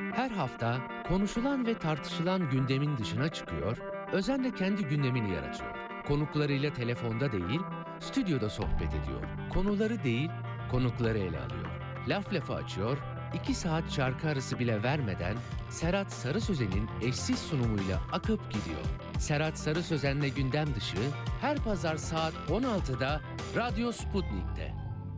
Her hafta konuşulan ve tartışılan gündemin dışına çıkıyor, özenle kendi gündemini yaratıyor. Konuklarıyla telefonda değil, stüdyoda sohbet ediyor. Konuları değil, konukları ele alıyor. Laf lafa açıyor, 2 saat şarkı arası bile vermeden Serhat Sarı Sözen'in eşsiz sunumuyla akıp gidiyor. Serhat Sarı Sözen'le gündem dışı her pazar saat 16'da Radyo Sputnik'te.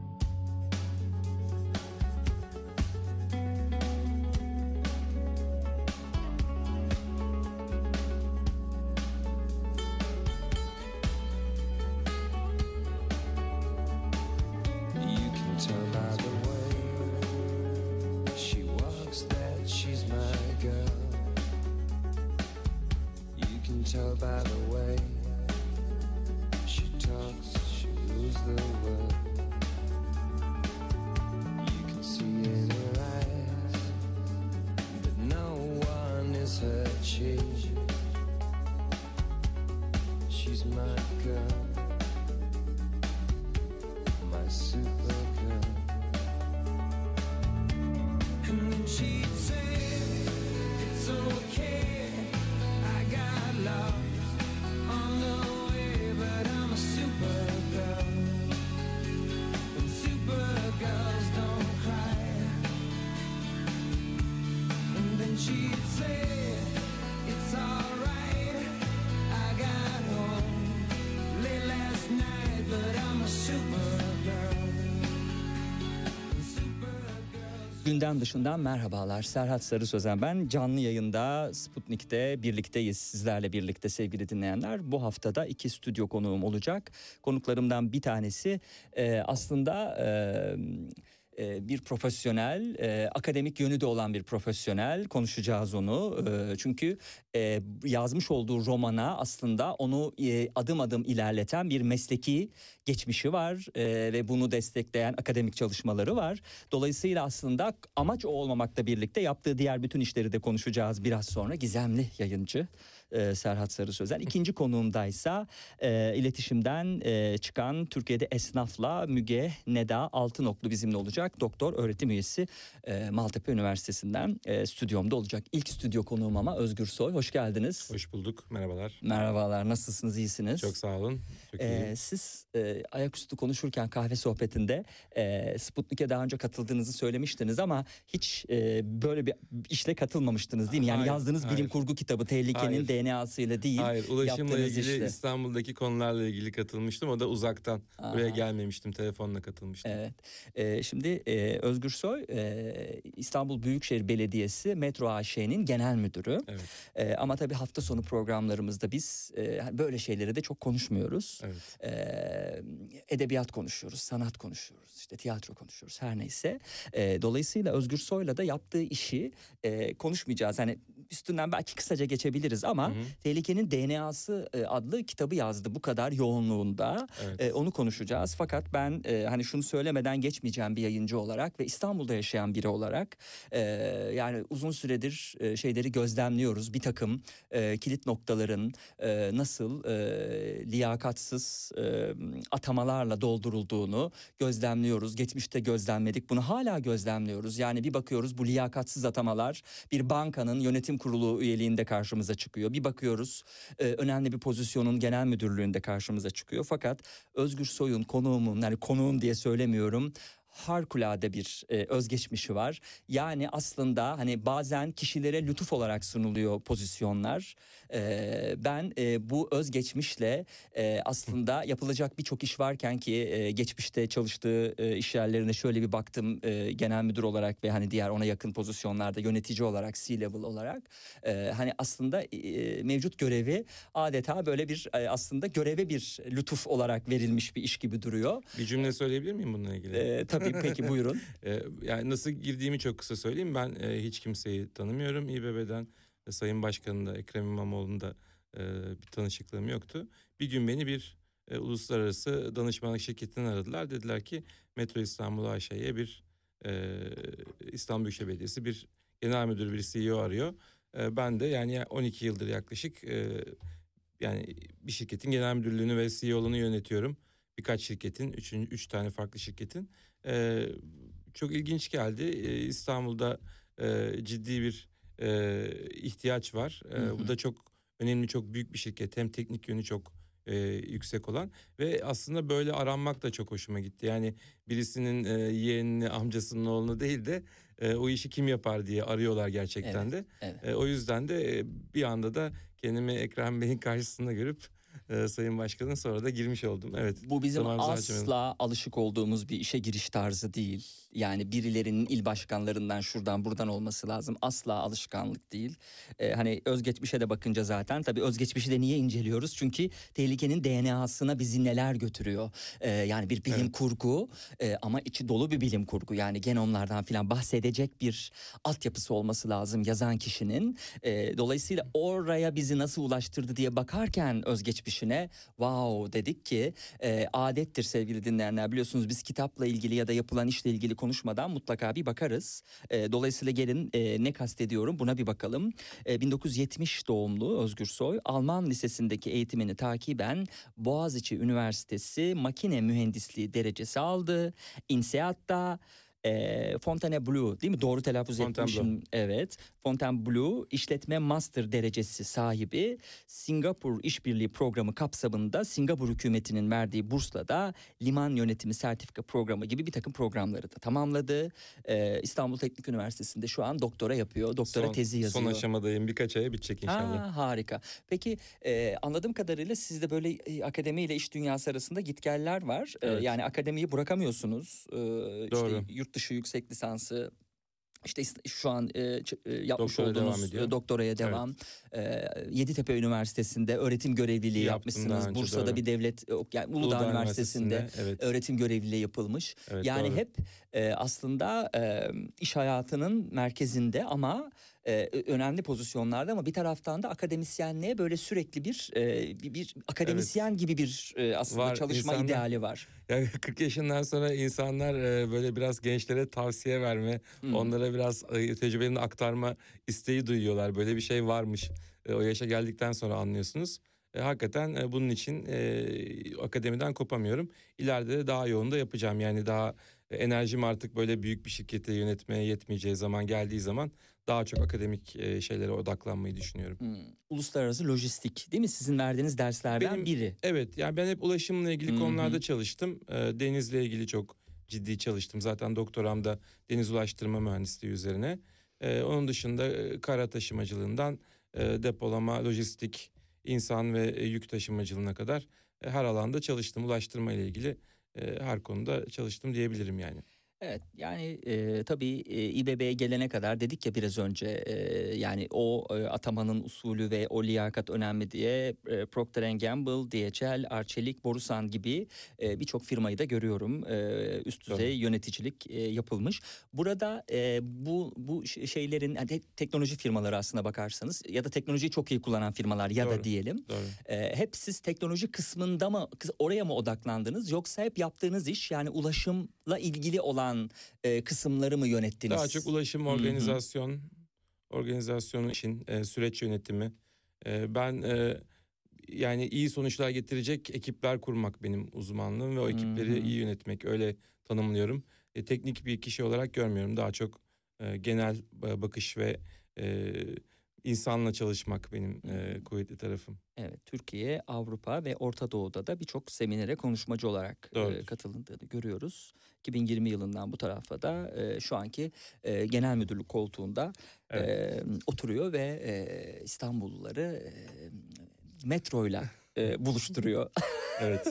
Gündem dışından merhabalar. Serhat Sarı Sözen ben. Canlı yayında Sputnik'te birlikteyiz. Sizlerle birlikte sevgili dinleyenler. Bu haftada 2 stüdyo konuğum olacak. Konuklarımdan bir tanesi aslında bir profesyonel, akademik yönü de olan bir profesyonel. Konuşacağız onu. Çünkü yazmış olduğu romana aslında onu adım adım ilerleten bir mesleki geçmişi var ve bunu destekleyen akademik çalışmaları var. Dolayısıyla aslında amaç o olmamakla birlikte yaptığı diğer bütün işleri de konuşacağız biraz sonra. Gizemli yayıncı Serhat Sarı Sözen. İkinci konuğumdaysa iletişimden çıkan Türkiye'de esnafla Müge Neda Altınoklu bizimle olacak. Doktor öğretim üyesi Maltepe Üniversitesi'nden stüdyomda olacak. İlk stüdyo konuğum ama Özgür Soy. Hoş geldiniz. Hoş bulduk. Merhabalar. Merhabalar. Nasılsınız? İyisiniz? Çok sağ olun. Çok iyiyim. Siz ayaküstü konuşurken kahve sohbetinde Sputnik'e daha önce katıldığınızı söylemiştiniz ama hiç böyle bir işle katılmamıştınız değil mi? Yani Hayır, yazdığınız bilim kurgu kitabı Tehlikenin DNA'sıyla değil. Hayır, ulaşımla ilgili işle. İstanbul'daki konularla ilgili katılmıştım. O da uzaktan. Buraya gelmemiştim. Telefonla katılmıştım. Evet. Şimdi Özgür Soy İstanbul Büyükşehir Belediyesi Metro AŞ'nin genel müdürü. Evet. Ama tabii hafta sonu programlarımızda biz böyle şeyleri de çok konuşmuyoruz. Evet. Edebiyat konuşuyoruz, sanat konuşuyoruz, işte tiyatro konuşuyoruz, her neyse. Dolayısıyla Özgür Soy'la da yaptığı işi konuşmayacağız. Hani üstünden belki kısaca geçebiliriz ama Tehlikenin DNA'sı adlı kitabı yazdı bu kadar yoğunluğunda. Evet. Onu konuşacağız. Fakat ben hani şunu söylemeden geçmeyeceğim bir yayıncı olarak ve İstanbul'da yaşayan biri olarak yani uzun süredir şeyleri gözlemliyoruz. Bir takım kilit noktaların nasıl liyakatsız atamalarla doldurulduğunu gözlemliyoruz. Geçmişte gözlemledik. Bunu hala gözlemliyoruz. Yani bir bakıyoruz bu liyakatsız atamalar bir bankanın yönetim kurulu üyeliğinde karşımıza çıkıyor. Bir bakıyoruz önemli bir pozisyonun genel müdürlüğünde karşımıza çıkıyor. Fakat Özgür Soy'un konuğumun, yani konuğum diye söylemiyorum, harikulade bir özgeçmişi var. Yani aslında hani bazen kişilere lütuf olarak sunuluyor pozisyonlar. Ben bu özgeçmişle aslında yapılacak birçok iş varken ki geçmişte çalıştığı iş yerlerine şöyle bir baktım genel müdür olarak ve hani diğer ona yakın pozisyonlarda yönetici olarak, C-level olarak hani aslında mevcut görevi adeta böyle bir aslında göreve bir lütuf olarak verilmiş bir iş gibi duruyor. Bir cümle söyleyebilir miyim bununla ilgili? Tabii, peki buyurun. Yani nasıl girdiğimi çok kısa söyleyeyim. Ben hiç kimseyi tanımıyorum İBB'den. Sayın Başkan'ın da Ekrem İmamoğlu'nun da bir tanışıklığım yoktu. Bir gün beni bir uluslararası danışmanlık şirketinden aradılar. Dediler ki Metro İstanbul AŞ'ye bir İstanbul Büyükşehir Belediyesi bir genel müdür, bir CEO arıyor. Ben de yani 12 yıldır yaklaşık yani bir şirketin genel müdürlüğünü ve CEO'luğunu yönetiyorum. Birkaç şirketin, 3 tane farklı şirketin. Çok ilginç geldi. İstanbul'da ciddi bir ihtiyaç var. Bu da çok önemli, çok büyük bir şirket. Hem teknik yönü çok yüksek olan ve aslında böyle aranmak da çok hoşuma gitti. Yani birisinin yeğenini, amcasının oğlunu değil de o işi kim yapar diye arıyorlar gerçekten Evet, de. evet. O yüzden de bir anda da kendimi Ekrem Bey'in karşısında görüp Sayın Başkan'ın sonra da girmiş oldum. Evet, Bu bizim zamanımızı harcamayalım. asla alışık olduğumuz bir işe giriş tarzı değil. Yani birilerinin il başkanlarından şuradan buradan olması lazım. Asla alışkanlık değil. Hani özgeçmişe de bakınca zaten tabii özgeçmişi de niye inceliyoruz? Çünkü tehlikenin DNA'sına bizi neler götürüyor? Yani bir bilim Evet. kurgu ama içi dolu bir bilim kurgu. Yani genomlardan falan bahsedecek bir altyapısı olması lazım yazan kişinin. Dolayısıyla oraya bizi nasıl ulaştırdı diye bakarken özgeçmişine wow dedik ki adettir sevgili dinleyenler, biliyorsunuz biz kitapla ilgili ya da yapılan işle ilgili konuşmadan mutlaka bir bakarız. Dolayısıyla gelin ne kastediyorum buna bir bakalım. 1970 doğumlu Özgür Soy, Alman lisesindeki eğitimini takiben Boğaziçi Üniversitesi makine mühendisliği derecesi aldı. INSEAD'da Fontainebleau değil mi? Doğru telaffuz Fontainebleau. etmişim. Evet. Fontainebleau işletme master derecesi sahibi. Singapur İşbirliği Programı kapsamında Singapur hükümetinin verdiği bursla da liman yönetimi sertifika programı gibi bir takım programları da tamamladı. İstanbul Teknik Üniversitesi'nde şu an doktora yapıyor. Doktora tezi yazıyor. Son aşamadayım. Birkaç aya bitecek inşallah. Harika. Peki anladığım kadarıyla sizde böyle akademi ile iş dünyası arasında gitgeller var. Evet. Yani akademiyi bırakamıyorsunuz. Doğru. İşte yurt dışı yüksek lisansı, İşte şu an yapmış Doktora devam olduğunuz ediyor. doktoraya devam. Yeditepe Üniversitesi'nde öğretim görevliliği Yaptım daha yapmışsınız. önce, Bursa'da doğru. bir devlet, yani Uludağ Üniversitesi'nde evet. öğretim görevliliği yapılmış. Evet, Yani doğru. hep aslında iş hayatının merkezinde ama önemli pozisyonlarda, ama bir taraftan da akademisyenliğe böyle sürekli bir akademisyen gibi bir aslında Var, çalışma insanlar- ideali var. Yani 40 yaşından sonra insanlar böyle biraz gençlere tavsiye verme, onlara biraz tecrübelerini aktarma isteği duyuyorlar. Böyle bir şey varmış. O yaşa geldikten sonra anlıyorsunuz. Hakikaten bunun için akademiden kopamıyorum. İleride de daha yoğun da yapacağım. Yani daha enerjim artık böyle büyük bir şirketi yönetmeye yetmeyeceği zaman geldiği zaman daha çok akademik şeylere odaklanmayı düşünüyorum. Uluslararası lojistik değil mi? Sizin verdiğiniz derslerden biri. Evet, yani ben hep ulaşımla ilgili konularda çalıştım. Denizle ilgili çok ciddi çalıştım. Zaten doktoram da deniz ulaştırma mühendisliği üzerine. Onun dışında kara taşımacılığından depolama, lojistik, insan ve yük taşımacılığına kadar her alanda çalıştım. Ulaştırma ile ilgili her konuda çalıştım diyebilirim yani. Evet, yani tabii İBB'ye gelene kadar dedik ya biraz önce, yani o atamanın usulü ve o liyakat önemli diye Procter & Gamble, DHL, Arçelik, Borusan gibi birçok firmayı da görüyorum. Üst düzey yöneticilik yapılmış. Burada bu şeylerin yani teknoloji firmaları aslına bakarsanız ya da teknolojiyi çok iyi kullanan firmalar ya da diyelim. Doğru. Hep siz teknoloji kısmında mı, oraya mı odaklandınız, yoksa hep yaptığınız iş yani ulaşımla ilgili olan kısımları mı yönettiniz? Daha çok ulaşım, organizasyonu için süreç yönetimi. Ben yani iyi sonuçlar getirecek ekipler kurmak benim uzmanlığım ve o ekipleri iyi yönetmek, öyle tanımlıyorum. Teknik bir kişi olarak görmüyorum. Daha çok genel bakış ve insanla çalışmak benim kuvvetli tarafım. Evet, Türkiye, Avrupa ve Orta Doğu'da da birçok seminere konuşmacı olarak katıldığını görüyoruz. 2020 yılından bu tarafa da şu anki genel müdürlük koltuğunda oturuyor ve İstanbulluları metroyla buluşturuyor. Evet.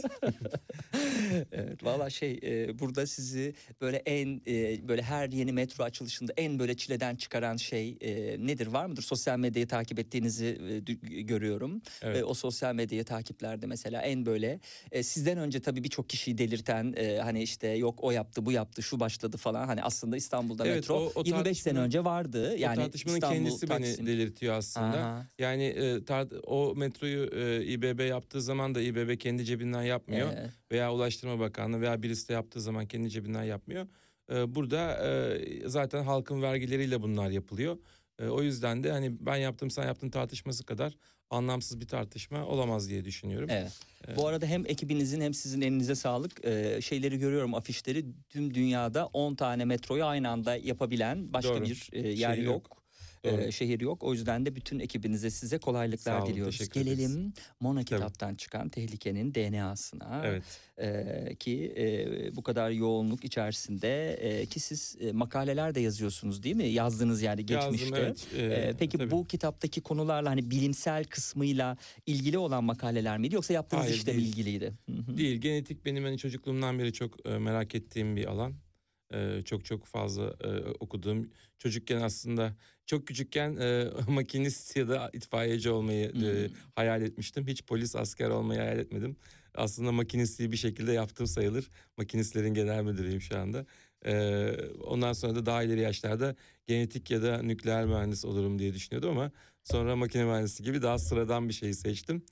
Evet, valla burada sizi böyle böyle her yeni metro açılışında en böyle çileden çıkaran şey nedir, var mıdır? Sosyal medyayı takip ettiğinizi görüyorum. Evet. O sosyal medyayı takiplerde mesela en böyle sizden önce tabii birçok kişiyi delirten hani işte yok o yaptı, bu yaptı, şu başladı falan, hani aslında İstanbul'da metro o 25 sene önce vardı. Yani o tartışmanın İstanbul, kendisi Taksim. beni delirtiyor aslında. Aha. Yani o metroyu İBB yaptığı zaman da İBB kendi cebinden yapmıyor. Veya Ulaştırma Bakanlığı veya birisi de yaptığı zaman kendi cebinden yapmıyor. Burada zaten halkın vergileriyle bunlar yapılıyor. O yüzden de hani ben yaptım sen yaptın tartışması kadar anlamsız bir tartışma olamaz diye düşünüyorum. Evet. E, Bu arada hem ekibinizin hem sizin elinize sağlık. Şeyleri görüyorum, afişleri. Tüm dünyada 10 tane metroyu aynı anda yapabilen başka Doğru. bir yer Şehir yok. yok. Doğru. Şehir yok. O yüzden de bütün ekibinize, size kolaylıklar Sağ olun, diliyoruz. teşekkür ederiz. Gelelim Mona Tabii. kitaptan çıkan Tehlikenin DNA'sına. Evet. Ki bu kadar yoğunluk içerisinde ki siz makaleler de yazıyorsunuz değil mi? Yazdığınız yani geçmişte. Yazdım, evet. Peki Tabii. bu kitaptaki konularla hani bilimsel kısmıyla ilgili olan makaleler miydi yoksa yaptığınız Hayır, işle mi değil. ilgiliydi? Hı hı. Değil, genetik benim hani çocukluğumdan beri çok merak ettiğim bir alan. Çok fazla okuduğum. Çocukken aslında çok küçükken makinist ya da itfaiyeci olmayı hayal etmiştim. Hiç polis, asker olmayı hayal etmedim. Aslında makinistliği bir şekilde yaptığım sayılır. Makinistlerin genel müdürüyüm şu anda. Ondan sonra da daha ileri yaşlarda genetik ya da nükleer mühendis olurum diye düşünüyordum ama sonra makine mühendisi gibi daha sıradan bir şeyi seçtim.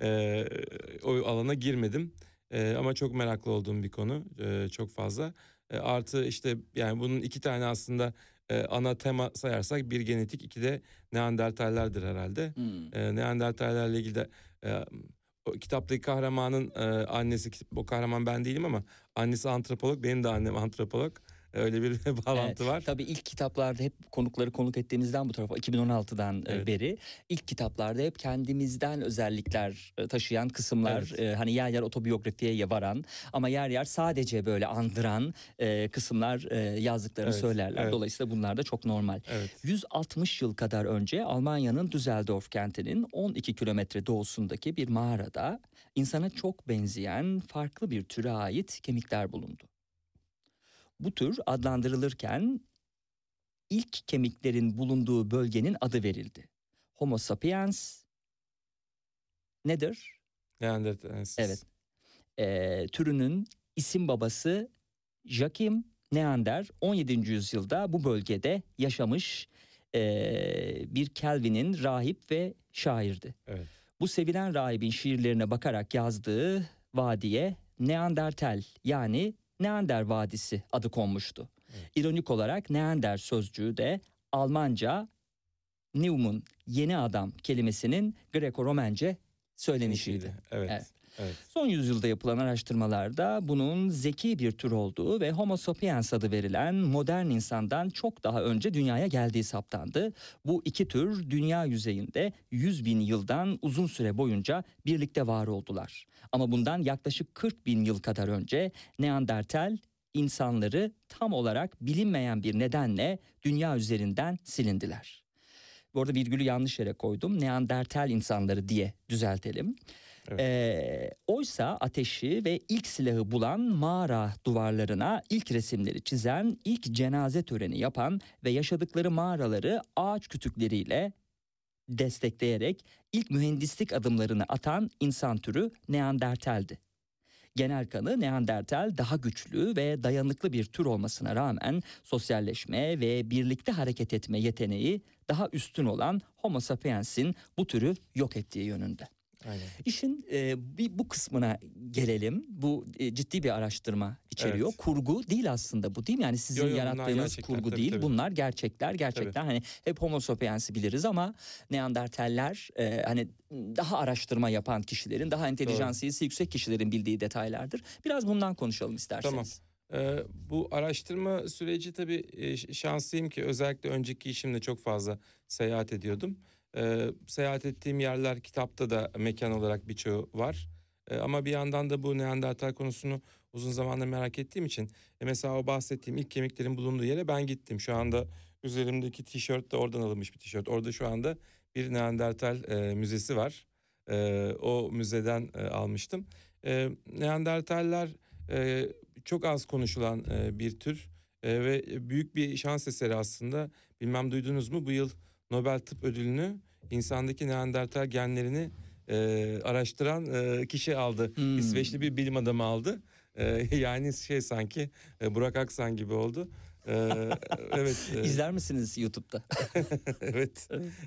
O alana girmedim. Ama çok meraklı olduğum bir konu, çok fazla. Artı işte yani bunun iki tane aslında ana tema sayarsak bir genetik, iki de Neandertallerdir herhalde. Neandertallerle ilgili de o kitaptaki kahramanın annesi, o kahraman ben değilim ama annesi antropolog, benim de annem antropolog. Öyle bir bağlantı var. Tabii ilk kitaplarda hep konukları konuk ettiğimizden bu tarafa 2016'dan Evet. beri ilk kitaplarda hep kendimizden özellikler taşıyan kısımlar, Evet. hani yer yer otobiyografiye varan ama yer yer sadece böyle andıran kısımlar yazdıklarını Evet, söylerler. evet. Dolayısıyla bunlar da çok normal. Evet. 160 yıl kadar önce Almanya'nın Düsseldorf kentinin 12 kilometre doğusundaki bir mağarada insana çok benzeyen farklı bir türe ait kemikler bulundu. Bu tür adlandırılırken ilk kemiklerin bulunduğu bölgenin adı verildi. Homo sapiens nedir? Neandertalensis. Evet. Türünün isim babası Joachim Neander 17. yüzyılda bu bölgede yaşamış bir Calvin'in rahip ve şairdi. Evet. Bu sevilen rahibin şiirlerine bakarak yazdığı vadiye Neandertal yani Neander Vadisi adı konmuştu. Evet. İronik olarak Neander sözcüğü de Almanca Neumann yeni adam kelimesinin Greko-Romence söylenişiydi. Evet. Evet. Evet. Son yüzyılda yapılan araştırmalarda bunun zeki bir tür olduğu ve Homo sapiens adı verilen modern insandan çok daha önce dünyaya geldiği saptandı. Bu iki tür dünya yüzeyinde 100 bin yıldan uzun süre boyunca birlikte var oldular. Ama bundan yaklaşık 40 bin yıl kadar önce Neandertal insanları tam olarak bilinmeyen bir nedenle dünya üzerinden silindiler. Bu arada virgülü yanlış yere koydum. Neandertal insanları diye düzeltelim. Oysa ateşi ve ilk silahı bulan mağara duvarlarına ilk resimleri çizen, ilk cenaze töreni yapan ve yaşadıkları mağaraları ağaç kütükleriyle destekleyerek ilk mühendislik adımlarını atan insan türü Neandertal'di. Genel kanı Neandertal daha güçlü ve dayanıklı bir tür olmasına rağmen sosyalleşme ve birlikte hareket etme yeteneği daha üstün olan Homo sapiens'in bu türü yok ettiği yönünde. Aynen. İşin bu kısmına gelelim. Bu ciddi bir araştırma içeriyor. Evet. Kurgu değil aslında bu, değil mi? Yani sizin Bunlar yarattığınız gerçekler, kurgu tabii, değil. tabii. Bunlar gerçekler. Gerçekten hani hep Homo sapiens'i biliriz ama Neandertaller hani daha araştırma yapan kişilerin, daha entelijansiyesi yüksek kişilerin bildiği detaylardır. Biraz bundan konuşalım isterseniz. Tamam. Bu araştırma süreci tabii şanslıyım ki özellikle önceki işimde çok fazla seyahat ediyordum. Seyahat ettiğim yerler kitapta da mekan olarak birçoğu var. Ama bir yandan da bu Neandertal konusunu uzun zamandır merak ettiğim için mesela o bahsettiğim ilk kemiklerin bulunduğu yere ben gittim. Şu anda üzerimdeki tişört de oradan alınmış bir tişört. Orada şu anda bir Neandertal müzesi var. O müzeden almıştım. Neandertaller çok az konuşulan bir tür ve büyük bir şans eseri aslında. Bilmem duydunuz mu, bu yıl Nobel Tıp Ödülünü insandaki Neandertal genlerini araştıran kişi aldı. İsveçli bir bilim adamı aldı. Yani sanki Burak Aksan gibi oldu. Evet. İzler misiniz YouTube'da? Evet.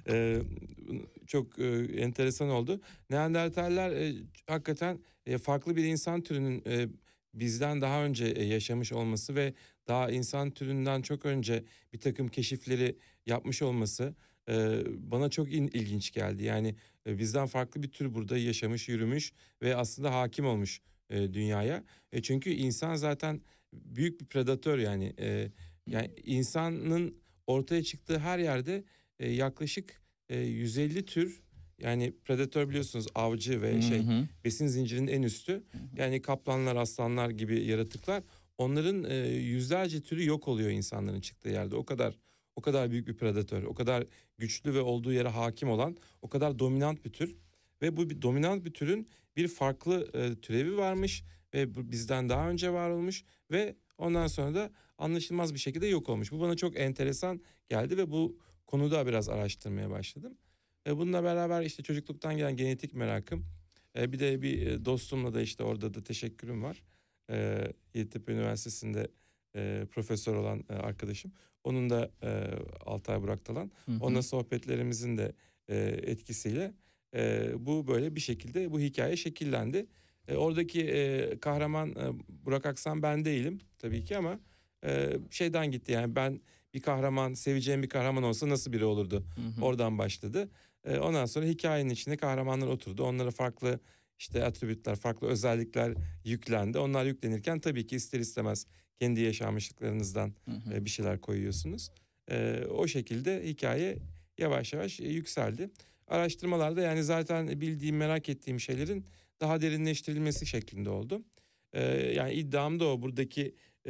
Çok enteresan oldu. Neandertaller hakikaten farklı bir insan türünün bizden daha önce yaşamış olması ve daha insan türünden çok önce bir takım keşifleri yapmış olması bana çok ilginç geldi. Yani bizden farklı bir tür burada yaşamış, yürümüş ve aslında hakim olmuş dünyaya. Çünkü insan zaten büyük bir predatör yani. Yani insanın ortaya çıktığı her yerde yaklaşık 150 tür, yani predatör biliyorsunuz avcı ve besin zincirinin en üstü. Yani kaplanlar, aslanlar gibi yaratıklar, onların yüzlerce türü yok oluyor insanların çıktığı yerde. O kadar büyük bir predatör, o kadar güçlü ve olduğu yere hakim olan, o kadar dominant bir tür. Ve bu dominant bir türün bir farklı türevi varmış ve bu bizden daha önce var olmuş ve ondan sonra da anlaşılmaz bir şekilde yok olmuş. Bu bana çok enteresan geldi ve bu konuda biraz araştırmaya başladım. Bununla beraber işte çocukluktan gelen genetik merakım, bir de bir dostumla da işte orada da teşekkürüm var. Yeditepe Üniversitesi'nde profesör olan arkadaşım. Onun da Altay Buraktalan. Onunla sohbetlerimizin de etkisiyle bu böyle bir şekilde bu hikaye şekillendi. Oradaki kahraman Burak Aksan ben değilim tabii ki, ama şeyden gitti, yani ben bir kahraman, seveceğim bir kahraman olsa nasıl biri olurdu? Oradan başladı. Ondan sonra hikayenin içine kahramanlar oturdu. Onlara farklı işte atribütler, farklı özellikler yüklendi. Onlar yüklenirken tabii ki ister istemez kendi yaşanmışlıklarınızdan bir şeyler koyuyorsunuz. O şekilde hikaye yavaş yavaş yükseldi. Araştırmalarda yani zaten bildiğim, merak ettiğim şeylerin daha derinleştirilmesi şeklinde oldu. Yani iddiam da o. Buradaki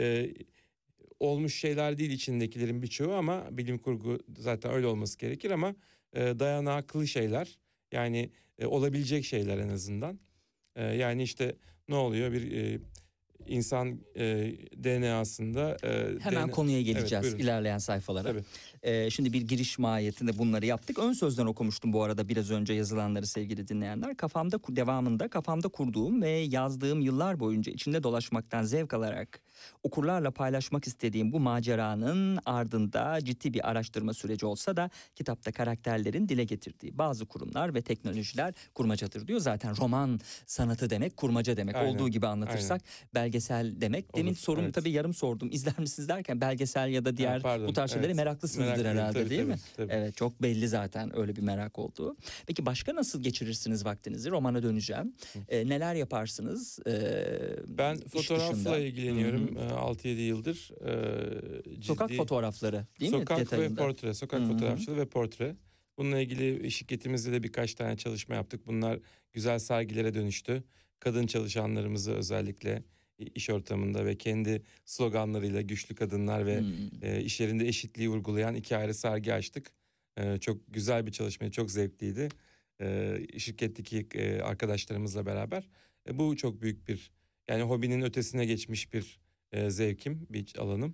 olmuş şeyler değil içindekilerin birçoğu, ama bilim kurgu zaten öyle olması gerekir, ama dayanaklı şeyler, yani olabilecek şeyler en azından. Yani işte ne oluyor, bir insan DNA'sında... Hemen konuya geleceğiz, evet, ilerleyen sayfalara. Şimdi bir giriş mahiyetinde bunları yaptık. Ön sözden okumuştum bu arada biraz önce yazılanları sevgili dinleyenler. Kafamda kurduğum ve yazdığım, yıllar boyunca içinde dolaşmaktan zevk alarak okurlarla paylaşmak istediğim bu maceranın ardında ciddi bir araştırma süreci olsa da kitapta karakterlerin dile getirdiği bazı kurumlar ve teknolojiler kurmacadır diyor. Zaten roman sanatı demek kurmaca demek. Aynen, Olduğu gibi anlatırsak belgesel demek. Demin sorum tabii yarım sordum. İzler misiniz derken belgesel ya da diğer bu tarz şeylere meraklısınızdır herhalde, tabii, değil mi? Tabii. Evet, çok belli zaten öyle bir merak olduğu. Peki başka nasıl geçirirsiniz vaktinizi? Romana döneceğim. Neler yaparsınız? Ben fotoğrafla ilgileniyorum 6-7 yıldır. Sokak fotoğrafları değil mi? Sokak Detayında. ve portre, sokak fotoğrafçılığı ve portre. Bununla ilgili şirketimizde de birkaç tane çalışma yaptık. Bunlar güzel sergilere dönüştü. Kadın çalışanlarımızı özellikle iş ortamında ve kendi sloganlarıyla güçlü kadınlar ve iş yerinde eşitliği vurgulayan 2 ayrı sergi açtık. Çok güzel bir çalışmaydı, çok zevkliydi. Şirketteki arkadaşlarımızla beraber. Bu çok büyük bir, yani hobinin ötesine geçmiş bir zevkim, bir alanım.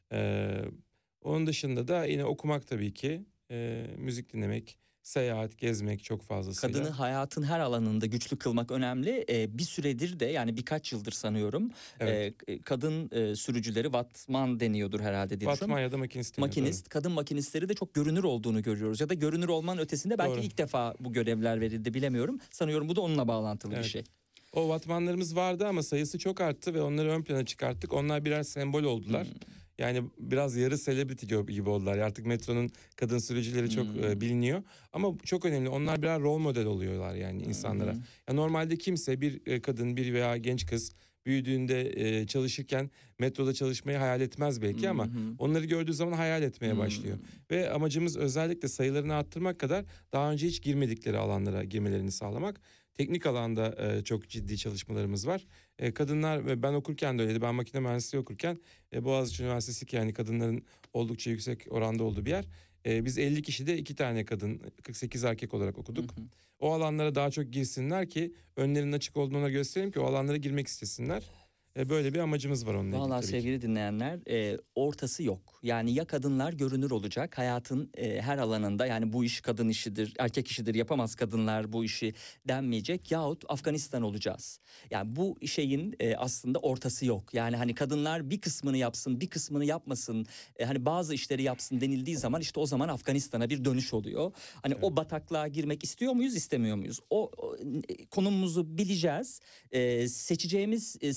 Onun dışında da yine okumak tabii ki, müzik dinlemek, seyahat, gezmek çok fazlasıyla. Kadını hayatın her alanında güçlü kılmak önemli. Bir süredir de, yani birkaç yıldır sanıyorum, kadın sürücüleri, vatman deniyordur herhalde diye Vatman ya da makinist. Kadın makinistleri de çok görünür olduğunu görüyoruz. Ya da görünür olmanın ötesinde belki ilk defa bu görevler verildi, bilemiyorum. Sanıyorum bu da onunla bağlantılı bir şey. O vatmanlarımız vardı ama sayısı çok arttı ve onları ön plana çıkarttık. Onlar birer sembol oldular. Yani biraz yarı celebrity gibi oldular. Artık metronun kadın sürücüleri çok biliniyor. Ama çok önemli, onlar birer rol model oluyorlar yani insanlara. Ya normalde kimse, bir kadın, bir veya genç kız büyüdüğünde çalışırken metroda çalışmayı hayal etmez belki, ama onları gördüğü zaman hayal etmeye başlıyor. Ve amacımız özellikle sayılarını arttırmak kadar daha önce hiç girmedikleri alanlara girmelerini sağlamak. Teknik alanda çok ciddi çalışmalarımız var. Kadınlar, ve ben okurken de öyleydi. Ben makine mühendisliği okurken Boğaziçi Üniversitesi, ki yani kadınların oldukça yüksek oranda olduğu bir yer. Biz 50 kişide 2 tane kadın, 48 erkek olarak okuduk. O alanlara daha çok girsinler ki önlerinin açık olduğunu gösterelim ki o alanlara girmek istesinler. Böyle bir amacımız var onunla ilgili. Vallahi sevgili dinleyenler, ortası yok. Yani ya kadınlar görünür olacak hayatın her alanında, yani bu iş kadın işidir, erkek işidir, yapamaz kadınlar bu işi denmeyecek, yahut Afganistan olacağız. Yani bu şeyin aslında ortası yok. Yani hani kadınlar bir kısmını yapsın, bir kısmını yapmasın, hani bazı işleri yapsın denildiği zaman işte o zaman Afganistan'a bir dönüş oluyor. Hani o bataklığa girmek istiyor muyuz, istemiyor muyuz? O konumumuzu bileceğiz. Seçeceğimiz siyasal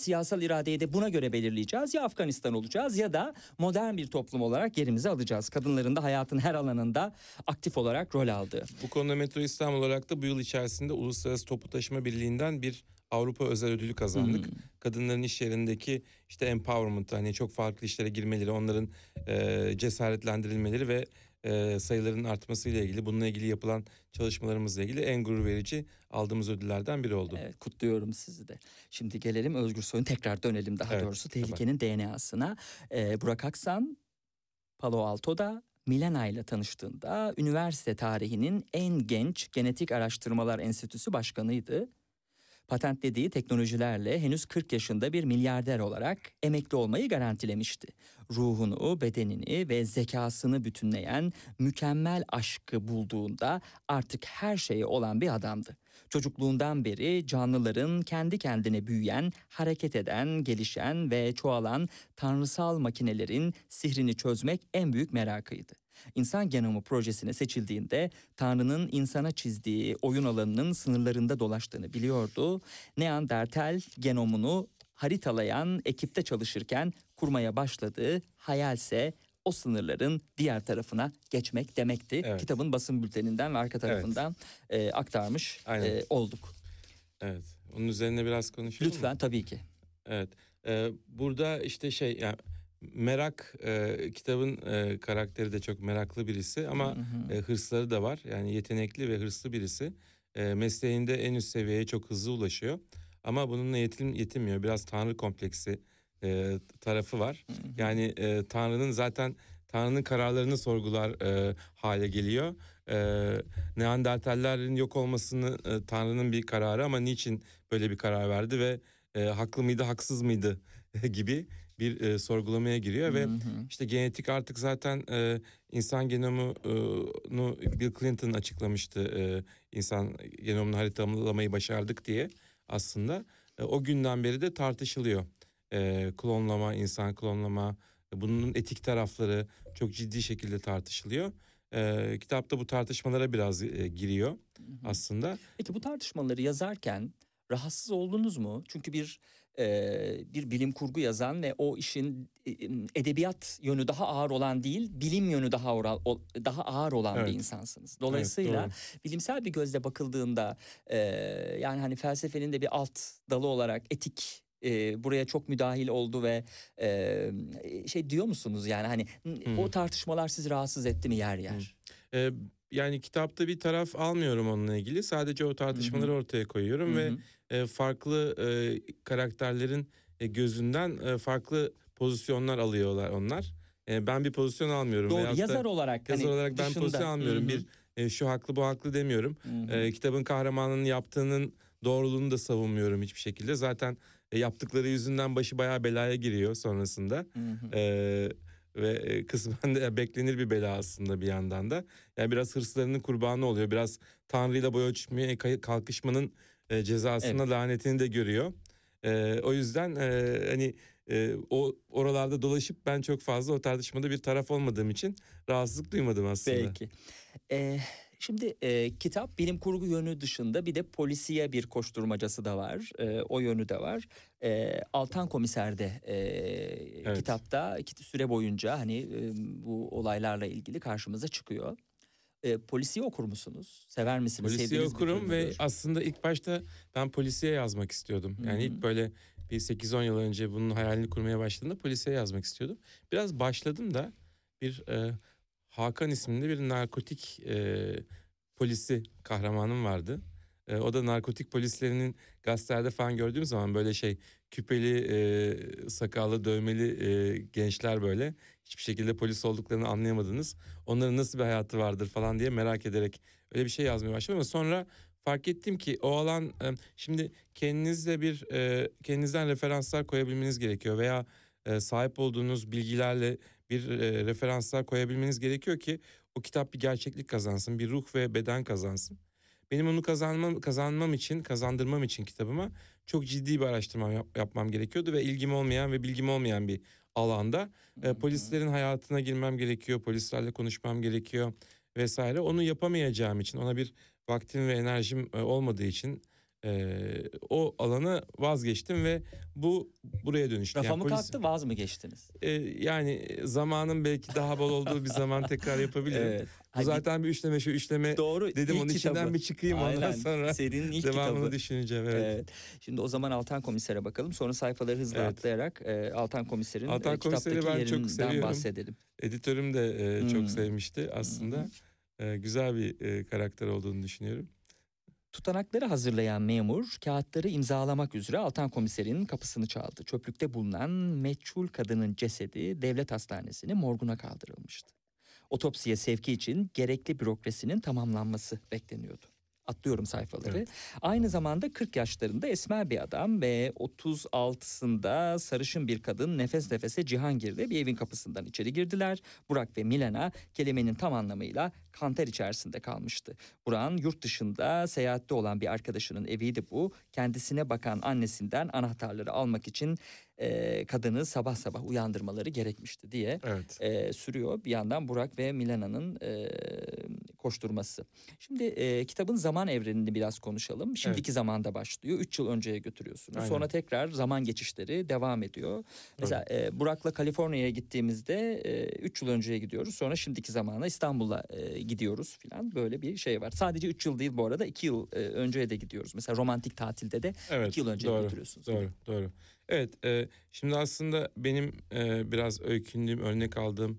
iradeyi de buna göre belirleyeceğiz. Ya Afganistan olacağız ya da modern bir toplum olarak yerimizi alacağız. Kadınların da hayatın her alanında aktif olarak rol aldığı. Bu konuda Metro İstanbul olarak da bu yıl içerisinde Uluslararası Toplu Taşıma Birliği'nden bir Avrupa özel ödülü kazandık. Kadınların iş yerindeki işte empowerment, hani çok farklı işlere girmeleri, onların cesaretlendirilmeleri ve sayıların artmasıyla ilgili, bununla ilgili yapılan çalışmalarımızla ilgili en gurur verici aldığımız ödüllerden biri oldu. Evet, kutluyorum sizi de. Şimdi gelelim Özgür Soy'un, tekrar dönelim daha doğrusu tehlikenin DNA'sına. Burak Aksan Palo Alto'da Milena ile tanıştığında üniversite tarihinin en genç genetik araştırmalar enstitüsü başkanıydı. Patentlediği teknolojilerle henüz 40 yaşında bir milyarder olarak emekli olmayı garantilemişti. Ruhunu, bedenini ve zekasını bütünleyen mükemmel aşkı bulduğunda artık her şeyi olan bir adamdı. Çocukluğundan beri canlıların kendi kendine büyüyen, hareket eden, gelişen ve çoğalan tanrısal makinelerin sihrini çözmek en büyük merakıydı. İnsan Genomu projesine seçildiğinde Tanrı'nın insana çizdiği oyun alanının sınırlarında dolaştığını biliyordu. Neandertal genomunu haritalayan ekipte çalışırken kurmaya başladığı hayalse o sınırların diğer tarafına geçmek demekti. Evet. Kitabın basın bülteninden ve arka tarafından aktarmış olduk. Evet. Onun üzerine biraz konuşalım Lütfen mı? tabii ki. Evet. Burada işte yani merak, kitabın karakteri de çok meraklı birisi ama hırsları da var. Yani yetenekli ve hırslı birisi. Mesleğinde en üst seviyeye çok hızlı ulaşıyor. Ama bununla yetinmiyor. Biraz tanrı kompleksi tarafı var. Yani Tanrı'nın kararlarını sorgular hale geliyor. Neandertallerin yok olmasını Tanrı'nın bir kararı, ama niçin böyle bir karar verdi ve haklı mıydı, haksız mıydı gibi bir sorgulamaya giriyor ve işte genetik artık zaten insan genomunu Bill Clinton açıklamıştı. İnsan genomunu haritalamayı başardık diye aslında. O günden beri de tartışılıyor. Klonlama, insan klonlama, bunun etik tarafları çok ciddi şekilde tartışılıyor. Kitapta bu tartışmalara biraz giriyor aslında. Peki bu tartışmaları yazarken rahatsız oldunuz mu? Çünkü bir bilim kurgu yazan ve o işin edebiyat yönü daha ağır olan değil, bilim yönü daha ağır olan bir insansınız. Dolayısıyla bilimsel bir gözle bakıldığında yani hani felsefenin de bir alt dalı olarak etik buraya çok müdahil oldu ve şey diyor musunuz, yani hani o tartışmalar sizi rahatsız etti mi yer yer? Yani kitapta bir taraf almıyorum onunla ilgili. Sadece o tartışmaları ortaya koyuyorum ve farklı karakterlerin gözünden farklı pozisyonlar alıyorlar onlar. Ben bir pozisyon almıyorum. Doğru, yazar olarak. Yazar olarak ben pozisyon almıyorum. Şu haklı, bu haklı demiyorum. Kitabın kahramanının yaptığının doğruluğunu da savunmuyorum hiçbir şekilde. Zaten yaptıkları yüzünden başı bayağı belaya giriyor sonrasında. Ve kısmen de beklenir bir bela aslında bir yandan da. Yani biraz hırslarının kurbanı oluyor. Biraz Tanrı'yla boy ölçmeye kalkışmanın cezasına lanetini de görüyor. O yüzden o oralarda dolaşıp ben çok fazla o tartışmada bir taraf olmadığım için rahatsızlık duymadım aslında. Peki. Şimdi kitap bilim kurgu yönü dışında bir de polisiye bir koşturmacası da var. O yönü de var. Altan Komiser de kitapta süre boyunca hani bu olaylarla ilgili karşımıza çıkıyor. Polisiye okur musunuz? Sever misiniz? Polisiye okurum ve aslında ilk başta ben polisiye yazmak istiyordum. Yani ilk böyle bir 8-10 yıl önce bunun hayalini kurmaya başladığımda polisiye yazmak istiyordum. Biraz başladım da bir Hakan isminde bir narkotik polisi kahramanım vardı. O da narkotik polislerinin gazetelerde falan gördüğüm zaman böyle küpeli, sakallı, dövmeli gençler böyle. Hiçbir şekilde polis olduklarını anlayamadınız. Onların nasıl bir hayatı vardır falan diye merak ederek öyle bir şey yazmaya başladım. Ama sonra fark ettim ki o alan şimdi kendinizden referanslar koyabilmeniz gerekiyor. Veya sahip olduğunuz bilgilerle bir referanslar koyabilmeniz gerekiyor ki o kitap bir gerçeklik kazansın, bir ruh ve beden kazansın. Benim onu kazandırmam için kitabıma çok ciddi bir araştırma yapmam gerekiyordu ve ilgim olmayan ve bilgim olmayan bir alanda polislerin hayatına girmem gerekiyor, polislerle konuşmam gerekiyor vesaire. Onu yapamayacağım için, ona bir vaktim ve enerjim olmadığı için O alana vazgeçtim ve buraya dönüştü. Rafa Yani mı kalktı, vaz mı geçtiniz? Yani zamanın belki daha bol olduğu bir zaman tekrar yapabilirim. Evet. Bu zaten bir üçleme, şu üçleme Doğru. dedim, ilk onun içinden kitabı. bir çıkayım, ondan Aynen. sonra Serinin ilk devamını kitabı. düşüneceğim. Evet. Evet. Şimdi o zaman Altan Komiser'e bakalım. Sonra sayfaları hızla Evet. atlayarak Altan Komiser'in Altan Komiser'i kitaptaki ben çok yerinden seviyorum. bahsedelim. Editörüm de çok sevmişti aslında. Güzel bir karakter olduğunu düşünüyorum. Tutanakları hazırlayan memur kağıtları imzalamak üzere Altan Komiser'in kapısını çaldı. Çöplükte bulunan meçhul kadının cesedi devlet hastanesinin morguna kaldırılmıştı. Otopsiye sevki için gerekli bürokrasinin tamamlanması bekleniyordu. Atlıyorum sayfaları. Evet. Aynı zamanda 40 yaşlarında esmer bir adam ve 36'sında sarışın bir kadın nefes nefese Cihangir'de bir evin kapısından içeri girdiler. Burak ve Milena kelimenin tam anlamıyla kanter içerisinde kalmıştı. Burak'ın yurt dışında seyahatte olan bir arkadaşının eviydi bu. Kendisine bakan annesinden anahtarları almak için kadını sabah sabah uyandırmaları gerekmişti diye Evet. sürüyor. Bir yandan Burak ve Milena'nın koşturması. Şimdi kitabın zaman evrenini biraz konuşalım. Şimdiki zamanda başlıyor. 3 yıl önceye götürüyorsunuz. Aynen. Sonra tekrar zaman geçişleri devam ediyor. Mesela Burak'la Kaliforniya'ya gittiğimizde 3 yıl önceye gidiyoruz. Sonra şimdiki zamana İstanbul'a gidiyoruz filan. Böyle bir şey var. Sadece 3 yıl değil bu arada, 2 yıl önceye de gidiyoruz. Mesela romantik tatilde de 2 yıl önceye götürüyorsunuz. Doğru. Evet, şimdi aslında benim biraz öykündüğüm, örnek aldığım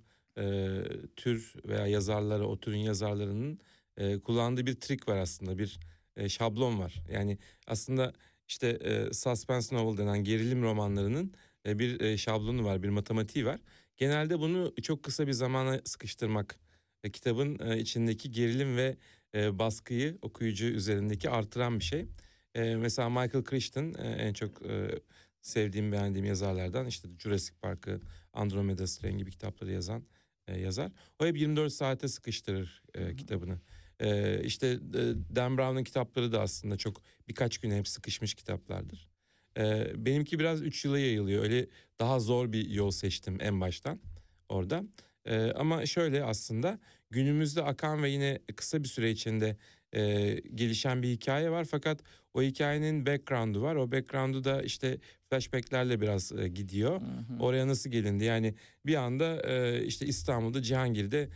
tür veya yazarları, o türün yazarlarının kullandığı bir trik var aslında, bir şablon var. Yani aslında işte suspense novel denen gerilim romanlarının bir şablonu var, bir matematiği var. Genelde bunu çok kısa bir zamana sıkıştırmak, kitabın içindeki gerilim ve baskıyı okuyucu üzerindeki artıran bir şey. Mesela Michael Crichton en çok sevdiğim, beğendiğim yazarlardan. İşte Jurassic Park'ı, Andromeda Strain gibi kitapları yazan yazar. O hep 24 saate sıkıştırır kitabını. İşte Dan Brown'un kitapları da aslında çok birkaç güne hep sıkışmış kitaplardır. Benimki biraz 3 yıla yayılıyor. Öyle daha zor bir yol seçtim en baştan orada. Ama şöyle, aslında günümüzde akan ve yine kısa bir süre içinde gelişen bir hikaye var. Fakat o hikayenin background'u var. O background'u da işte flashback'lerle biraz gidiyor. Oraya nasıl gelindi? Yani bir anda işte İstanbul'da Cihangir'de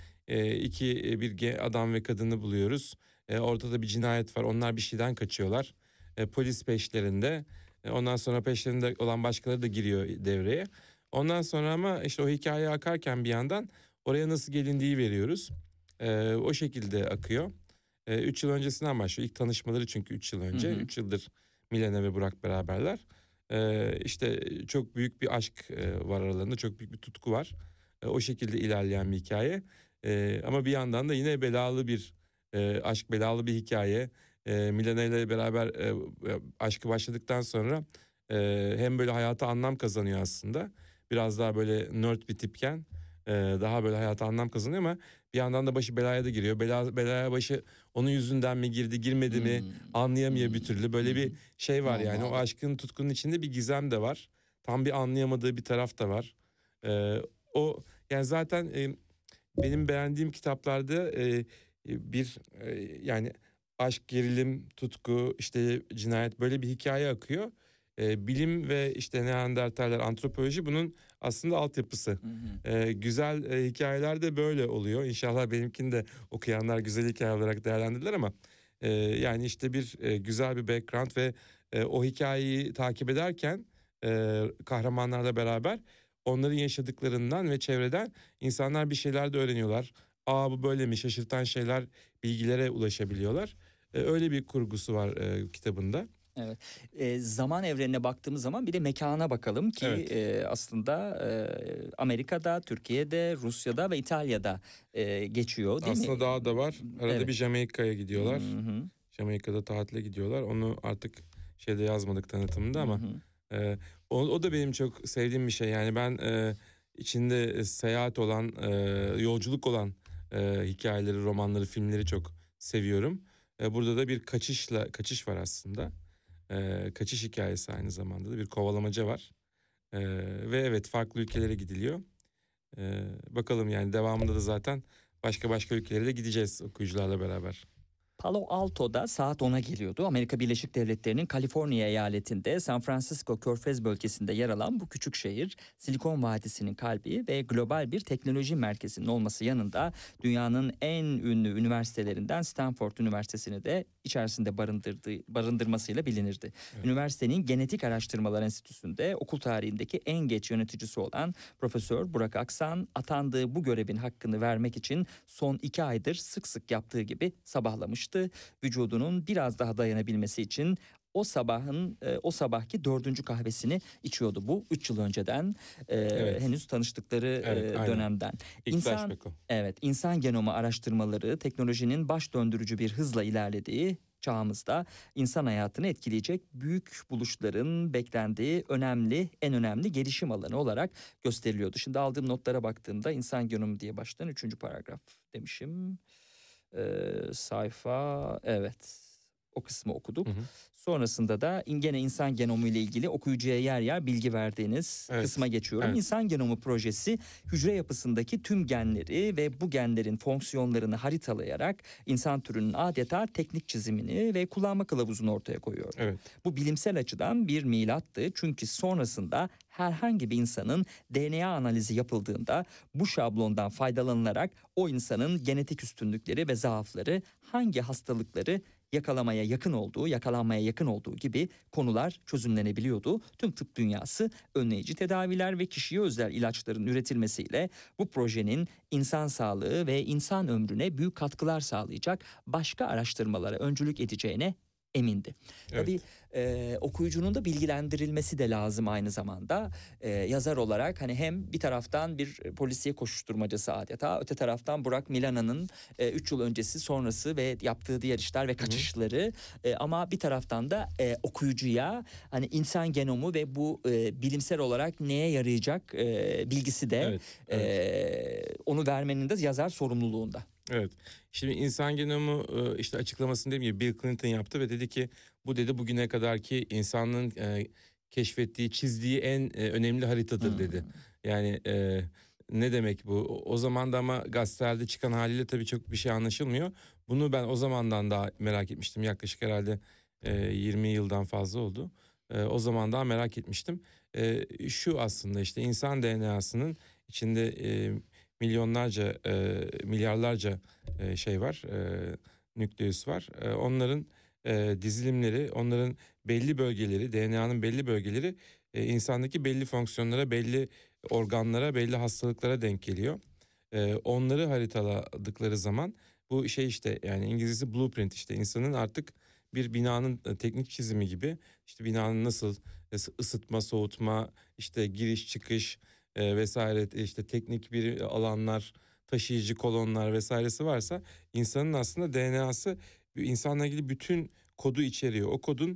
bir adam ve kadını buluyoruz. Ortada bir cinayet var. Onlar bir şeyden kaçıyorlar. Polis peşlerinde. Ondan sonra peşlerinde olan başkaları da giriyor devreye. Ondan sonra ama işte o hikaye akarken bir yandan oraya nasıl gelindiği veriyoruz. O şekilde akıyor. 3 yıl öncesinden başlıyor. İlk tanışmaları çünkü 3 yıl önce. 3 yıldır Milena ve Burak beraberler. İşte çok büyük bir aşk var aralarında. Çok büyük bir tutku var. O şekilde ilerleyen bir hikaye. Ama bir yandan da yine belalı bir aşk, belalı bir hikaye. Milena ile beraber aşkı başladıktan sonra hem böyle hayata anlam kazanıyor aslında. Biraz daha böyle nerd bir tipken daha böyle hayata anlam kazanıyor ama bir yandan da başı belaya da giriyor. Belaya başı onun yüzünden mi girdi, girmedi mi anlayamıyor bir türlü. Böyle bir şey var yani. O aşkın, tutkunun içinde bir gizem de var. Tam bir anlayamadığı bir taraf da var. O yani zaten benim beğendiğim kitaplarda yani aşk, gerilim, tutku, işte cinayet, böyle bir hikaye akıyor. Bilim ve işte Neandertaller, antropoloji bunun aslında altyapısı. Güzel hikayeler de böyle oluyor. İnşallah benimkini de okuyanlar güzel hikaye olarak değerlendirirler ama yani işte bir güzel bir background ve o hikayeyi takip ederken kahramanlarla beraber onların yaşadıklarından ve çevreden insanlar bir şeyler de öğreniyorlar. Aa, bu böyle mi? Şaşırtan şeyler, bilgilere ulaşabiliyorlar. Öyle bir kurgusu var kitabında. Evet. Zaman evrenine baktığımız zaman bir de mekana bakalım ki aslında Amerika'da, Türkiye'de, Rusya'da ve İtalya'da geçiyor değil aslında mi? daha da var. Arada bir Jamaika'ya gidiyorlar. Hı. Jamaika'da tatile gidiyorlar. Onu artık şeyde yazmadık tanıtımında ama o da benim çok sevdiğim bir şey. Yani ben içinde seyahat olan, yolculuk olan hikayeleri, romanları, filmleri çok seviyorum. Burada da bir kaçış var aslında. Kaçış hikayesi aynı zamanda da bir kovalamaca var. Ve evet, farklı ülkelere gidiliyor. Bakalım yani devamında da zaten başka ülkelere de gideceğiz okuyucularla beraber. Palo Alto'da saat 10'a geliyordu. Amerika Birleşik Devletleri'nin Kaliforniya eyaletinde San Francisco Körfez bölgesinde yer alan bu küçük şehir Silikon Vadisi'nin kalbi ve global bir teknoloji merkezinin olması yanında dünyanın en ünlü üniversitelerinden Stanford Üniversitesi'ni de içerisinde barındırmasıyla bilinirdi. Evet. Üniversitenin Genetik Araştırmalar Enstitüsü'nde okul tarihindeki en geç yöneticisi olan Profesör Burak Aksan atandığı bu görevin hakkını vermek için son 2 aydır sık sık yaptığı gibi sabahlamıştı. Vücudunun biraz daha dayanabilmesi için o sabahki 4. kahvesini içiyordu. Bu 3 yıl önceden Evet. henüz tanıştıkları Evet, dönemden. İnsan genomu araştırmaları teknolojinin baş döndürücü bir hızla ilerlediği çağımızda insan hayatını etkileyecek büyük buluşların beklendiği en önemli gelişim alanı olarak gösteriliyordu. Şimdi aldığım notlara baktığımda insan genomu diye başlayan 3. paragraf demişim. Sayfa evet, o kısmı okuduk. Hı hı. Sonrasında da gene insan genomu ile ilgili okuyucuya yer yer bilgi verdiğiniz kısma geçiyorum. Evet. İnsan genomu projesi hücre yapısındaki tüm genleri ve bu genlerin fonksiyonlarını haritalayarak insan türünün adeta teknik çizimini ve kullanma kılavuzunu ortaya koyuyor. Evet. Bu bilimsel açıdan bir milattı çünkü sonrasında herhangi bir insanın DNA analizi yapıldığında bu şablondan faydalanılarak o insanın genetik üstünlükleri ve zaafları, hangi hastalıkları yakalanmaya yakın olduğu gibi konular çözümlenebiliyordu. Tüm tıp dünyası önleyici tedaviler ve kişiye özel ilaçların üretilmesiyle bu projenin insan sağlığı ve insan ömrüne büyük katkılar sağlayacak başka araştırmalara öncülük edeceğine emindi. Evet. Tabii okuyucunun da bilgilendirilmesi de lazım aynı zamanda. Yazar olarak hani hem bir taraftan bir polisiye koşuşturmacası adeta, öte taraftan Burak Milana'nın 3 yıl öncesi sonrası ve yaptığı diğer işler ve kaçışları, ama bir taraftan da okuyucuya hani insan genomu ve bu bilimsel olarak neye yarayacak bilgisi de onu vermenin de yazar sorumluluğunda. Evet. Şimdi insan genomu işte açıklamasını dediğim gibi Bill Clinton yaptı ve dedi ki bu dedi bugüne kadarki insanlığın keşfettiği, çizdiği en önemli haritadır dedi. Yani ne demek bu? O zaman da ama gazetelerde çıkan haliyle tabii çok bir şey anlaşılmıyor. Bunu ben o zamandan daha merak etmiştim. Yaklaşık herhalde 20 yıldan fazla oldu. O zaman daha merak etmiştim. Şu aslında işte insan DNA'sının içinde milyonlarca, milyarlarca şey var, nükleüs var. Onların dizilimleri, onların belli bölgeleri, DNA'nın belli bölgeleri insandaki belli fonksiyonlara, belli organlara, belli hastalıklara denk geliyor. Onları haritaladıkları zaman bu şey işte yani İngilizcesi blueprint, işte insanın artık bir binanın teknik çizimi gibi, işte binanın nasıl ısıtma, soğutma, işte giriş çıkış vesaire, işte teknik bir alanlar, taşıyıcı kolonlar vesairesi varsa insanın aslında DNA'sı insanla ilgili bütün kodu içeriyor. O kodun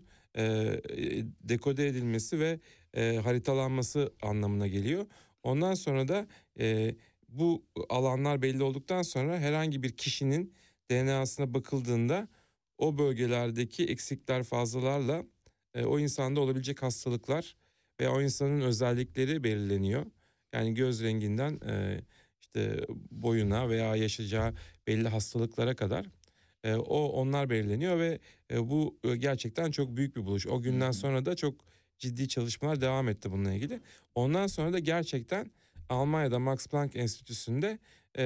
dekode edilmesi ve haritalanması anlamına geliyor. Ondan sonra da bu alanlar belli olduktan sonra herhangi bir kişinin DNA'sına bakıldığında o bölgelerdeki eksikler, fazlalarla o insanda olabilecek hastalıklar veya o insanın özellikleri belirleniyor. Yani göz renginden işte boyuna veya yaşayacağı belli hastalıklara kadar onlar belirleniyor ve bu gerçekten çok büyük bir buluş. O günden sonra da çok ciddi çalışmalar devam etti bununla ilgili. Ondan sonra da gerçekten Almanya'da Max Planck Enstitüsü'nde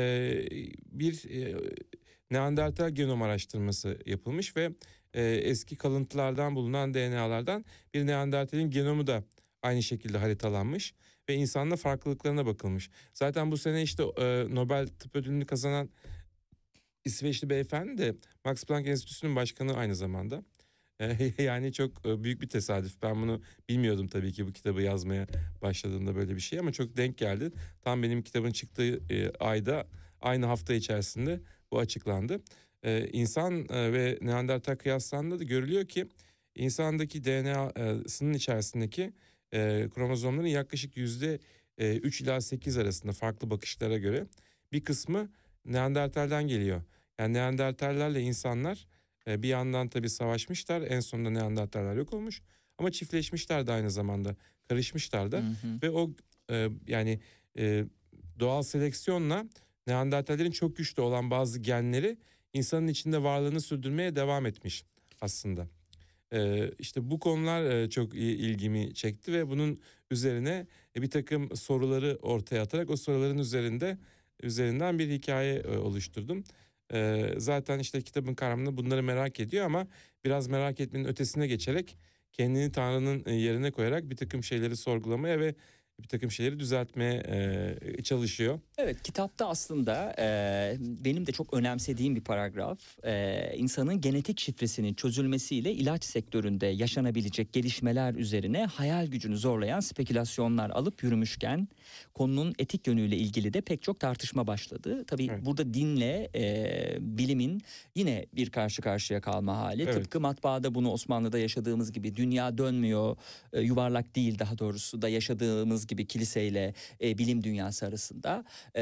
bir Neandertal genom araştırması yapılmış ve eski kalıntılardan bulunan DNA'lardan bir Neandertal'in genomu da aynı şekilde haritalanmış ve insanla farklılıklarına bakılmış. Zaten bu sene işte Nobel Tıp Ödülünü kazanan İsveçli beyefendi de Max Planck Enstitüsü'nün başkanı aynı zamanda. Yani çok büyük bir tesadüf. Ben bunu bilmiyordum tabii ki bu kitabı yazmaya başladığımda böyle bir şey, ama çok denk geldi. Tam benim kitabın çıktığı ayda, aynı hafta içerisinde bu açıklandı. İnsan ve Neandertal kıyaslandığında da görülüyor ki insandaki DNA'sının içerisindeki kromozomların yaklaşık %3 ila 8 arasında, farklı bakışlara göre bir kısmı Neandertal'den geliyor. Yani Neandertallerle insanlar bir yandan tabii savaşmışlar. En sonunda Neandertaller yok olmuş. Ama çiftleşmişler de aynı zamanda. Karışmışlar da. Ve o yani doğal seleksiyonla Neandertallerin çok güçlü olan bazı genleri insanın içinde varlığını sürdürmeye devam etmiş aslında. İşte bu konular çok ilgimi çekti ve bunun üzerine bir takım soruları ortaya atarak o soruların üzerinden bir hikaye oluşturdum. Zaten işte kitabın kahramanı bunları merak ediyor ama biraz merak etmenin ötesine geçerek kendini Tanrı'nın yerine koyarak bir takım şeyleri sorgulamaya ve bir takım şeyleri düzeltmeye çalışıyor. Evet, kitapta aslında benim de çok önemsediğim bir paragraf, insanın genetik şifresinin çözülmesiyle ilaç sektöründe yaşanabilecek gelişmeler üzerine hayal gücünü zorlayan spekülasyonlar alıp yürümüşken konunun etik yönüyle ilgili de pek çok tartışma başladı. Tabii Evet. burada dinle bilimin yine bir karşı karşıya kalma hali. Evet. Tıpkı matbaada bunu Osmanlı'da yaşadığımız gibi dünya dönmüyor, yuvarlak değil daha doğrusu da yaşadığımız gibi kiliseyle bilim dünyası arasında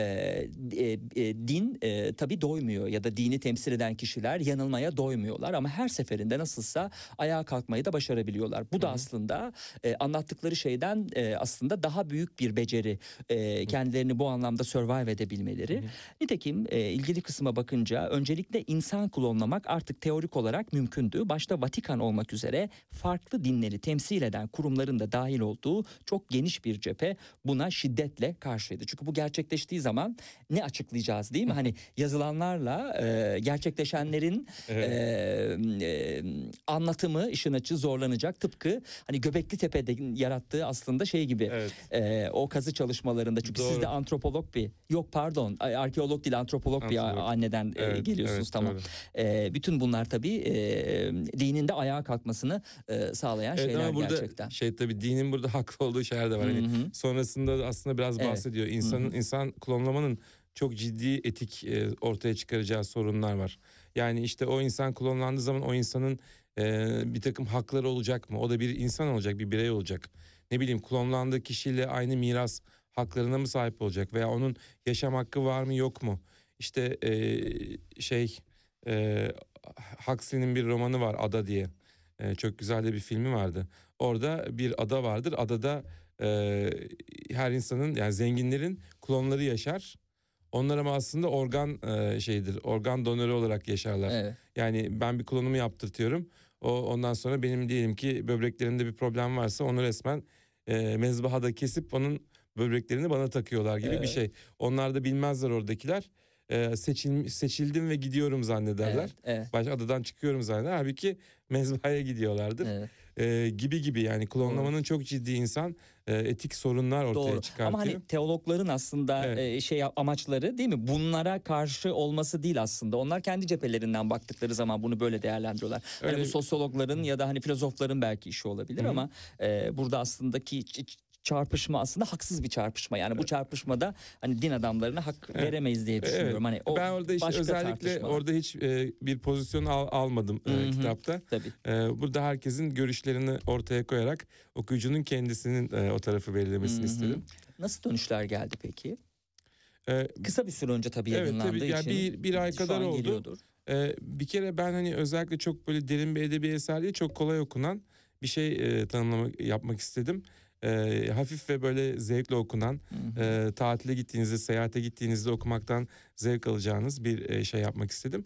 din tabii doymuyor ya da dini temsil eden kişiler yanılmaya doymuyorlar ama her seferinde nasılsa ayağa kalkmayı da başarabiliyorlar. Bu da aslında anlattıkları şeyden aslında daha büyük bir beceri, kendilerini bu anlamda survive edebilmeleri. Nitekim ilgili kısma bakınca öncelikle insan klonlamak artık teorik olarak mümkündü. Başta Vatikan olmak üzere farklı dinleri temsil eden kurumların da dahil olduğu çok geniş bir cephe buna şiddetle karşıydı. Çünkü bu gerçekleştiği zaman ne açıklayacağız değil mi? Hani yazılanlarla gerçekleşenlerin anlatımı işin açığı zorlanacak. Tıpkı hani Göbekli Tepe'de yarattığı aslında şey gibi o kazı çalışmalarında. Çünkü siz de antropolog arkeolog değil antropolog bir anneden geliyorsunuz tamam. Bütün bunlar tabii dinin de ayağa kalkmasını sağlayan şeyler ama burada gerçekten. Tabii dinin burada haklı olduğu şeyler de var. Hani sonrasında da aslında biraz bahsediyor. İnsan klonlamanın çok ciddi etik ortaya çıkaracağı sorunlar var. Yani işte o insan klonlandığı zaman o insanın bir takım hakları olacak mı? O da bir insan olacak, bir birey olacak. Ne bileyim klonlandığı kişiyle aynı miras haklarına mı sahip olacak? Veya onun yaşam hakkı var mı yok mu? İşte Huxley'nin bir romanı var Ada diye. Çok güzel de bir filmi vardı. Orada bir ada vardır. Adada her insanın yani zenginlerin klonları yaşar. Onlar ama aslında organ donörü olarak yaşarlar. Evet. Yani ben bir klonumu yaptırtıyorum. Ondan sonra benim diyelim ki böbreklerimde bir problem varsa onu resmen mezbahada kesip onun böbreklerini bana takıyorlar gibi bir şey. Onlar da bilmezler oradakiler. Seçildim ve gidiyorum zannederler. Başka adadan çıkıyorum zannederler. Halbuki mezbahaya gidiyorlardır. Gibi yani klonlamanın çok ciddi insan etik sorunlar ortaya çıkartıyor. Ama hani teologların aslında amaçları değil mi? Bunlara karşı olması değil aslında. Onlar kendi cephelerinden baktıkları zaman bunu böyle değerlendiriyorlar. Hani bu sosyologların ya da hani filozofların belki işi olabilir ama burada aslındaki çarpışma aslında haksız bir çarpışma. Yani bu çarpışmada hani din adamlarına hak veremeyiz diye düşünüyorum. Hani o ben orada işte özellikle orada hiç bir pozisyon almadım kitapta. Tabii. Burada herkesin görüşlerini ortaya koyarak okuyucunun kendisinin o tarafı belirlemesini istedim. Nasıl dönüşler geldi peki? Kısa bir süre önce tabii yayınlandığı tabii, için. Yani bir ay kadar oldu. Geliyordur. Bir kere ben hani özellikle çok böyle derin bir edebi eser değil, çok kolay okunan bir şey yapmak istedim. Hafif ve böyle zevkle okunan, tatile gittiğinizde, seyahate gittiğinizde okumaktan zevk alacağınız bir şey yapmak istedim.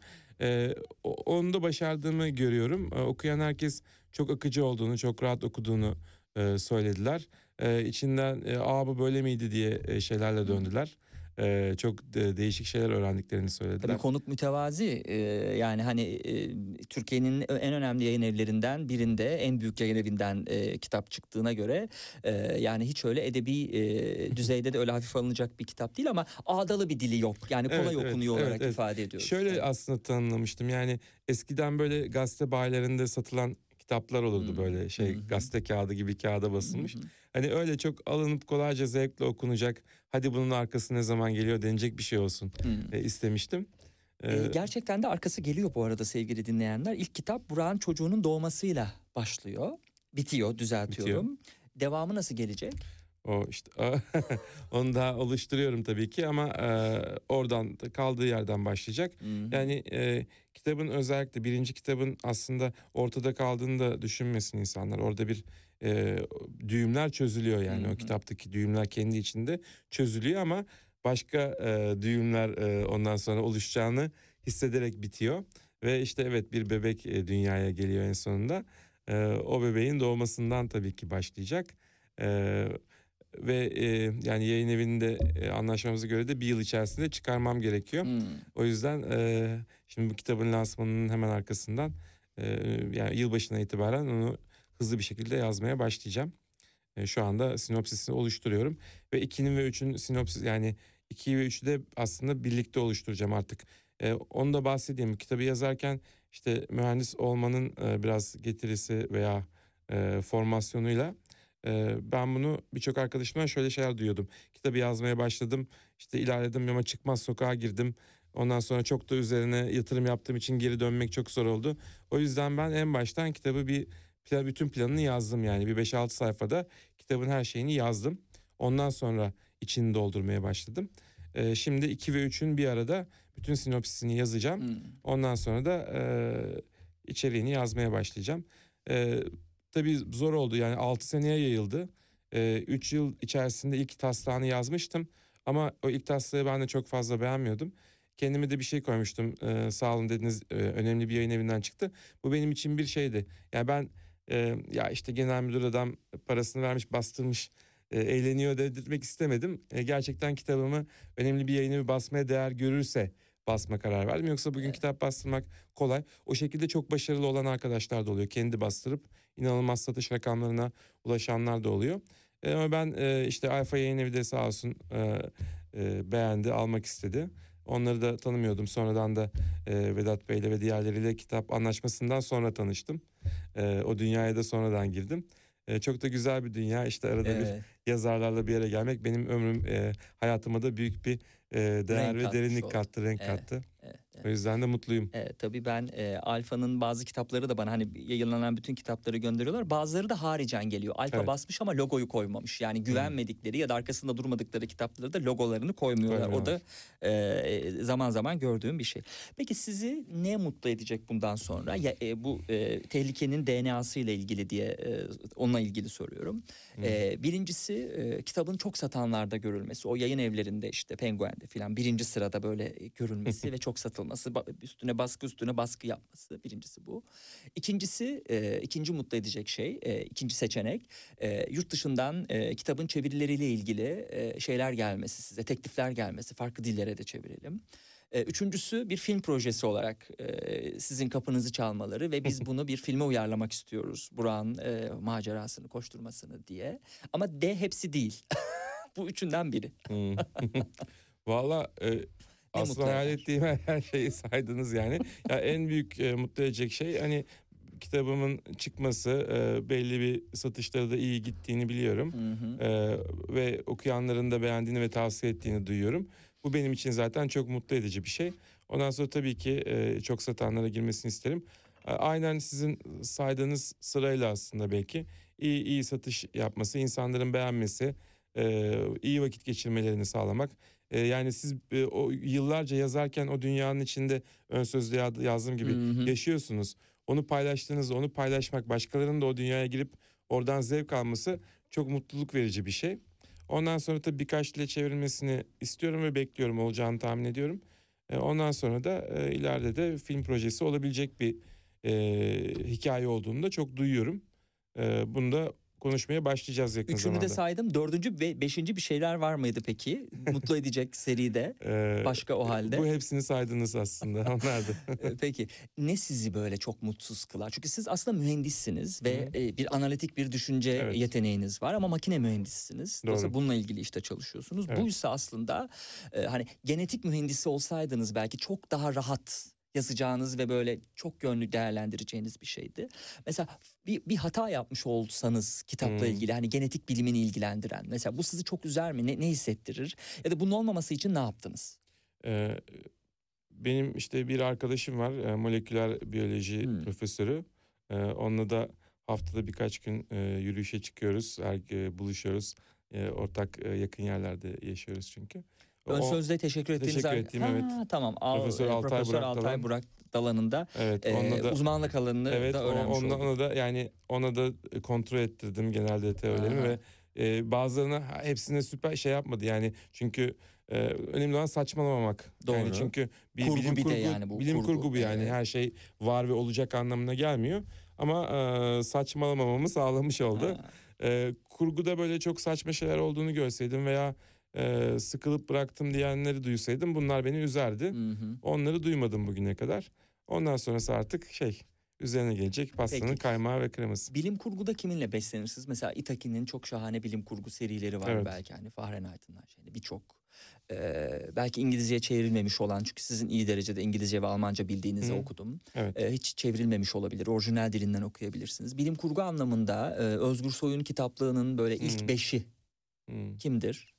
Onu da başardığımı görüyorum. Okuyan herkes çok akıcı olduğunu, çok rahat okuduğunu söylediler. İçinden bu böyle miydi diye şeylerle döndüler. Çok değişik şeyler öğrendiklerini söylediler. Tabii konuk mütevazi yani hani Türkiye'nin en önemli yayın evlerinden birinde, en büyük yayın evinden kitap çıktığına göre yani hiç öyle edebi düzeyde de öyle hafif alınacak bir kitap değil ama ağdalı bir dili yok. Yani kolay okunuyor olarak ifade ediyoruz. Şöyle aslında tanımlamıştım, yani eskiden böyle gazete bayilerinde satılan kitaplar olurdu böyle gazete kağıdı gibi kağıda basılmış. Hani öyle çok alınıp kolayca zevkle okunacak, hadi bunun arkası ne zaman geliyor denecek bir şey olsun istemiştim. Gerçekten de arkası geliyor bu arada sevgili dinleyenler. İlk kitap Burak'ın çocuğunun doğmasıyla başlıyor. Bitiyor, düzeltiyorum. Devamı nasıl gelecek? O işte onu da oluşturuyorum tabii ki ama oradan kaldığı yerden başlayacak. Yani kitabın özellikle birinci kitabın aslında ortada kaldığını da düşünmesin insanlar. Orada bir düğümler çözülüyor yani o kitaptaki düğümler kendi içinde çözülüyor ama başka düğümler ondan sonra oluşacağını hissederek bitiyor. Ve işte evet, bir bebek dünyaya geliyor en sonunda. O bebeğin doğmasından tabii ki başlayacak. E, Ve yani yayın evinde anlaşmamıza göre de bir yıl içerisinde çıkarmam gerekiyor. O yüzden şimdi bu kitabın lansmanının hemen arkasından yani yılbaşına itibaren onu hızlı bir şekilde yazmaya başlayacağım. Şu anda sinopsisini oluşturuyorum ve 2'nin ve 3'ün sinopsis, yani 2'yi ve 3'ü de aslında birlikte oluşturacağım artık. Onu da bahsedeyim. Bu kitabı yazarken işte mühendis olmanın biraz getirisi veya formasyonuyla ben bunu birçok arkadaşımdan şöyle şeyler duyuyordum. Kitabı yazmaya başladım, işte ilerledim ama çıkmaz sokağa girdim. Ondan sonra çok da üzerine yatırım yaptığım için geri dönmek çok zor oldu. O yüzden ben en baştan kitabı bütün planını yazdım, yani bir 5-6 sayfada kitabın her şeyini yazdım. Ondan sonra içini doldurmaya başladım. Şimdi 2 ve 3'ün bir arada bütün sinopsisini yazacağım. Ondan sonra da içeriğini yazmaya başlayacağım. Tabii zor oldu, yani 6 seneye yayıldı. 3 yıl içerisinde ilk taslağını yazmıştım. Ama o ilk taslağı ben de çok fazla beğenmiyordum. Kendime de bir şey koymuştum. Sağ olun dediniz, önemli bir yayın evinden çıktı. Bu benim için bir şeydi. Yani ben ya işte genel müdür adam parasını vermiş, bastırmış, eğleniyor dedirtmek istemedim. Gerçekten kitabımı önemli bir yayın evi basmaya değer görürse basma karar verdim. Yoksa bugün kitap bastırmak kolay. O şekilde çok başarılı olan arkadaşlar da oluyor. Kendi bastırıp inanılmaz satış rakamlarına ulaşanlar da oluyor. Ama ben işte Alfa Yayın Evi de sağ olsun beğendi, almak istedi. Onları da tanımıyordum. Sonradan da Vedat Bey'le ve diğerleriyle kitap anlaşmasından sonra tanıştım. O dünyaya da sonradan girdim. Çok da güzel bir dünya. İşte arada bir yazarlarla bir yere gelmek benim hayatıma da büyük bir değer Renk ve derinlik oldu. kattı, renk kattı. O yüzden de mutluyum. Tabii ben Alfa'nın bazı kitapları da bana, hani yayınlanan bütün kitapları gönderiyorlar. Bazıları da haricen geliyor. Alfa basmış ama logoyu koymamış. Yani güvenmedikleri ya da arkasında durmadıkları kitapları da logolarını koymuyorlar. O da zaman zaman gördüğüm bir şey. Peki sizi ne mutlu edecek bundan sonra? Bu tehlikenin DNA'sı ile ilgili diye onunla ilgili soruyorum. Birincisi kitabın çok satanlarda görülmesi. O yayın evlerinde, işte Penguen'de falan birinci sırada böyle görülmesi ve çok satılması. Üstüne baskı yapması, birincisi bu. İkincisi, ikinci mutlu edecek şey, ikinci seçenek, yurt dışından kitabın çevirileriyle ilgili şeyler gelmesi, size teklifler gelmesi, farklı dillere de çevirelim. Üçüncüsü, bir film projesi olarak sizin kapınızı çalmaları ve biz bunu bir filme uyarlamak istiyoruz. Burak'ın macerasını, koşturmasını diye. Ama hepsi değil. Bu üçünden biri. Valla aslında hayal ettiğim her şeyi saydınız yani. Ya en büyük mutlu edecek şey, hani kitabımın çıkması, belli bir satışları da iyi gittiğini biliyorum. Ve okuyanların da beğendiğini ve tavsiye ettiğini duyuyorum. Bu benim için zaten çok mutlu edici bir şey. Ondan sonra tabii ki çok satanlara girmesini isterim. Aynen sizin saydığınız sırayla aslında belki iyi satış yapması, insanların beğenmesi, iyi vakit geçirmelerini sağlamak. Yani siz o yıllarca yazarken o dünyanın içinde ön sözde yazdığım gibi yaşıyorsunuz. Onu paylaştığınızda onu paylaşmak, başkalarının da o dünyaya girip oradan zevk alması çok mutluluk verici bir şey. Ondan sonra tabii birkaç dile çevrilmesini istiyorum ve bekliyorum, olacağını tahmin ediyorum. Ondan sonra da ileride de film projesi olabilecek bir hikaye olduğunu da çok duyuyorum. Bunu da konuşmaya başlayacağız yakın zamanda. Üçünü de saydım. Dördüncü ve beşinci bir şeyler var mıydı peki? Mutlu edecek seride. Başka o halde. Bu hepsini saydınız aslında. Onlar da. Peki ne sizi böyle çok mutsuz kılar? Çünkü siz aslında mühendissiniz ve bir analitik bir düşünce yeteneğiniz var ama makine mühendissiniz. Dolayısıyla bununla ilgili işte çalışıyorsunuz. Bu ise aslında hani genetik mühendisi olsaydınız belki çok daha rahat yazacağınız ve böyle çok yönlü değerlendireceğiniz bir şeydi. Mesela bir hata yapmış olsanız kitapla ilgili, hani genetik bilimini ilgilendiren, mesela bu sizi çok üzer mi? Ne hissettirir? Ya da bunun olmaması için ne yaptınız? Benim işte bir arkadaşım var, moleküler biyoloji profesörü. Onunla da haftada birkaç gün yürüyüşe çıkıyoruz, buluşuyoruz. Ortak yakın yerlerde yaşıyoruz çünkü. Ön sözde teşekkür ettiğim evet. Tamam. Profesör Altay Burak Dalan'ında uzmanlık alanını da öğrenmiş olduk. Ona da kontrol ettirdim genelde teorilerimi ve bazılarına hepsine süper şey yapmadı yani, çünkü önemli olan saçmalamamak. Doğru. Yani çünkü Kurgu bilim bir de kurgu, yani bu bilim kurgu. kurgu bu yani. Evet. Her şey var ve olacak anlamına gelmiyor. Ama saçmalamamamı sağlamış oldu. Ha. Kurguda böyle çok saçma şeyler olduğunu görseydim veya sıkılıp bıraktım diyenleri duysaydım bunlar beni üzerdi. Hı hı. Onları duymadım bugüne kadar. Ondan sonrası artık üzerine gelecek pastanın Peki. kaymağı ve kreması. Bilim kurguda kiminle beslenirsiniz? Mesela Itaki'nin çok şahane bilim kurgu serileri var Evet. belki, hani Fahrenheit'ından birçok. Belki İngilizceye çevrilmemiş olan, çünkü sizin iyi derecede İngilizce ve Almanca bildiğinizi okudum. Evet. Hiç çevrilmemiş olabilir. Orijinal dilinden okuyabilirsiniz. Bilim kurgu anlamında Özgür Soy'un kitaplığının böyle ilk 5'i kimdir?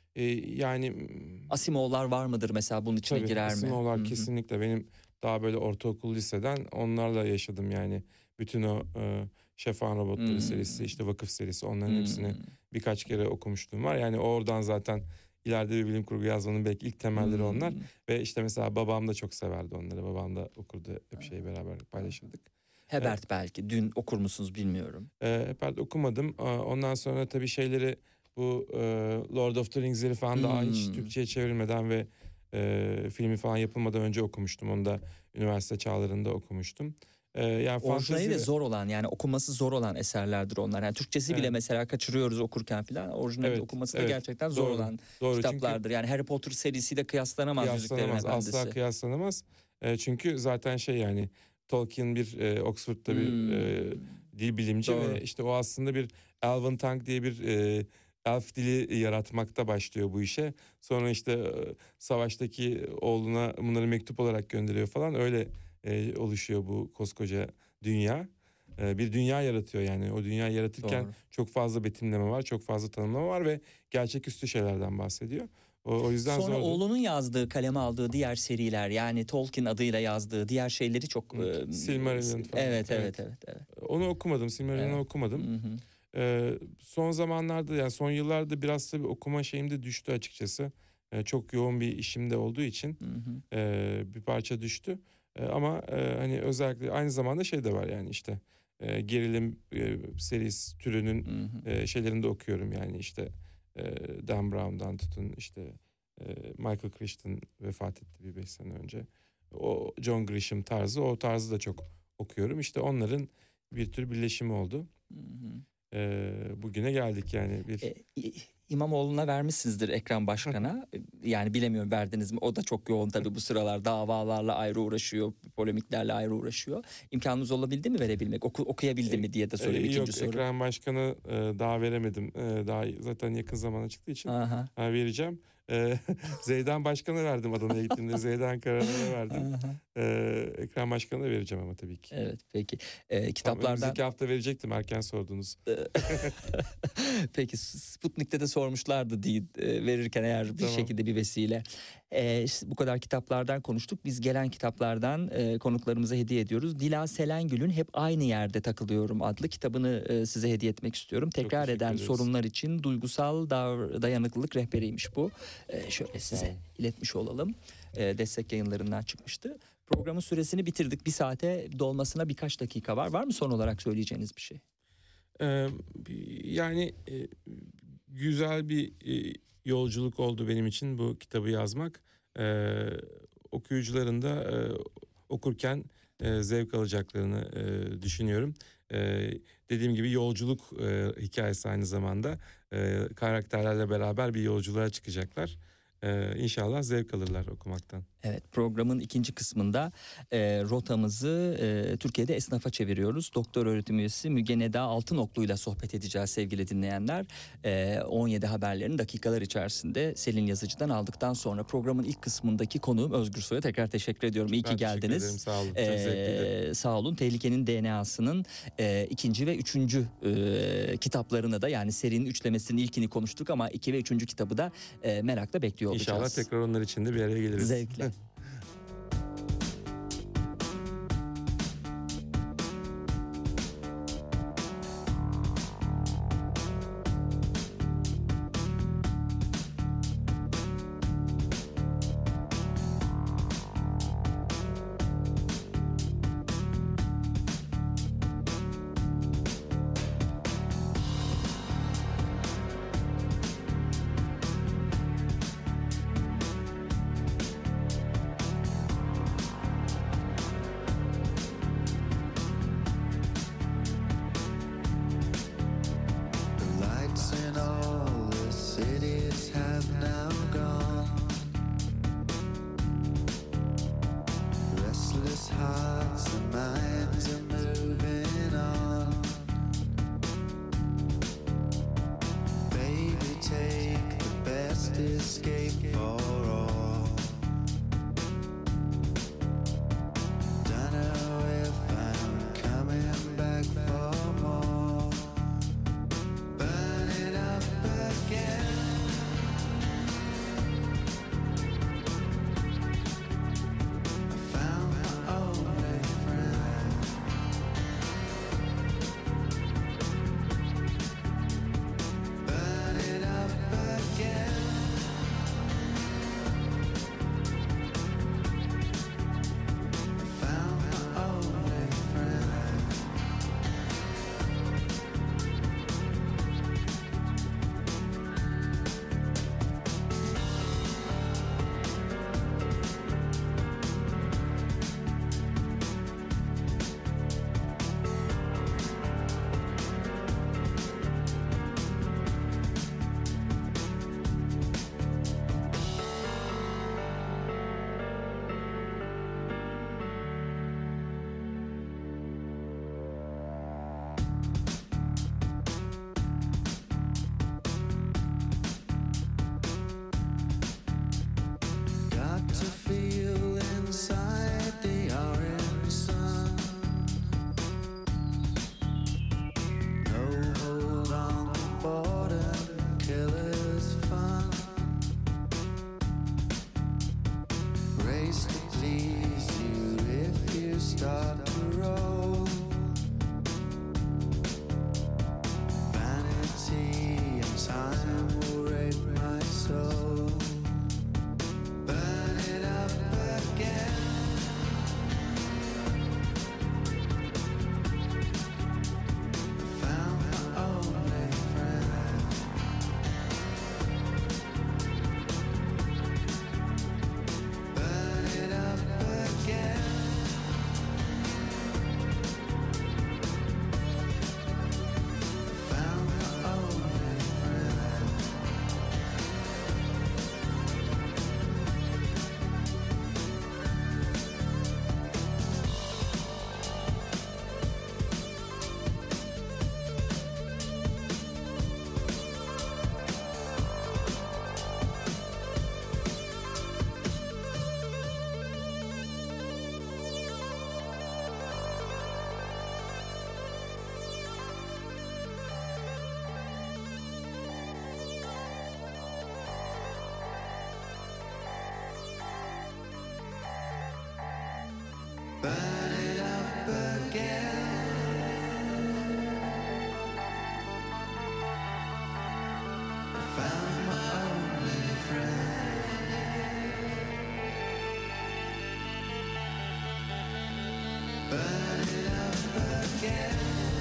Yani Asimov'lar var mıdır mesela, bunun içine tabii, girer mi? Asimov'lar Hı hı. kesinlikle. Benim daha böyle ortaokul liseden onlarla yaşadım yani. Bütün o Şafak'ın Robotları serisi, işte Vakıf serisi, onların hepsini birkaç kere okumuşluğum var. Yani oradan zaten ileride bir bilim kurgu yazmanın belki ilk temelleri onlar. Ve işte mesela babam da çok severdi onları. Babam da okurdu, hep beraber paylaşırdık. Hebert belki. Dün okur musunuz bilmiyorum. Hebert okumadım. Ondan sonra tabii şeyleri, bu Lord of the Rings'leri falan daha hiç Türkçe'ye çevrilmeden ve filmi falan yapılmadan önce okumuştum. Onu da üniversite çağlarında okumuştum. Yani orijinali de zor olan, yani okuması zor olan eserlerdir onlar. Yani Türkçesi bile mesela kaçırıyoruz okurken falan. Orijinali okuması da gerçekten zor olan kitaplardır. Çünkü yani Harry Potter serisiyle kıyaslanamaz. Asla kıyaslanamaz. Çünkü zaten yani Tolkien bir Oxford'da bir dil bilimci ve işte o aslında bir Elven Tongue diye bir elf dili yaratmakta başlıyor bu işe. Sonra işte savaştaki oğluna bunları mektup olarak gönderiyor falan. Öyle oluşuyor bu koskoca dünya. Bir dünya yaratıyor yani. O dünya yaratırken çok fazla betimleme var, çok fazla tanımlama var ve gerçeküstü şeylerden bahsediyor. O yüzden sonra zordu. Oğlunun yazdığı, kaleme aldığı diğer seriler, yani Tolkien adıyla yazdığı diğer şeyleri çok... Silmarillion falan. Evet. Onu okumadım, Silmarillion'u okumadım. Son zamanlarda, yani son yıllarda biraz tabii okuma şeyim de düştü açıkçası. Çok yoğun bir işim de olduğu için bir parça düştü. Ama hani özellikle aynı zamanda de var yani işte gerilim serisi türünün şeylerini de okuyorum yani işte Dan Brown'dan tutun işte Michael Crichton vefat etti bir 5 sene önce. O John Grisham tarzı, o tarzı da çok okuyorum. İşte onların bir tür birleşimi oldu. Bugüne geldik yani. İmamoğlu'na vermişsinizdir, Ekrem Başkan'a. Yani bilemiyorum, verdiniz mi? O da çok yoğun tabii bu sıralar. Davalarla ayrı uğraşıyor, polemiklerle ayrı uğraşıyor. İmkanınız olabildi mi verebilmek? Okuyabildi mi diye de sorayım ikinci soru. Yok, Ekrem Başkan'a daha veremedim. Daha zaten yakın zamana çıktığı için vereceğim. Zeydan Başkan'a verdim Adana'ya gittiğimde. Zeydan Karalar'a verdim. Ekrem Başkan'a vereceğim ama tabii ki. Evet, peki. Kitaplardan... Önümüzdeki hafta verecektim, erken sordunuz. Peki, Sputnik'te de sormuşlardı diye verirken eğer bir şekilde bir vesile. İşte bu kadar kitaplardan konuştuk. Biz gelen kitaplardan konuklarımıza hediye ediyoruz. Dila Selengül'ün Hep Aynı Yerde Takılıyorum adlı kitabını size hediye etmek istiyorum. Tekrar eden sorunlar için duygusal dayanıklılık rehberiymiş bu. Şöyle size iletmiş olalım. Destek Yayınlarından çıkmıştı. Programın süresini bitirdik. Bir saate dolmasına birkaç dakika var. Var mı son olarak söyleyeceğiniz bir şey? Yani güzel bir yolculuk oldu benim için bu kitabı yazmak. Okuyucuların da okurken zevk alacaklarını düşünüyorum. Dediğim gibi yolculuk hikayesi aynı zamanda. Karakterlerle beraber bir yolculuğa çıkacaklar. İnşallah zevk alırlar okumaktan. Evet, programın ikinci kısmında rotamızı Türkiye'de esnafa çeviriyoruz. Doktor öğretim üyesi Müge Neda Altınoklu ile sohbet edeceğiz sevgili dinleyenler. 17 haberlerin dakikalar içerisinde Selin Yazıcı'dan aldıktan sonra programın ilk kısmındaki konuğum Özgür Soy'a tekrar teşekkür ediyorum. İyi ki geldiniz. Teşekkür ederim, sağ olun. Çok zevkliydi. Sağ olun. Tehlikenin DNA'sının ikinci ve üçüncü kitaplarını da, yani serinin üçlemesinin ilkini konuştuk ama 2 ve 3. kitabı da merakla bekliyor olacağız. İnşallah tekrar onlar için de bir araya geliriz. Zevkle. minds are moving on. Baby, take the best escape for all. Don't know if I'm coming back for more. Burn it up again. Burn it up again. I found my only friend. Burn it up again.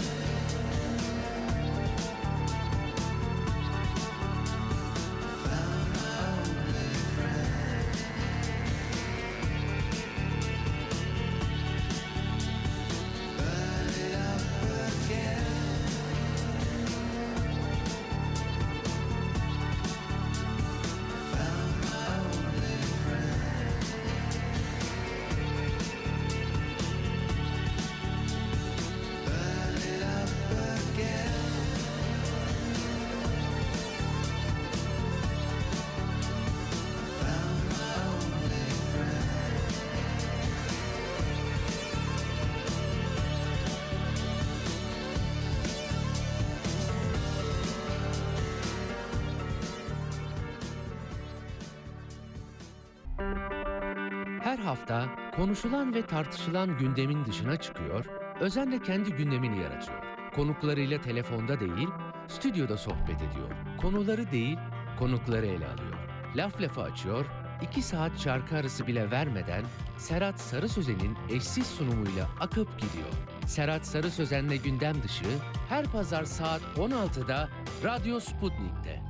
Her hafta konuşulan ve tartışılan gündemin dışına çıkıyor, özenle kendi gündemini yaratıyor. Konuklarıyla telefonda değil, stüdyoda sohbet ediyor. Konuları değil, konukları ele alıyor. Laf lafa açıyor, 2 saat şarkı arası bile vermeden Serhat Sarı Sözen'in eşsiz sunumuyla akıp gidiyor. Serhat Sarı Sözen'le gündem dışı her pazar saat 16'da Radyo Sputnik'te.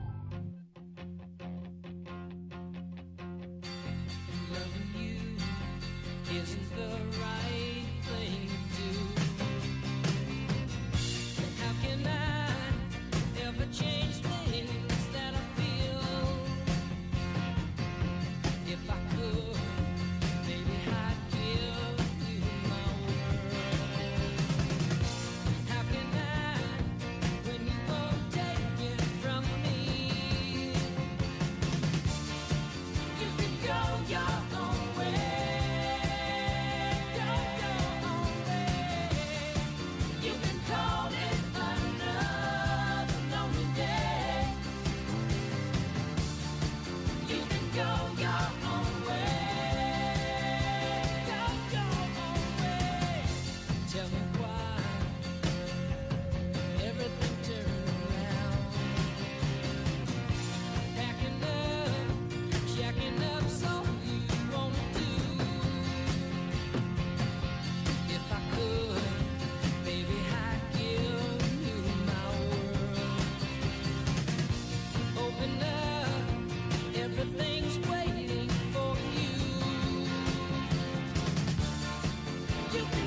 If I could, baby, I'd give you my word.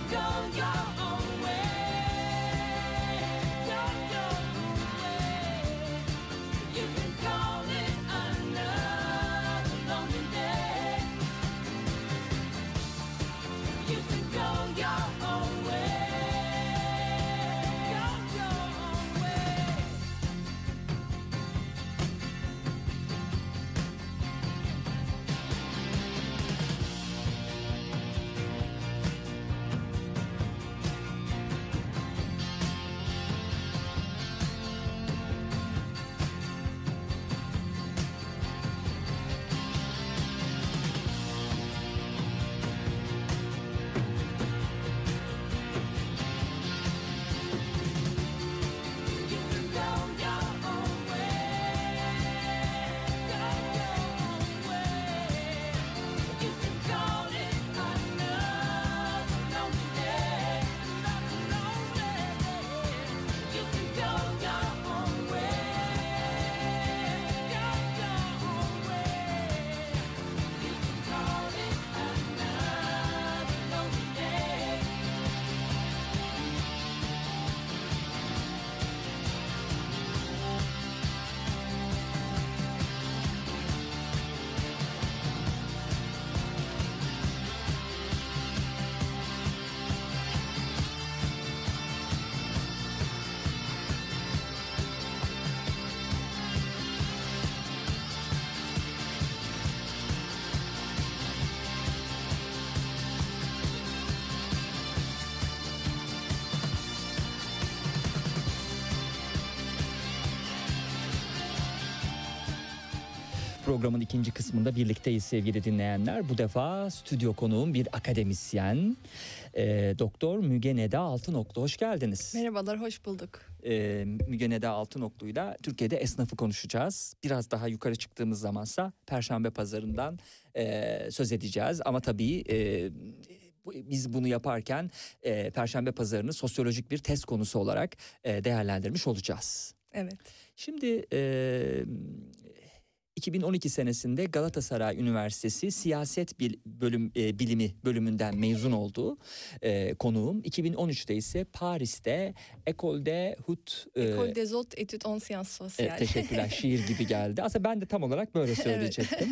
go your own way, your own way. You can call it another lonely day. You can go your own way, your own way. You can go your own way, your own way. You can call it another lonely day, another lonely day. You can go your own way, your own way. You can call it another lonely day. Programın ikinci kısmında birlikteyiz sevgili dinleyenler. Bu defa stüdyo konuğum bir akademisyen. Doktor Müge Neda Altınoklu. Hoş geldiniz. Merhabalar, hoş bulduk. Müge Neda Altınoklu'yla Türkiye'de esnafı konuşacağız. Biraz daha yukarı çıktığımız zamansa Perşembe Pazarı'ndan söz edeceğiz. Ama tabii biz bunu yaparken Perşembe Pazarı'nı sosyolojik bir test konusu olarak değerlendirmiş olacağız. Evet. Şimdi 2012 senesinde Galatasaray Üniversitesi Siyaset Bilimi bölümünden mezun oldu konuğum. 2013'te ise Paris'te École des Hautes Études en Sciences Sociales. teşekkürler, şiir gibi geldi. Aslında ben de tam olarak böyle söyleyecektim.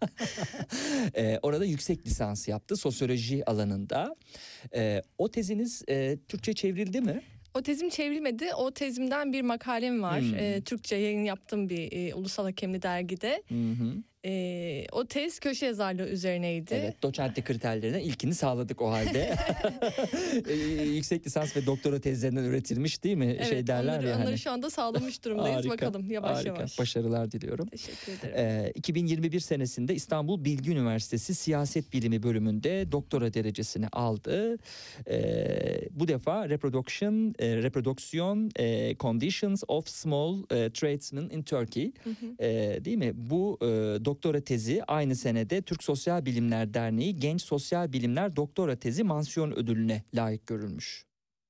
Orada yüksek lisans yaptı sosyoloji alanında. O teziniz Türkçe çevrildi mi? O tezim çevrilmedi. O tezimden bir makalem var. Türkçe yayın yaptığım bir ulusal hakemli dergide. O tez köşe yazarlığı üzerineydi. Evet, doçentlik kriterlerinden ilkini sağladık o halde. Yüksek lisans ve doktora tezlerinden üretilmiş değil mi? Evet, Derler ya onları hani. şu anda sağlamış durumdayız. Harika, Bakalım yavaş harika. yavaş. Başarılar diliyorum. Teşekkür ederim. 2021 senesinde İstanbul Bilgi Üniversitesi Siyaset Bilimi bölümünde doktora derecesini aldı. Bu defa Reproduction Conditions of Small Tradesmen in Turkey. Değil mi? Bu doktora tezi aynı senede Türk Sosyal Bilimler Derneği Genç Sosyal Bilimler Doktora Tezi Mansiyon Ödülüne layık görülmüş.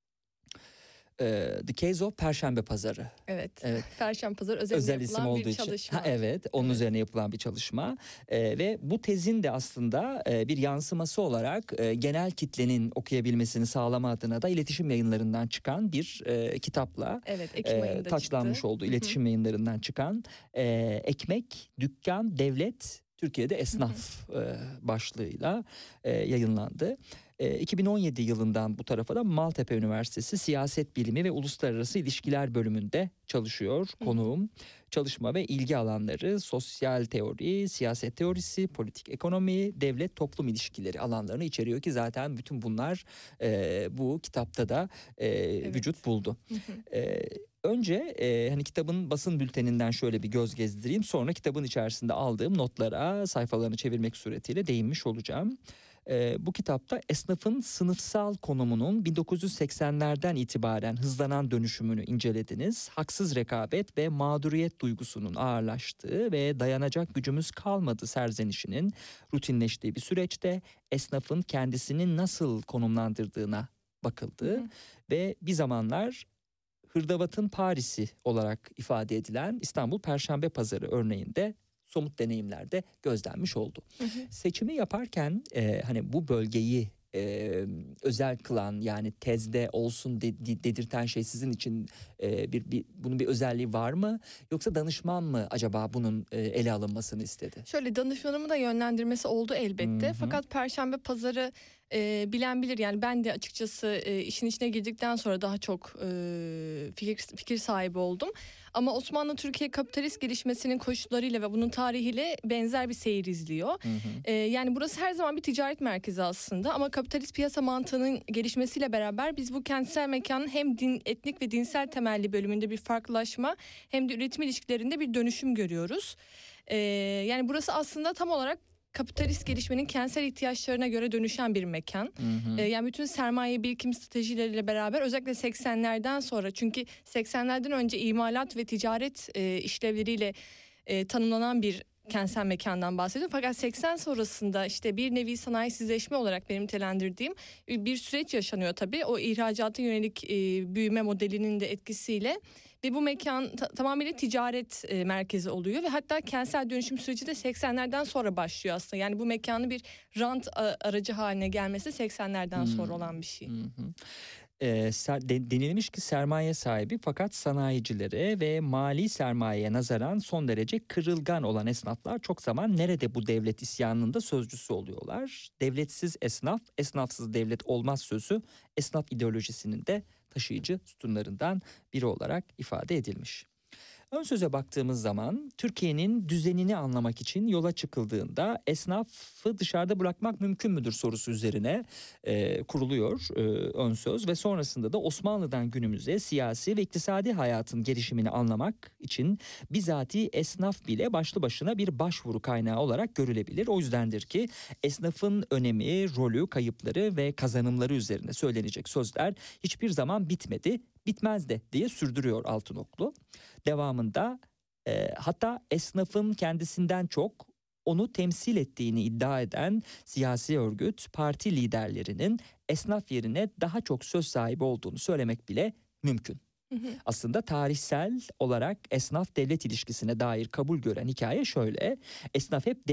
The Case of Perşembe Pazarı. Evet. Evet. Perşembe Pazarı özel isim yapılan olduğu bir için. çalışma. Evet, onun üzerine yapılan bir çalışma. Ve bu tezin de aslında bir yansıması olarak genel kitlenin okuyabilmesini sağlama adına da iletişim yayınlarından çıkan bir kitapla Evet, Ekim ayında taçlanmış çıktı. oldu. İletişim yayınlarından çıkan Ekmek, Dükkan, Devlet, Türkiye'de Esnaf başlığıyla yayınlandı. 2017 yılından bu tarafa da Maltepe Üniversitesi Siyaset Bilimi ve Uluslararası İlişkiler bölümünde çalışıyor konuğum. Çalışma ve ilgi alanları sosyal teori, siyaset teorisi, politik ekonomi, devlet toplum ilişkileri alanlarını içeriyor ki zaten bütün bunlar bu kitapta da vücut buldu. Önce hani kitabın basın bülteninden şöyle bir göz gezdireyim. Sonra kitabın içerisinde aldığım notlara sayfalarını çevirmek suretiyle değinmiş olacağım. Bu kitapta esnafın sınıfsal konumunun 1980'lerden itibaren hızlanan dönüşümünü incelediniz. Haksız rekabet ve mağduriyet duygusunun ağırlaştığı ve dayanacak gücümüz kalmadı serzenişinin rutinleştiği bir süreçte esnafın kendisini nasıl konumlandırdığına bakıldı. Ve bir zamanlar hırdavatın Paris'i olarak ifade edilen İstanbul Perşembe Pazarı örneğinde somut deneyimlerde gözlenmiş oldu. Seçimi yaparken hani bu bölgeyi özel kılan, yani tezde olsun dedirten şey sizin için bunun bir özelliği var mı? Yoksa danışman mı acaba bunun ele alınmasını istedi? Şöyle, danışmanımın da yönlendirmesi oldu elbette. Fakat Perşembe Pazarı bilen bilir. Yani ben de açıkçası işin içine girdikten sonra daha çok fikir sahibi oldum. Ama Osmanlı Türkiye kapitalist gelişmesinin koşullarıyla ve bunun tarihiyle benzer bir seyir izliyor. Yani burası her zaman bir ticaret merkezi aslında, ama kapitalist piyasa mantığının gelişmesiyle beraber biz bu kentsel mekanın hem etnik ve dinsel temelli bölümünde bir farklılaşma, hem de üretim ilişkilerinde bir dönüşüm görüyoruz. Yani burası aslında tam olarak kapitalist gelişmenin kentsel ihtiyaçlarına göre dönüşen bir mekan. Yani bütün sermaye birikim stratejileriyle beraber özellikle 80'lerden sonra, çünkü 80'lerden önce imalat ve ticaret işlevleriyle tanımlanan bir kentsel mekandan bahsediyorum. Fakat 80 sonrasında işte bir nevi sanayisizleşme olarak benim nitelendirdiğim bir süreç yaşanıyor tabii. O ihracata yönelik büyüme modelinin de etkisiyle. Ve bu mekan tamamıyla ticaret merkezi oluyor ve hatta kentsel dönüşüm süreci de 80'lerden sonra başlıyor aslında. Yani bu mekanın bir rant aracı haline gelmesi 80'lerden sonra olan bir şey. Denilmiş ki sermaye sahibi fakat sanayicilere ve mali sermayeye nazaran son derece kırılgan olan esnaflar çok zaman nerede bu devlet isyanının da sözcüsü oluyorlar. Devletsiz esnaf, esnafsız devlet olmaz sözü esnaf ideolojisinin de taşıyıcı sütunlarından biri olarak ifade edilmiş. Ön söze baktığımız zaman Türkiye'nin düzenini anlamak için yola çıkıldığında esnafı dışarıda bırakmak mümkün müdür sorusu üzerine kuruluyor ön söz ve sonrasında da Osmanlı'dan günümüze siyasi ve iktisadi hayatın gelişimini anlamak için bizatihi esnaf bile başlı başına bir başvuru kaynağı olarak görülebilir. O yüzdendir ki esnafın önemi, rolü, kayıpları ve kazanımları üzerine söylenecek sözler hiçbir zaman bitmedi, bitmez de diye sürdürüyor Altınoklu. Devamında hatta esnafın kendisinden çok onu temsil ettiğini iddia eden siyasi örgüt, parti liderlerinin esnaf yerine daha çok söz sahibi olduğunu söylemek bile mümkün. Aslında tarihsel olarak esnaf devlet ilişkisine dair kabul gören hikaye şöyle: esnaf hep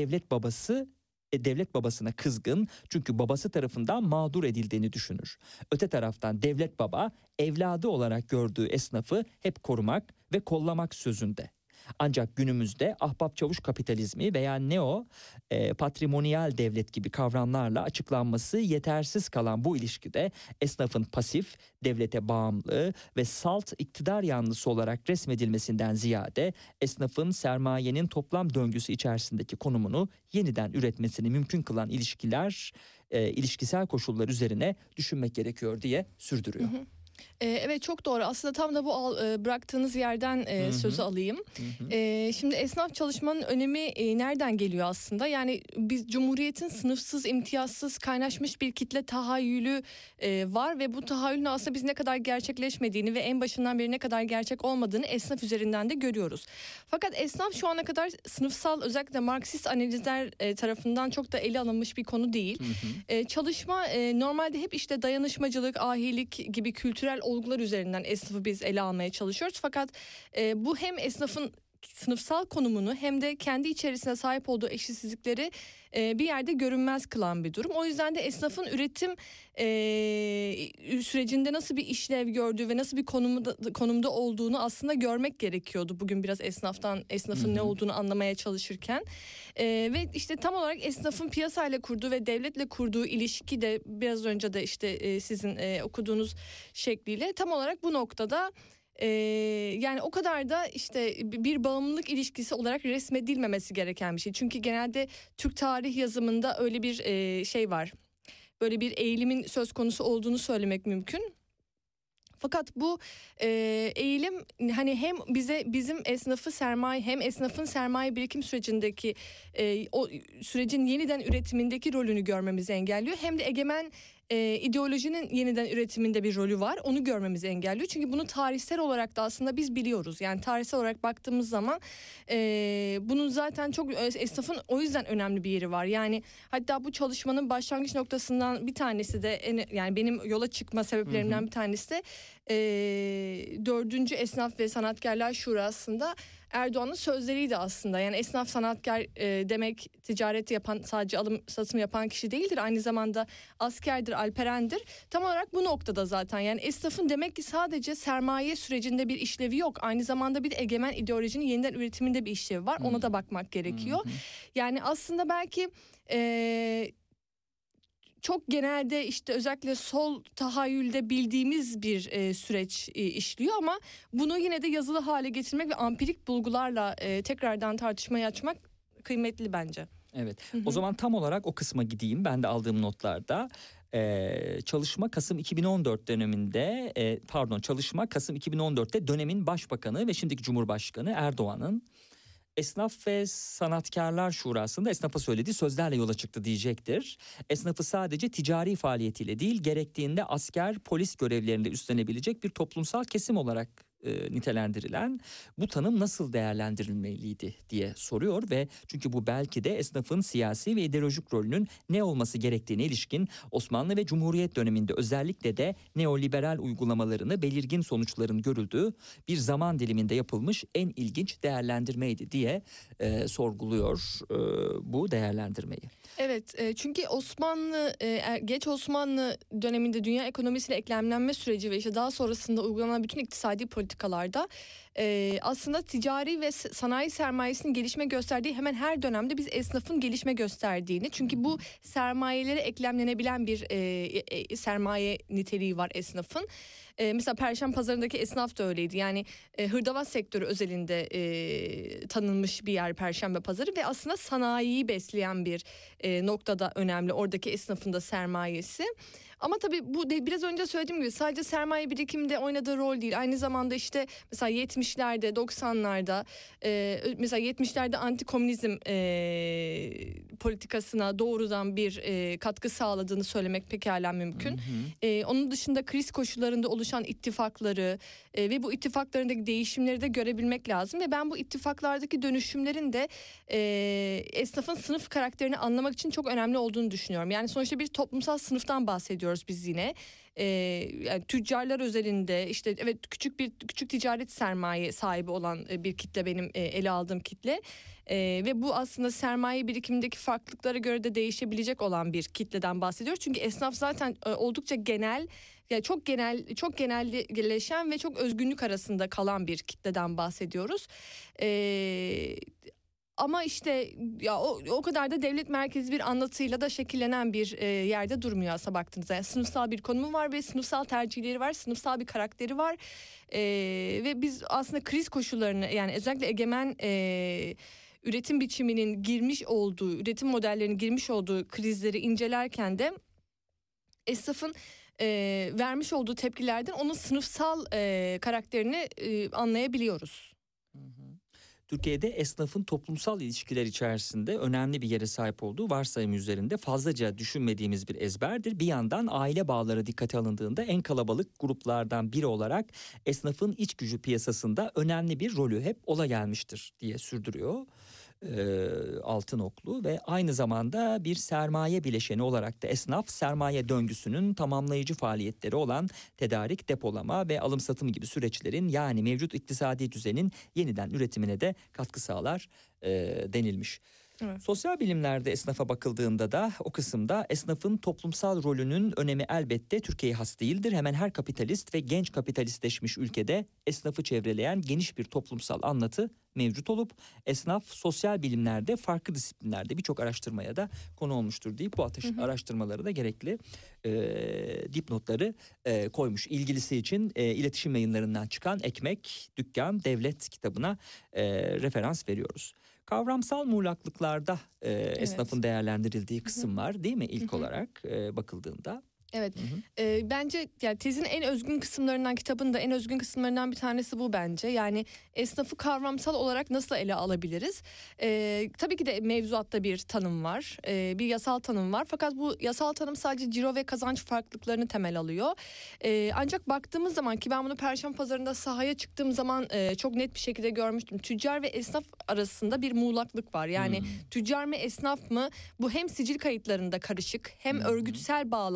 devlet babasına kızgın, çünkü babası tarafından mağdur edildiğini düşünür. Öte taraftan devlet baba evladı olarak gördüğü esnafı hep korumak ve kollamak sözünde. Ancak günümüzde ahbap çavuş kapitalizmi veya patrimonyal devlet gibi kavramlarla açıklanması yetersiz kalan bu ilişkide esnafın pasif, devlete bağımlı ve salt iktidar yanlısı olarak resmedilmesinden ziyade esnafın sermayenin toplam döngüsü içerisindeki konumunu yeniden üretmesini mümkün kılan ilişkisel koşullar üzerine düşünmek gerekiyor diye sürdürüyor. Evet, çok doğru. Aslında tam da bu bıraktığınız yerden sözü alayım. Şimdi esnaf çalışmanın önemi nereden geliyor aslında? Yani biz Cumhuriyet'in sınıfsız, imtiyazsız, kaynaşmış bir kitle tahayyülü var ve bu tahayyülün aslında biz ne kadar gerçekleşmediğini ve en başından beri ne kadar gerçek olmadığını esnaf üzerinden de görüyoruz. Fakat esnaf şu ana kadar sınıfsal, özellikle Marksist analizler tarafından çok da ele alınmış bir konu değil. Çalışma normalde hep işte dayanışmacılık, ahilik gibi kültürel olgular üzerinden esnafı biz ele almaya çalışıyoruz. Fakat bu hem esnafın sınıfsal konumunu hem de kendi içerisinde sahip olduğu eşitsizlikleri bir yerde görünmez kılan bir durum. O yüzden de esnafın üretim sürecinde nasıl bir işlev gördüğü ve nasıl bir konumda olduğunu aslında görmek gerekiyordu. Bugün biraz esnafın ne olduğunu anlamaya çalışırken. Ve işte tam olarak esnafın piyasayla kurduğu ve devletle kurduğu ilişki de biraz önce de işte sizin okuduğunuz şekliyle tam olarak bu noktada yani o kadar da işte bir bağımlılık ilişkisi olarak resmedilmemesi gereken bir şey. Çünkü genelde Türk tarih yazımında öyle bir şey var. Böyle bir eğilimin söz konusu olduğunu söylemek mümkün. Fakat bu eğilim hani hem bizim esnafı sermaye, hem esnafın sermaye birikim sürecindeki o sürecin yeniden üretimindeki rolünü görmemizi engelliyor. Hem de egemen ideolojinin yeniden üretiminde bir rolü var. Onu görmemizi engelliyor. Çünkü bunu tarihsel olarak da aslında biz biliyoruz. Yani tarihsel olarak baktığımız zaman bunun zaten çok esnafın o yüzden önemli bir yeri var. Yani hatta bu çalışmanın başlangıç noktasından bir tanesi de yani benim yola çıkma sebeplerimden bir tanesi de 4. Esnaf ve Sanatkarlar Şurası'nda Erdoğan'ın sözleriydi aslında. Yani esnaf sanatkar demek ticareti yapan, sadece alım satım yapan kişi değildir. Aynı zamanda askerdir, alperendir. Tam olarak bu noktada zaten. Yani esnafın demek ki sadece sermaye sürecinde bir işlevi yok. Aynı zamanda bir egemen ideolojinin yeniden üretiminde bir işlevi var. Ona da bakmak gerekiyor. Yani aslında belki çok genelde işte özellikle sol tahayyülde bildiğimiz bir süreç işliyor ama bunu yine de yazılı hale getirmek ve ampirik bulgularla tekrardan tartışmaya açmak kıymetli bence. Evet. O zaman tam olarak o kısma gideyim. Ben de aldığım notlarda. Çalışma Kasım 2014 döneminde Çalışma Kasım 2014'te dönemin başbakanı ve şimdiki Cumhurbaşkanı Erdoğan'ın Esnaf ve Sanatkarlar Şurası'nda esnafa söylediği sözlerle yola çıktı diyecektir. Esnafı sadece ticari faaliyetiyle değil, gerektiğinde asker, polis görevlerinde üstlenebilecek bir toplumsal kesim olarak nitelendirilen bu tanım nasıl değerlendirilmeliydi diye soruyor ve çünkü bu belki de esnafın siyasi ve ideolojik rolünün ne olması gerektiğine ilişkin Osmanlı ve Cumhuriyet döneminde özellikle de neoliberal uygulamalarını belirgin sonuçların görüldüğü bir zaman diliminde yapılmış en ilginç değerlendirmeydi diye sorguluyor bu değerlendirmeyi. Evet, çünkü geç Osmanlı döneminde dünya ekonomisiyle eklemlenme süreci ve işte daha sonrasında uygulanan bütün iktisadi politikalarda aslında ticari ve sanayi sermayesinin gelişme gösterdiği hemen her dönemde biz esnafın gelişme gösterdiğini, çünkü bu sermayelere eklemlenebilen bir sermaye niteliği var esnafın. Mesela Perşembe Pazarı'ndaki esnaf da öyleydi. Yani hırdavat sektörü özelinde tanınmış bir yer Perşembe Pazarı ve aslında sanayiyi besleyen bir noktada önemli oradaki esnafın da sermayesi. Ama tabii bu biraz önce söylediğim gibi sadece sermaye birikiminde oynadığı rol değil. Aynı zamanda işte mesela 70'lerde 90'larda mesela 70'lerde anti-komünizm politikasına doğrudan bir katkı sağladığını söylemek pekala mümkün. Onun dışında kriz koşullarında oluşan ittifakları ve bu ittifaklarındaki değişimleri de görebilmek lazım. Ve ben bu ittifaklardaki dönüşümlerin de esnafın sınıf karakterini anlamak için çok önemli olduğunu düşünüyorum. Yani sonuçta bir toplumsal sınıftan bahsediyoruz biz yine. Yani tüccarlar özelinde işte evet küçük ticaret sermaye sahibi olan bir kitle benim ele aldığım kitle. Ve bu aslında sermaye birikimindeki farklılıklara göre de değişebilecek olan bir kitleden bahsediyoruz. Çünkü esnaf zaten oldukça genel, yani çok genelleşen ve çok özgünlük arasında kalan bir kitleden bahsediyoruz. Ama işte ya o kadar da devlet merkezi bir anlatıyla da şekillenen bir yerde durmuyor aslında baktığınızda. Yani sınıfsal bir konumu var ve sınıfsal tercihleri var, sınıfsal bir karakteri var. Ve biz aslında kriz koşullarını, yani özellikle egemen üretim biçiminin girmiş olduğu, üretim modellerinin girmiş olduğu krizleri incelerken de esnafın vermiş olduğu tepkilerden onun sınıfsal karakterini anlayabiliyoruz. Türkiye'de esnafın toplumsal ilişkiler içerisinde önemli bir yere sahip olduğu varsayım üzerinde fazlaca düşünmediğimiz bir ezberdir. Bir yandan aile bağları dikkate alındığında en kalabalık gruplardan biri olarak esnafın iç gücü piyasasında önemli bir rolü hep ola gelmiştir diye sürdürüyor Altınoklu ve aynı zamanda bir sermaye bileşeni olarak da esnaf sermaye döngüsünün tamamlayıcı faaliyetleri olan tedarik, depolama ve alım satım gibi süreçlerin, yani mevcut iktisadi düzenin yeniden üretimine de katkı sağlar denilmiş. Evet. Sosyal bilimlerde esnafa bakıldığında da o kısımda esnafın toplumsal rolünün önemi elbette Türkiye'ye has değildir. Hemen her kapitalist ve genç kapitalistleşmiş ülkede esnafı çevreleyen geniş bir toplumsal anlatı mevcut olup esnaf sosyal bilimlerde farklı disiplinlerde birçok araştırmaya da konu olmuştur deyip bu araştırmaları da gerekli dipnotları koymuş. İlgilisi için iletişim yayınlarından çıkan Ekmek, Dükkan, Devlet kitabına referans veriyoruz. Kavramsal muğlaklıklarda esnafın değerlendirildiği kısım var değil mi ilk olarak bakıldığında? Evet. Bence yani tezin en özgün kısımlarından, kitabın da en özgün kısımlarından bir tanesi bu bence. Yani esnafı kavramsal olarak nasıl ele alabiliriz? Tabii ki de mevzuatta bir tanım var. Bir yasal tanım var. Fakat bu yasal tanım sadece ciro ve kazanç farklılıklarını temel alıyor. Ancak baktığımız zaman, ki ben bunu Perşembe Pazarı'nda sahaya çıktığım zaman çok net bir şekilde görmüştüm. Tüccar ve esnaf arasında bir muğlaklık var. Yani tüccar mı esnaf mı? Bu hem sicil kayıtlarında karışık, hem örgütsel bağlarda, yani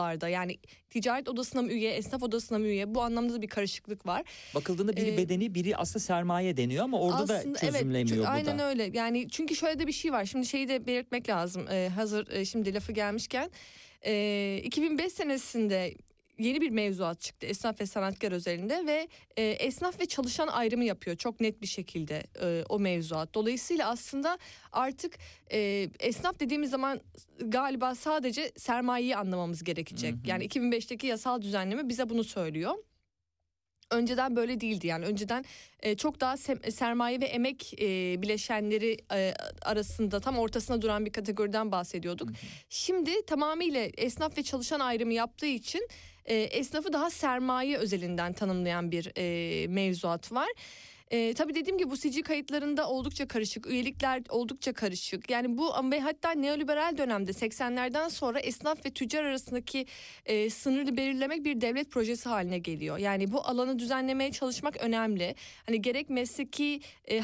Yani ticaret odasına mı üye, esnaf odasına mı üye, bu anlamda da bir karışıklık var. Bakıldığında biri bedeni, biri aslında sermaye deniyor ama orada da çözümlemiyor bu da. Aynen öyle. Yani çünkü şöyle de bir şey var. Şimdi şeyi de belirtmek lazım. Hazır şimdi lafı gelmişken. 2005 senesinde yeni bir mevzuat çıktı esnaf ve sanatkar özelinde ve esnaf ve çalışan ayrımı yapıyor çok net bir şekilde o mevzuat. Dolayısıyla aslında artık esnaf dediğimiz zaman galiba sadece sermayeyi anlamamız gerekecek. Yani 2005'teki yasal düzenleme bize bunu söylüyor. Önceden böyle değildi, yani önceden çok daha sermaye ve emek bileşenleri arasında tam ortasına duran bir kategoriden bahsediyorduk. Şimdi tamamıyla esnaf ve çalışan ayrımı yaptığı için esnafı daha sermaye özelinden tanımlayan bir mevzuat var. Tabii dediğim gibi bu sicil kayıtlarında oldukça karışık, üyelikler oldukça karışık. Yani bu hatta neoliberal dönemde 80'lerden sonra esnaf ve tüccar arasındaki sınırı belirlemek bir devlet projesi haline geliyor. Yani bu alanı düzenlemeye çalışmak önemli. Hani gerek mesleki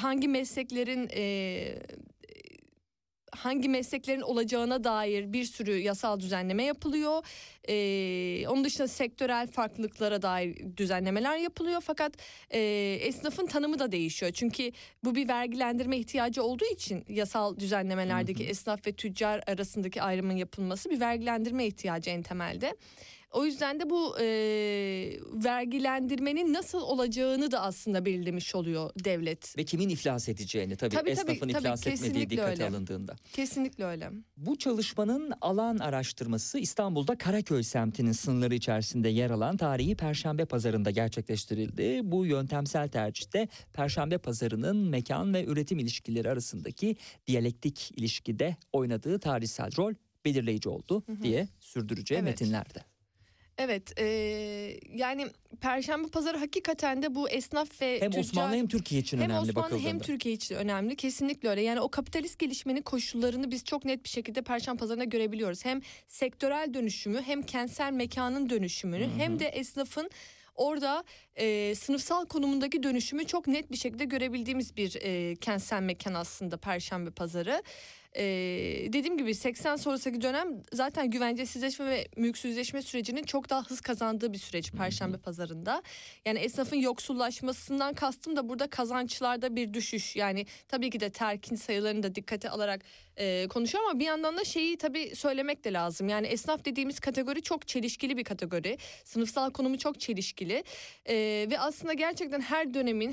hangi mesleklerin olacağına dair bir sürü yasal düzenleme yapılıyor. Onun dışında sektörel farklılıklara dair düzenlemeler yapılıyor. Fakat esnafın tanımı da değişiyor. Çünkü bu bir vergilendirme ihtiyacı olduğu için yasal düzenlemelerdeki esnaf ve tüccar arasındaki ayrımın yapılması bir vergilendirme ihtiyacı en temelde. O yüzden de bu vergilendirmenin nasıl olacağını da aslında belirlemiş oluyor devlet. Ve kimin iflas edeceğini tabii esnafın iflas etmediği dikkate alındığında. Kesinlikle öyle. Bu çalışmanın alan araştırması İstanbul'da Karaköy semtinin sınırları içerisinde yer alan tarihi Perşembe Pazarı'nda gerçekleştirildi. Bu yöntemsel tercihte Perşembe Pazarı'nın mekan ve üretim ilişkileri arasındaki diyalektik ilişkide oynadığı tarihsel rol belirleyici oldu diye sürdüreceği metinlerde. Evet, yani Perşembe Pazarı hakikaten de bu esnaf ve hem tüccar... Osmanlı hem Türkiye için önemli bakıldığında. Hem Osmanlı hem Türkiye için önemli, kesinlikle öyle. Yani o kapitalist gelişmenin koşullarını biz çok net bir şekilde Perşembe Pazarı'nda görebiliyoruz. Hem sektörel dönüşümü, hem kentsel mekanın dönüşümünü, hem de esnafın orada sınıfsal konumundaki dönüşümü çok net bir şekilde görebildiğimiz bir kentsel mekan aslında Perşembe Pazarı. Dediğim gibi 80 sonrasındaki dönem zaten güvencesizleşme ve mülksüzleşme sürecinin çok daha hız kazandığı bir süreç Perşembe Pazarı'nda. Yani esnafın yoksullaşmasından kastım da burada kazançlarda bir düşüş. Yani tabii ki de terkin sayılarını da dikkate alarak konuşuyor ama bir yandan da şeyi tabii söylemek de lazım. Yani esnaf dediğimiz kategori çok çelişkili bir kategori. Sınıfsal konumu çok çelişkili. Ve aslında gerçekten her dönemin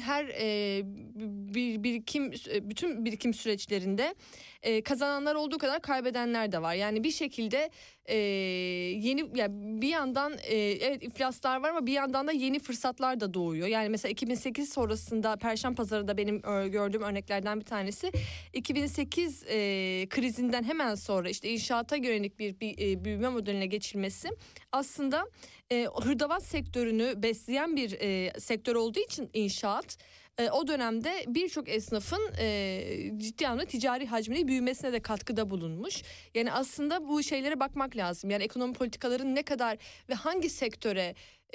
bütün birikim süreçlerinde kazananlar olduğu kadar kaybedenler de var. Yani bir şekilde bir yandan evet iflaslar var ama bir yandan da yeni fırsatlar da doğuyor. Yani mesela 2008 sonrasında Perşembe Pazarı'da benim gördüğüm örneklerden bir tanesi 2008 krizinden hemen sonra işte inşaata yönelik bir büyüme modeline geçilmesi aslında hırdavat sektörünü besleyen bir sektör olduğu için inşaat o dönemde birçok esnafın ciddi anlamda ticari hacminin büyümesine de katkıda bulunmuş. Yani aslında bu şeylere bakmak lazım. Yani ekonomi politikaların ne kadar ve hangi sektöre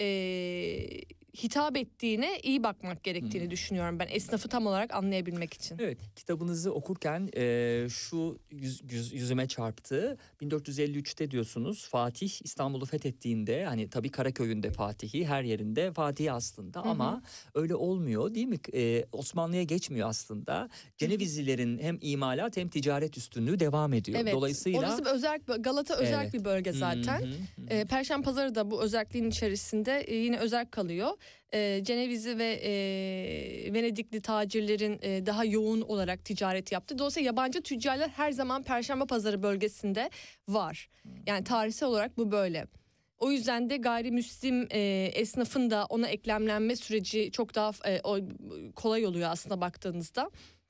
hitap ettiğine iyi bakmak gerektiğini düşünüyorum ben, esnafı tam olarak anlayabilmek için. Evet, kitabınızı okurken şu yüzüme çarptı. 1453'te diyorsunuz Fatih İstanbul'u fethettiğinde, hani tabii Karaköy'ünde Fatih'i, her yerinde Fatih'i aslında ama öyle olmuyor değil mi? Osmanlı'ya geçmiyor aslında. Cenevizlilerin hem imalat hem ticaret üstünlüğü devam ediyor. Evet. Dolayısıyla orası Galata özel bir bölge zaten. Perşembe Pazarı da bu özelliğin içerisinde yine özel kalıyor. Cenevizli ve Venedikli tacirlerin daha yoğun olarak ticaret yaptı. Dolayısıyla yabancı tüccarlar her zaman Perşembe Pazarı bölgesinde var. Yani tarihsel olarak bu böyle. O yüzden de gayrimüslim esnafın da ona eklemlenme süreci çok daha kolay oluyor aslında baktığınızda.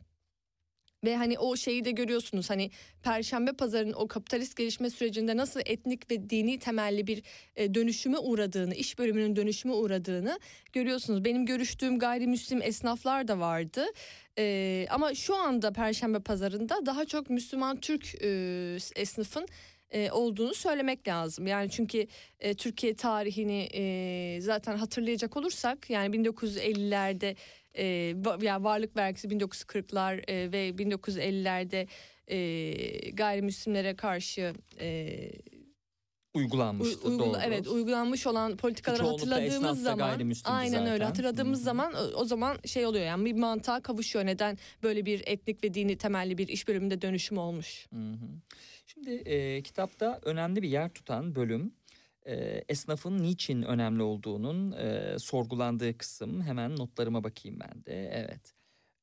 Ve hani o şeyi de görüyorsunuz, hani Perşembe Pazarı'nın o kapitalist gelişme sürecinde nasıl etnik ve dini temelli bir dönüşüme uğradığını, iş bölümünün dönüşüme uğradığını görüyorsunuz. Benim görüştüğüm gayrimüslim esnaflar da vardı. Ama şu anda Perşembe Pazarı'nda daha çok Müslüman Türk esnafın olduğunu söylemek lazım. Yani çünkü Türkiye tarihini zaten hatırlayacak olursak, yani 1950'lerde yani varlık vergisi 1940'lar ve 1950'lerde gayrimüslimlere karşı Uygulanmıştı, doğru. Evet, uygulanmış olan politikaları Çoğunlukla hatırladığımız esnaf da zaman gayrimüslimdi aynen öyle zaten. hatırladığımız zaman o zaman şey oluyor, yani bir mantığa kavuşuyor, neden böyle bir etnik ve dini temelli bir iş bölümünde dönüşüm olmuş. Şimdi kitapta önemli bir yer tutan bölüm, esnafın niçin önemli olduğunun sorgulandığı kısım. Hemen notlarıma bakayım ben de. Evet.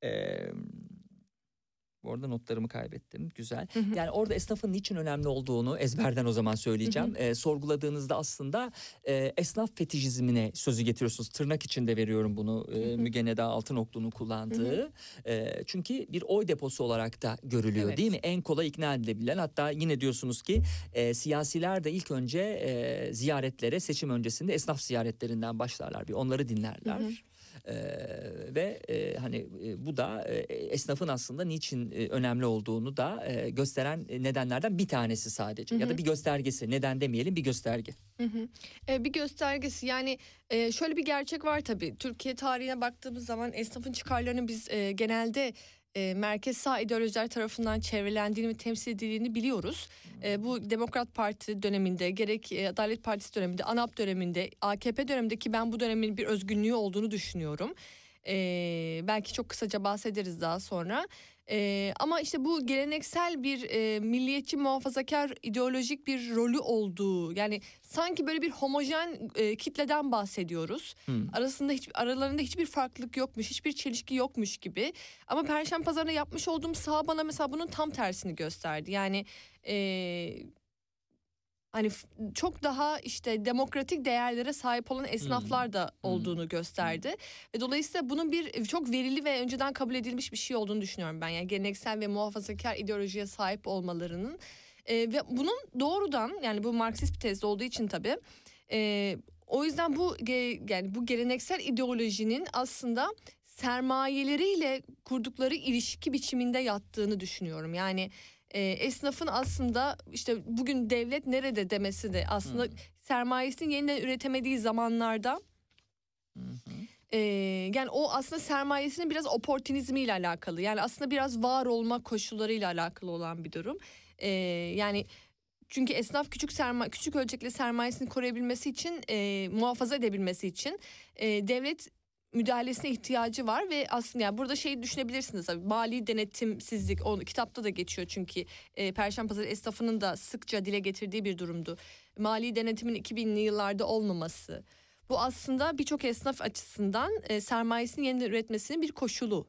Bu arada notlarımı kaybettim. Güzel. Yani orada esnafın niçin önemli olduğunu ezberden o zaman söyleyeceğim. Sorguladığınızda aslında esnaf fetişizmine sözü getiriyorsunuz. Tırnak içinde veriyorum bunu. Müge Neda Altınoklu'nun kullandığı. Çünkü bir oy deposu olarak da görülüyor, Evet. değil mi? En kolay ikna edilebilen. Hatta yine diyorsunuz ki siyasiler de ilk önce ziyaretlere, seçim öncesinde esnaf ziyaretlerinden başlarlar. Bir onları dinlerler. Ve hani bu da esnafın aslında niçin önemli olduğunu da gösteren nedenlerden bir tanesi sadece. Ya da bir göstergesi. Neden demeyelim, bir gösterge. Bir göstergesi, yani şöyle bir gerçek var tabii. Türkiye tarihine baktığımız zaman esnafın çıkarlarını biz genelde merkez sağ ideolojiler tarafından çevrelendiğini ve temsil edildiğini biliyoruz. Bu Demokrat Parti döneminde, gerek Adalet Partisi döneminde, ANAP döneminde, AKP döneminde, ki ben bu dönemin bir özgünlüğü olduğunu düşünüyorum. Belki çok kısaca bahsederiz daha sonra. Ama işte bu geleneksel bir milliyetçi muhafazakar ideolojik bir rolü olduğu, yani sanki böyle bir homojen kitleden bahsediyoruz. Aralarında hiçbir farklılık yokmuş, hiçbir çelişki yokmuş gibi. Ama Perşembe Pazarı'nda yapmış olduğum saha bana mesela bunun tam tersini gösterdi. Yani hani çok daha işte demokratik değerlere sahip olan esnaflar da olduğunu gösterdi. Ve dolayısıyla bunun bir çok verili ve önceden kabul edilmiş bir şey olduğunu düşünüyorum ben. Yani geleneksel ve muhafazakar ideolojiye sahip olmalarının ve bunun doğrudan, yani bu Marksist bir tez olduğu için tabii, o yüzden yani bu geleneksel ideolojinin aslında sermayeleriyle kurdukları ilişki biçiminde yattığını düşünüyorum. Yani esnafın aslında işte bugün devlet nerede demesi de aslında sermayesini yeniden üretemediği zamanlarda yani o aslında sermayesinin biraz oportunizmiyle alakalı. Yani aslında biraz var olma koşullarıyla alakalı olan bir durum. Yani çünkü esnaf küçük ölçekli sermayesini koruyabilmesi için, muhafaza edebilmesi için devlet müdahalesine ihtiyacı var ve aslında yani burada şeyi düşünebilirsiniz tabii, mali denetimsizlik, o kitapta da geçiyor çünkü Perşembe Pazarı esnafının da sıkça dile getirdiği bir durumdu. Mali denetimin 2000'li yıllarda olmaması, bu aslında birçok esnaf açısından sermayesini yeniden üretmesinin bir koşulu.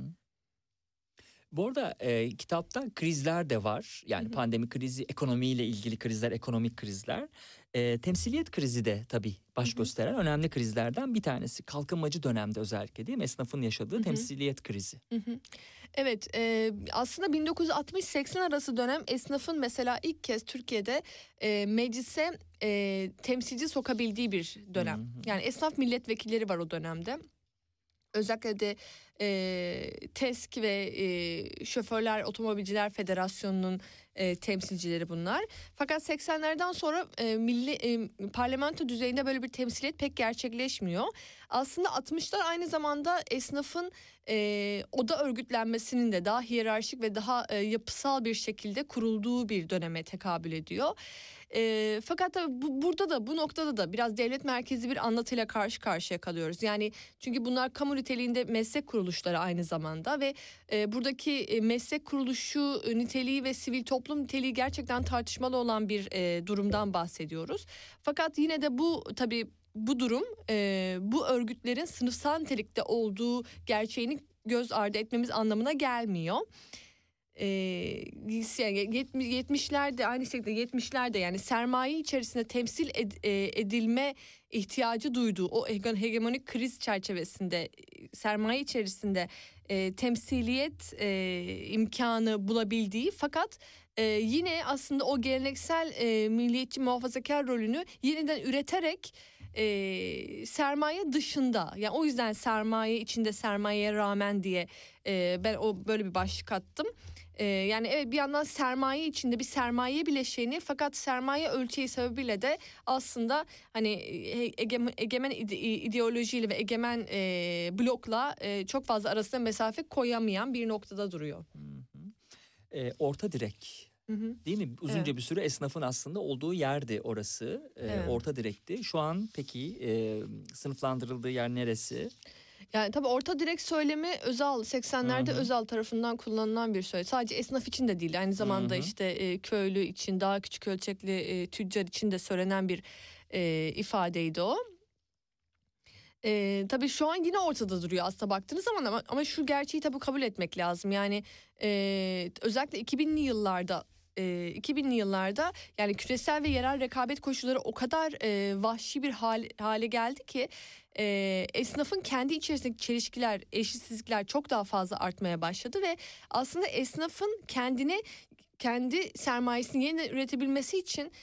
Bu arada kitapta krizler de var. Yani pandemi krizi, ekonomiyle ilgili krizler, ekonomik krizler. Temsiliyet krizi de tabii baş gösteren önemli krizlerden bir tanesi. Kalkınmacı dönemde özellikle, değil mi? Esnafın yaşadığı temsiliyet krizi. Evet, aslında 1960-80 arası dönem esnafın mesela ilk kez Türkiye'de meclise temsilci sokabildiği bir dönem. Yani esnaf milletvekilleri var o dönemde. Özellikle de TESK ve Şoförler Otomobilciler Federasyonu'nun temsilcileri bunlar. Fakat 80'lerden sonra parlamento düzeyinde böyle bir temsiliyet pek gerçekleşmiyor. Aslında 60'lar aynı zamanda esnafın oda örgütlenmesinin de daha hiyerarşik ve daha yapısal bir şekilde kurulduğu bir döneme tekabül ediyor. Fakat tabii burada da, bu noktada da biraz devlet merkezi bir anlatıyla karşı karşıya kalıyoruz. Yani çünkü bunlar kamu niteliğinde meslek kuruluşları aynı zamanda ve buradaki meslek kuruluşu niteliği ve sivil toplum niteliği gerçekten tartışmalı olan bir durumdan bahsediyoruz. Fakat yine de bu tabii bu durum bu örgütlerin sınıfsal nitelikte olduğu gerçeğini göz ardı etmemiz anlamına gelmiyor. 70'lerde aynı şekilde 70'lerde yani sermaye içerisinde temsil edilme ihtiyacı duyduğu o hegemonik kriz çerçevesinde sermaye içerisinde temsiliyet imkanı bulabildiği, fakat yine aslında o geleneksel milliyetçi muhafazakar rolünü yeniden üreterek sermaye dışında, yani o yüzden sermaye içinde sermayeye rağmen diye ben böyle bir başlık attım. Yani evet, bir yandan sermaye içinde bir sermaye bileşeni, fakat sermaye ölçeği sebebiyle de aslında hani egemen ideolojiyle ve egemen blokla çok fazla arasında mesafe koyamayan bir noktada duruyor. Orta direk Hı hı. Değil mi? Uzunca Evet. bir süre esnafın aslında olduğu yerdi orası. Evet. Orta direkti. Şu an peki sınıflandırıldığı yer neresi? Yani tabii orta direkt söylemi Özal 80'lerde Hı hı. Özal tarafından kullanılan bir söylem. Sadece esnaf için de değil. Aynı zamanda Hı hı. işte köylü için, daha küçük ölçekli tüccar için de söylenen bir ifadeydi o. Tabii şu an yine ortada duruyor aslında baktığınız zaman, ama şu gerçeği tabii kabul etmek lazım. Yani özellikle 2000'li yıllarda yani küresel ve yerel rekabet koşulları o kadar vahşi bir hale geldi ki esnafın kendi içerisindeki çelişkiler, eşitsizlikler çok daha fazla artmaya başladı ve aslında esnafın kendi sermayesini yeniden üretebilmesi için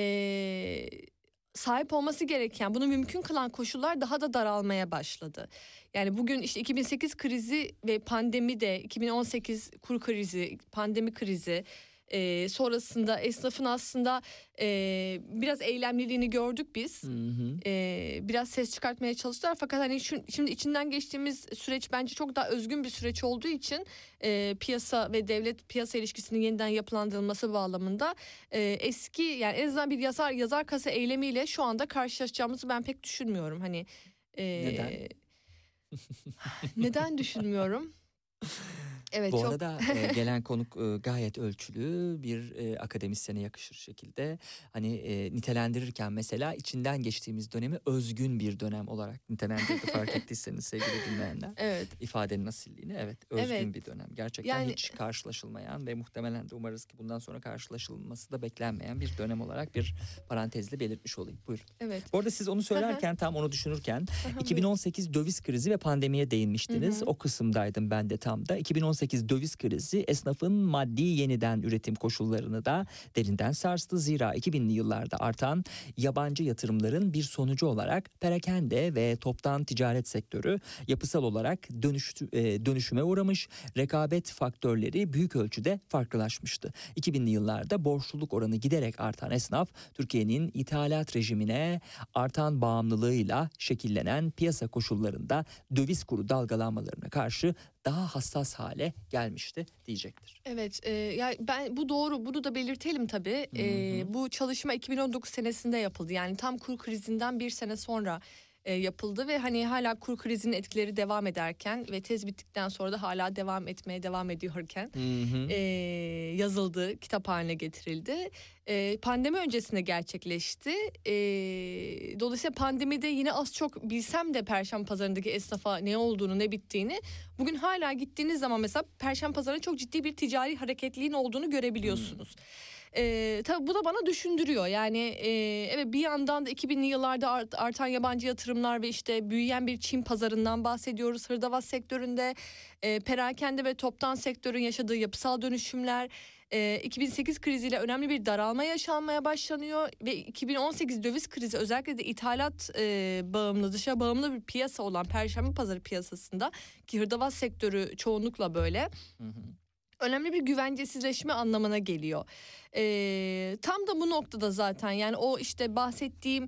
sahip olması gereken, bunu mümkün kılan koşullar daha da daralmaya başladı. Yani bugün işte 2008 krizi ve pandemi de, 2018 kur krizi, pandemi krizi, sonrasında esnafın aslında biraz eylemliliğini gördük biz. Hı hı. Biraz ses çıkartmaya çalıştılar, fakat hani şimdi içinden geçtiğimiz süreç bence çok daha özgün bir süreç olduğu için piyasa ve devlet piyasa ilişkisinin yeniden yapılandırılması bağlamında eski, yani en azından bir yazar kasa eylemiyle şu anda karşılaşacağımızı ben pek düşünmüyorum. Hani Neden? neden düşünmüyorum? Evet, Bu çok arada gelen konuk gayet ölçülü bir akademisyene yakışır şekilde. Hani nitelendirirken mesela içinden geçtiğimiz dönemi özgün bir dönem olarak nitelendirdi, fark ettiyseniz sevgili dinleyenler. evet. İfadenin asilliğini, evet, özgün Evet. bir dönem. Gerçekten Yani- hiç karşılaşılmayan ve muhtemelen de umarız ki bundan sonra karşılaşılması da beklenmeyen bir dönem olarak bir parantezle belirtmiş olayım. Buyurun. Evet. Bu arada siz onu söylerken, tam onu düşünürken 2018 döviz krizi ve pandemiye değinmiştiniz. Hı hı. O kısımdaydım ben de tam da. 2018 döviz krizi esnafın maddi yeniden üretim koşullarını da derinden sarstı. Zira 2000'li yıllarda artan yabancı yatırımların bir sonucu olarak perakende ve toptan ticaret sektörü yapısal olarak dönüşüme uğramış. Rekabet faktörleri büyük ölçüde farklılaşmıştı. 2000'li yıllarda borçluluk oranı giderek artan esnaf, Türkiye'nin ithalat rejimine artan bağımlılığıyla şekillenen piyasa koşullarında döviz kuru dalgalanmalarına karşı daha hassas hale gelmişti diyecektir. Evet, yani ben bu doğru, bunu da belirtelim tabii. Bu çalışma 2019 senesinde yapıldı. Yani tam kur krizinden bir sene sonra yapıldı ve hani hala kur krizinin etkileri devam ederken ve tez bittikten sonra da hala devam ediyorken yazıldı, kitap haline getirildi. Pandemi öncesinde gerçekleşti. Dolayısıyla pandemide yine az çok bilsem de Perşembe Pazarı'ndaki esnafa ne olduğunu, ne bittiğini, bugün hala gittiğiniz zaman mesela Perşembe Pazarı'nda çok ciddi bir ticari hareketliliğin olduğunu görebiliyorsunuz. Tabii bu da bana düşündürüyor. Yani evet, bir yandan da 2000'li yıllarda artan yabancı yatırımlar ve işte büyüyen bir Çin pazarından bahsediyoruz. Hırdavat sektöründe, perakende ve toptan sektörün yaşadığı yapısal dönüşümler, 2008 kriziyle önemli bir daralma yaşanmaya başlanıyor ve 2018 döviz krizi özellikle de ithalat bağımlı, dışa bağımlı bir piyasa olan Perşembe Pazarı piyasasında, ki hırdavat sektörü çoğunlukla böyle, önemli bir güvencesizleşme anlamına geliyor. Tam da bu noktada zaten, yani o işte bahsettiğim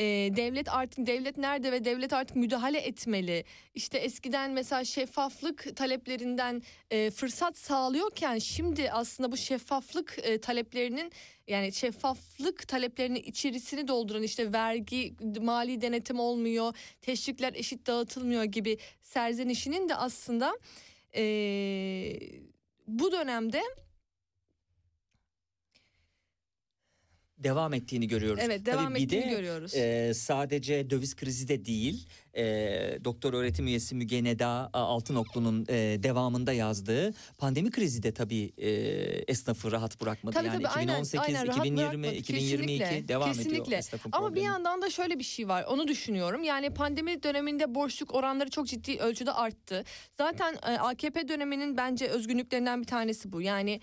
devlet nerede ve devlet artık müdahale etmeli. İşte eskiden mesela şeffaflık taleplerinden fırsat sağlıyorken, şimdi aslında bu şeffaflık taleplerinin, yani şeffaflık taleplerinin içerisini dolduran, işte vergi, mali denetim olmuyor, teşvikler eşit dağıtılmıyor gibi serzenişinin de aslında bu dönemde devam ettiğini görüyoruz. evet devam Tabii bir ettiğini de, görüyoruz. Sadece döviz krizi de değil, doktor öğretim üyesi Müge Neda Altınoklu'nun devamında yazdığı pandemi krizi de tabii esnafı rahat bırakmadı. Tabii, Yani tabii, aynen, 2018, aynen, rahat 2020, bırakmadı. 2022 Kesinlikle, devam ediyor kesinlikle. esnafın Ama problemi. bir yandan da şöyle bir şey var, onu düşünüyorum. Yani pandemi döneminde borçluk oranları çok ciddi ölçüde arttı. Zaten AKP döneminin bence özgünlüklerinden bir tanesi bu. Yani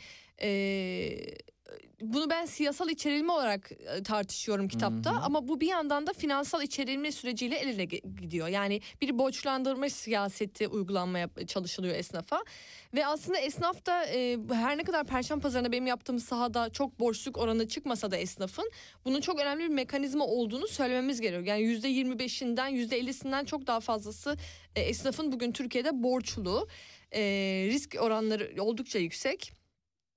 bunu ben siyasal içerilme olarak tartışıyorum kitapta, ama bu bir yandan da finansal içerilme süreciyle el ele gidiyor. Yani bir borçlandırma siyaseti uygulanmaya çalışılıyor esnafa. Ve aslında esnaf da her ne kadar Perşembe Pazarı'nda benim yaptığım sahada çok borçluk oranı çıkmasa da esnafın bunun çok önemli bir mekanizma olduğunu söylememiz gerekiyor. Yani %25'inden %50'sinden çok daha fazlası esnafın bugün Türkiye'de borçlu. Risk oranları oldukça yüksek.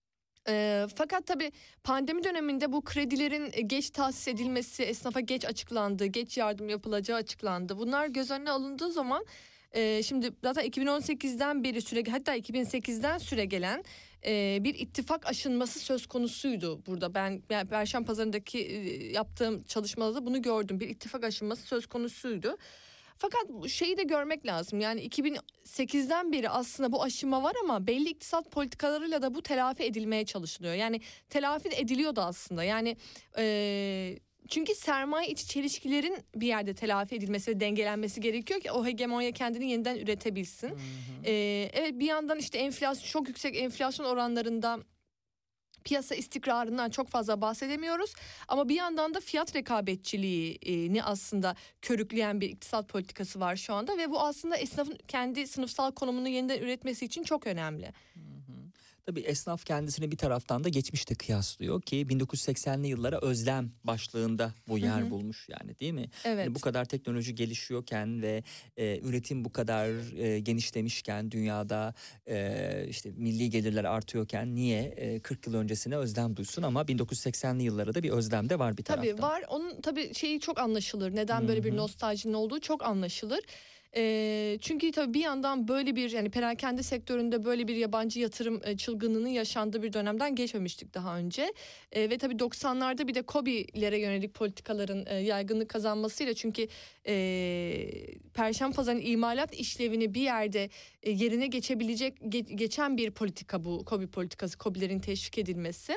Fakat tabii pandemi döneminde bu kredilerin geç tahsis edilmesi, esnafa geç açıklandı, geç yardım yapılacağı açıklandı. Bunlar göz önüne alındığı zaman şimdi zaten 2018'den beri hatta 2008'den süre gelen bir ittifak aşınması söz konusuydu burada. Ben yani Perşembe Pazarı'ndaki yaptığım çalışmada da bunu gördüm. Bir ittifak aşınması söz konusuydu. Fakat şeyi de görmek lazım. Yani 2008'den beri aslında bu aşınma var ama belli iktisat politikalarıyla da bu telafi edilmeye çalışılıyor. Yani telafi ediliyordu aslında. Yani çünkü sermaye içi çelişkilerin bir yerde telafi edilmesi ve dengelenmesi gerekiyor ki o hegemonya kendini yeniden üretebilsin. Evet, bir yandan işte enflasyon, çok yüksek enflasyon oranlarında piyasa istikrarından çok fazla bahsedemiyoruz. Ama bir yandan da fiyat rekabetçiliğini aslında körükleyen bir iktisat politikası var şu anda. Ve bu aslında esnafın kendi sınıfsal konumunu yeniden üretmesi için çok önemli. Tabii esnaf kendisini bir taraftan da geçmişte kıyaslıyor ki 1980'li yıllara özlem başlığında bu yer bulmuş yani, değil mi? Evet. Yani bu kadar teknoloji gelişiyorken ve üretim bu kadar genişlemişken dünyada işte milli gelirler artıyorken niye 40 yıl öncesine özlem duysun, ama 1980'li yıllara da bir özlem de var bir taraftan. Tabii var, onun tabii şeyi çok anlaşılır. Neden böyle bir nostaljinin olduğu çok anlaşılır. Çünkü tabii bir yandan böyle bir, yani perakende sektöründe böyle bir yabancı yatırım çılgınlığının yaşandığı bir dönemden geçmemiştik daha önce. Ve tabii 90'larda bir de KOBİ'lere yönelik politikaların yaygınlık kazanmasıyla, çünkü Perşembe Pazarı'nın imalat işlevini bir yerde yerine geçen bir politika bu KOBİ politikası, KOBİ'lerin teşvik edilmesi.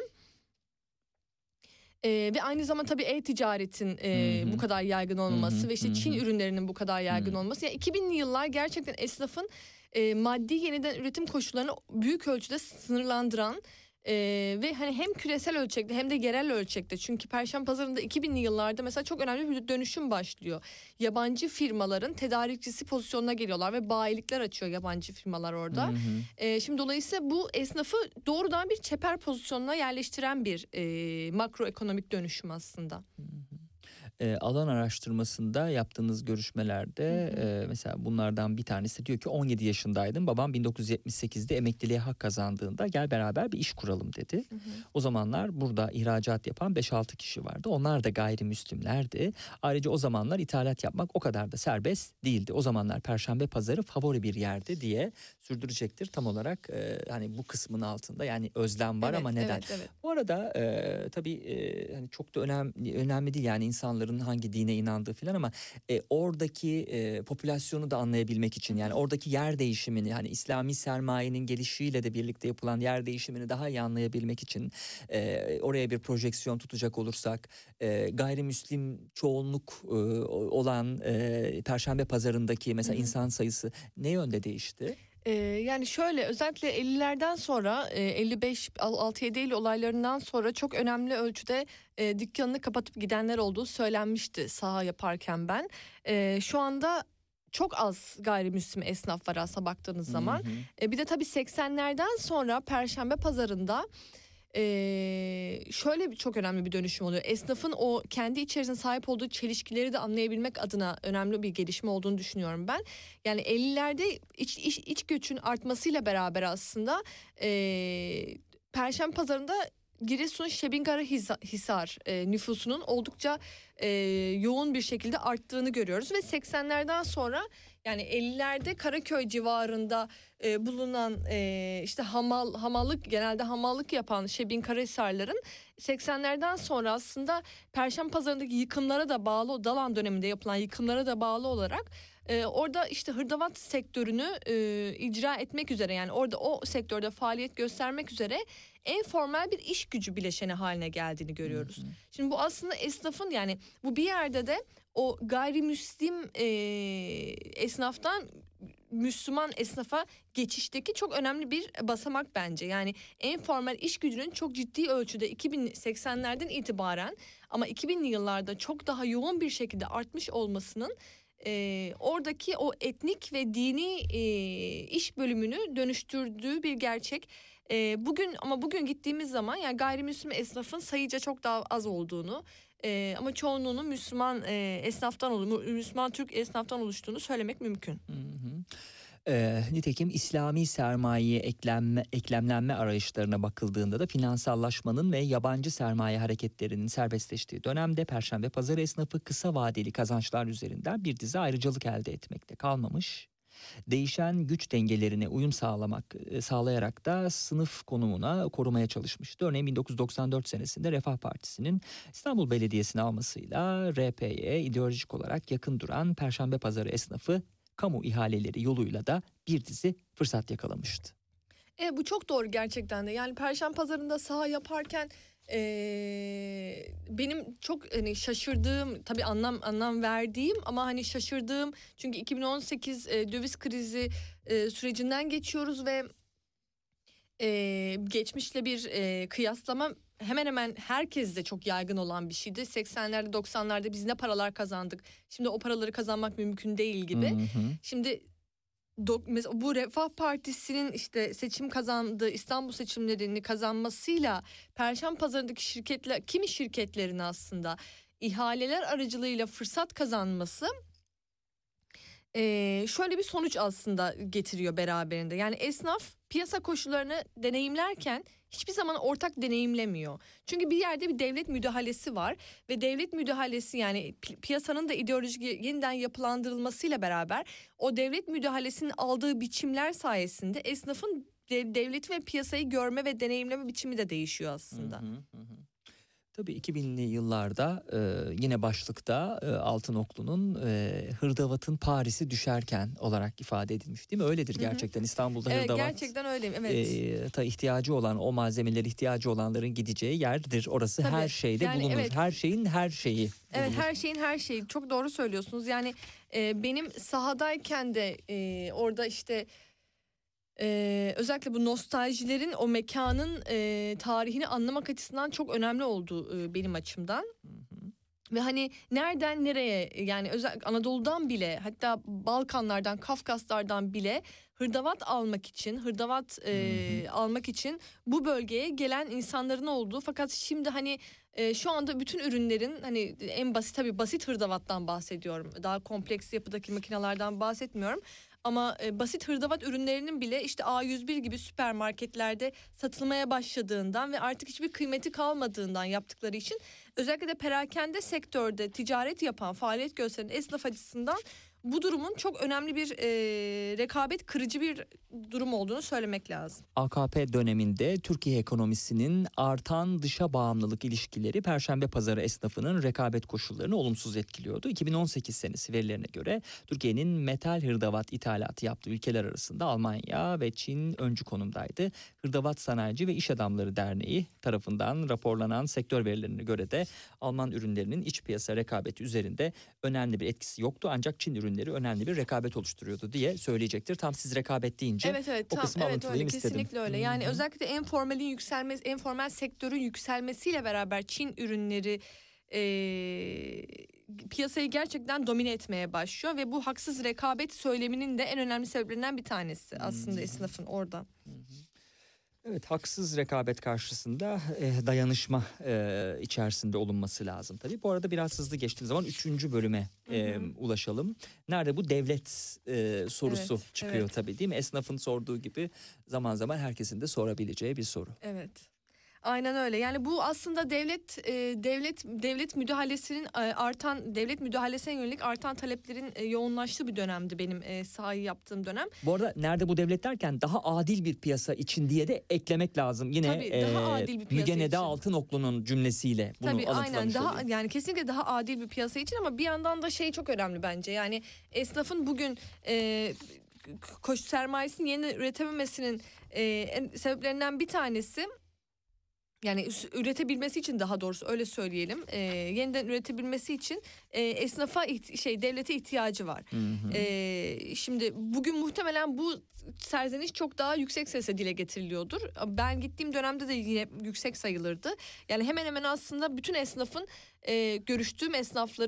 Ve aynı zamanda tabii e-ticaretin bu kadar yaygın olması ve işte Çin ürünlerinin bu kadar yaygın olması. Yani 2000'li yıllar gerçekten esnafın maddi yeniden üretim koşullarını büyük ölçüde sınırlandıran ve hani hem küresel ölçekte hem de yerel ölçekte, çünkü Perşembe Pazarı'nda 2000'li yıllarda mesela çok önemli bir dönüşüm başlıyor. Yabancı firmaların tedarikçisi pozisyonuna geliyorlar ve bayilikler açıyor yabancı firmalar orada. Şimdi dolayısıyla bu esnafı doğrudan bir çeper pozisyonuna yerleştiren bir makroekonomik dönüşüm aslında. Alan araştırmasında yaptığınız görüşmelerde mesela bunlardan bir tanesi diyor ki 17 yaşındaydım. Babam 1978'de emekliliğe hak kazandığında gel beraber bir iş kuralım dedi. O zamanlar burada ihracat yapan 5-6 kişi vardı. Onlar da gayrimüslimlerdi. Ayrıca o zamanlar ithalat yapmak o kadar da serbest değildi. O zamanlar Perşembe Pazarı favori bir yerdi diye sürdürecektir tam olarak hani bu kısmın altında. Yani özlem var ama neden? Evet. Bu arada tabii hani çok da önemli değil yani insanların hangi dine inandığı falan, ama oradaki popülasyonu da anlayabilmek için, yani oradaki yer değişimini, hani İslami sermayenin gelişiyle de birlikte yapılan yer değişimini daha iyi anlayabilmek için oraya bir projeksiyon tutacak olursak gayrimüslim çoğunluk olan Perşembe Pazarı'ndaki mesela insan sayısı ne yönde değişti? Yani şöyle, özellikle 50'lerden sonra 55 6-7 Eylül olaylarından sonra çok önemli ölçüde dükkanını kapatıp gidenler olduğu söylenmişti saha yaparken ben. Şu anda çok az gayrimüslim esnaf var aslında baktığınız zaman. Bir de tabii 80'lerden sonra Perşembe Pazarı'nda şöyle çok önemli bir dönüşüm oluyor. Esnafın o kendi içerisinde sahip olduğu çelişkileri de anlayabilmek adına önemli bir gelişme olduğunu düşünüyorum ben. Yani 50'lerde iç göçün artmasıyla beraber aslında Perşembe Pazarı'nda Giresun Şebingarhisar nüfusunun oldukça yoğun bir şekilde arttığını görüyoruz ve 80'lerden sonra, yani 50'lerde Karaköy civarında bulunan işte genelde hamallık yapan Şebingarhisarların 80'lerden sonra aslında Perşembe Pazarı'ndaki yıkımlara da bağlı, Dalan döneminde yapılan yıkımlara da bağlı olarak orada işte hırdavat sektörünü icra etmek üzere, yani orada o sektörde faaliyet göstermek üzere en formal bir iş gücü bileşeni haline geldiğini görüyoruz. Şimdi bu aslında esnafın, yani bu bir yerde de o gayrimüslim esnaftan Müslüman esnafa geçişteki çok önemli bir basamak bence. Yani en formal iş gücünün çok ciddi ölçüde 2080'lerden itibaren ama 2000'li yıllarda çok daha yoğun bir şekilde artmış olmasının oradaki o etnik ve dini iş bölümünü dönüştürdüğü bir gerçek. Bugün gittiğimiz zaman yani gayrimüslim esnafın sayıca çok daha az olduğunu ama çoğunluğunun Müslüman esnaftan Müslüman Türk esnaftan oluştuğunu söylemek mümkün. Nitekim İslami sermayeye eklemlenme arayışlarına bakıldığında da finansallaşmanın ve yabancı sermaye hareketlerinin serbestleştiği dönemde Perşembe Pazarı esnafı kısa vadeli kazançlar üzerinden bir dizi ayrıcalık elde etmekte kalmamış. Değişen güç dengelerine uyum sağlayarak da sınıf konumuna korumaya çalışmıştı. Örneğin 1994 senesinde Refah Partisi'nin İstanbul Belediyesi'ni almasıyla RP'ye ideolojik olarak yakın duran Perşembe Pazarı esnafı kamu ihaleleri yoluyla da bir dizi fırsat yakalamıştı. Bu çok doğru gerçekten de. Yani Perşembe Pazarı'nda saha yaparken benim çok hani şaşırdığım, tabii anlam verdiğim ama hani şaşırdığım, çünkü 2018 döviz krizi sürecinden geçiyoruz ve geçmişle bir kıyaslama hemen hemen herkeste çok yaygın olan bir şeydi. 80'lerde 90'larda biz ne paralar kazandık, şimdi o paraları kazanmak mümkün değil gibi. Şimdi mesela bu Refah Partisi'nin işte seçim kazandığı İstanbul seçimlerini kazanmasıyla Perşembe Pazarı'ndaki kimi şirketlerin aslında ihaleler aracılığıyla fırsat kazanması şöyle bir sonuç aslında getiriyor beraberinde. Yani esnaf piyasa koşullarını deneyimlerken hiçbir zaman ortak deneyimlemiyor. Çünkü bir yerde bir devlet müdahalesi var ve devlet müdahalesi, yani piyasanın da ideolojik yeniden yapılandırılmasıyla beraber o devlet müdahalesinin aldığı biçimler sayesinde esnafın devleti ve piyasayı görme ve deneyimleme biçimi de değişiyor aslında. Tabii 2000'li yıllarda yine başlıkta Altınoklu'nun hırdavatın Paris'i düşerken olarak ifade edilmiş, değil mi? Öyledir gerçekten. İstanbul'da Evet, hırdavat gerçekten öyle. Evet. ihtiyacı olan, o malzemeleri ihtiyacı olanların gideceği yerdir. Orası Tabii. her şeyde Yani bulunur. evet. Her şeyin her şeyi bulunur. Evet, her şeyin her şeyi. Çok doğru söylüyorsunuz. Yani benim sahadayken de orada işte özellikle bu nostaljilerin o mekanın tarihini anlamak açısından çok önemli olduğu benim açımdan. Ve hani nereden nereye, yani özellikle Anadolu'dan bile, hatta Balkanlardan, Kafkaslardan bile hırdavat almak için bu bölgeye gelen insanların olduğu, fakat şimdi hani şu anda bütün ürünlerin, hani en basit, tabii basit hırdavattan bahsediyorum. Daha kompleks yapıdaki makinelerden bahsetmiyorum. Ama basit hırdavat ürünlerinin bile işte A101 gibi süpermarketlerde satılmaya başladığından ve artık hiçbir kıymeti kalmadığından yaptıkları için, özellikle de perakende sektörde ticaret yapan, faaliyet gösteren esnaf açısından bu durumun çok önemli bir rekabet kırıcı bir durum olduğunu söylemek lazım. AKP döneminde Türkiye ekonomisinin artan dışa bağımlılık ilişkileri Perşembe Pazarı esnafının rekabet koşullarını olumsuz etkiliyordu. 2018 senesi verilerine göre Türkiye'nin metal hırdavat ithalatı yaptığı ülkeler arasında Almanya ve Çin öncü konumdaydı. Hırdavat Sanayici ve İş Adamları Derneği tarafından raporlanan sektör verilerine göre de Alman ürünlerinin iç piyasa rekabeti üzerinde önemli bir etkisi yoktu, ancak Çin ürünleri önemli bir rekabet oluşturuyordu diye söyleyecektir. Tam siz rekabet deyince o kısmı alıntılayayım istedim. Kesinlikle öyle. Yani özellikle informal sektörün yükselmesiyle beraber Çin ürünleri piyasayı gerçekten domine etmeye başlıyor ve bu haksız rekabet söyleminin de en önemli sebeplerinden bir tanesi aslında esnafın orada. Evet, haksız rekabet karşısında dayanışma içerisinde olunması lazım tabii. Bu arada biraz hızlı geçtiğim zaman 3. bölüme ulaşalım. Nerede bu devlet sorusu çıkıyor tabii, değil mi? Esnafın sorduğu gibi zaman zaman herkesin de sorabileceği bir soru. Evet. Aynen öyle. Yani bu aslında devlet müdahalesinin devlet müdahalesine yönelik artan taleplerin yoğunlaştığı bir dönemdi benim sahayı yaptığım dönem. Bu arada nerede bu devlet derken daha adil bir piyasa için diye de eklemek lazım. Yine tabii, daha adil bir piyasa Müge Neda için. Altınoklu'nun cümlesiyle bunu tabii, alıntılamış aynen, olayım. yani kesinlikle daha adil bir piyasa için, ama bir yandan da şey çok önemli bence. Yani esnafın bugün sermayesini yeniden üretememesinin sebeplerinden bir tanesi, yani üretebilmesi için, daha doğrusu öyle söyleyelim, yeniden üretebilmesi için esnafa devlete ihtiyacı var. Şimdi bugün muhtemelen bu serzeniş çok daha yüksek sesle dile getiriliyordur. Ben gittiğim dönemde de yine yüksek sayılırdı. Yani hemen hemen aslında bütün esnafın, görüştüğüm esnafların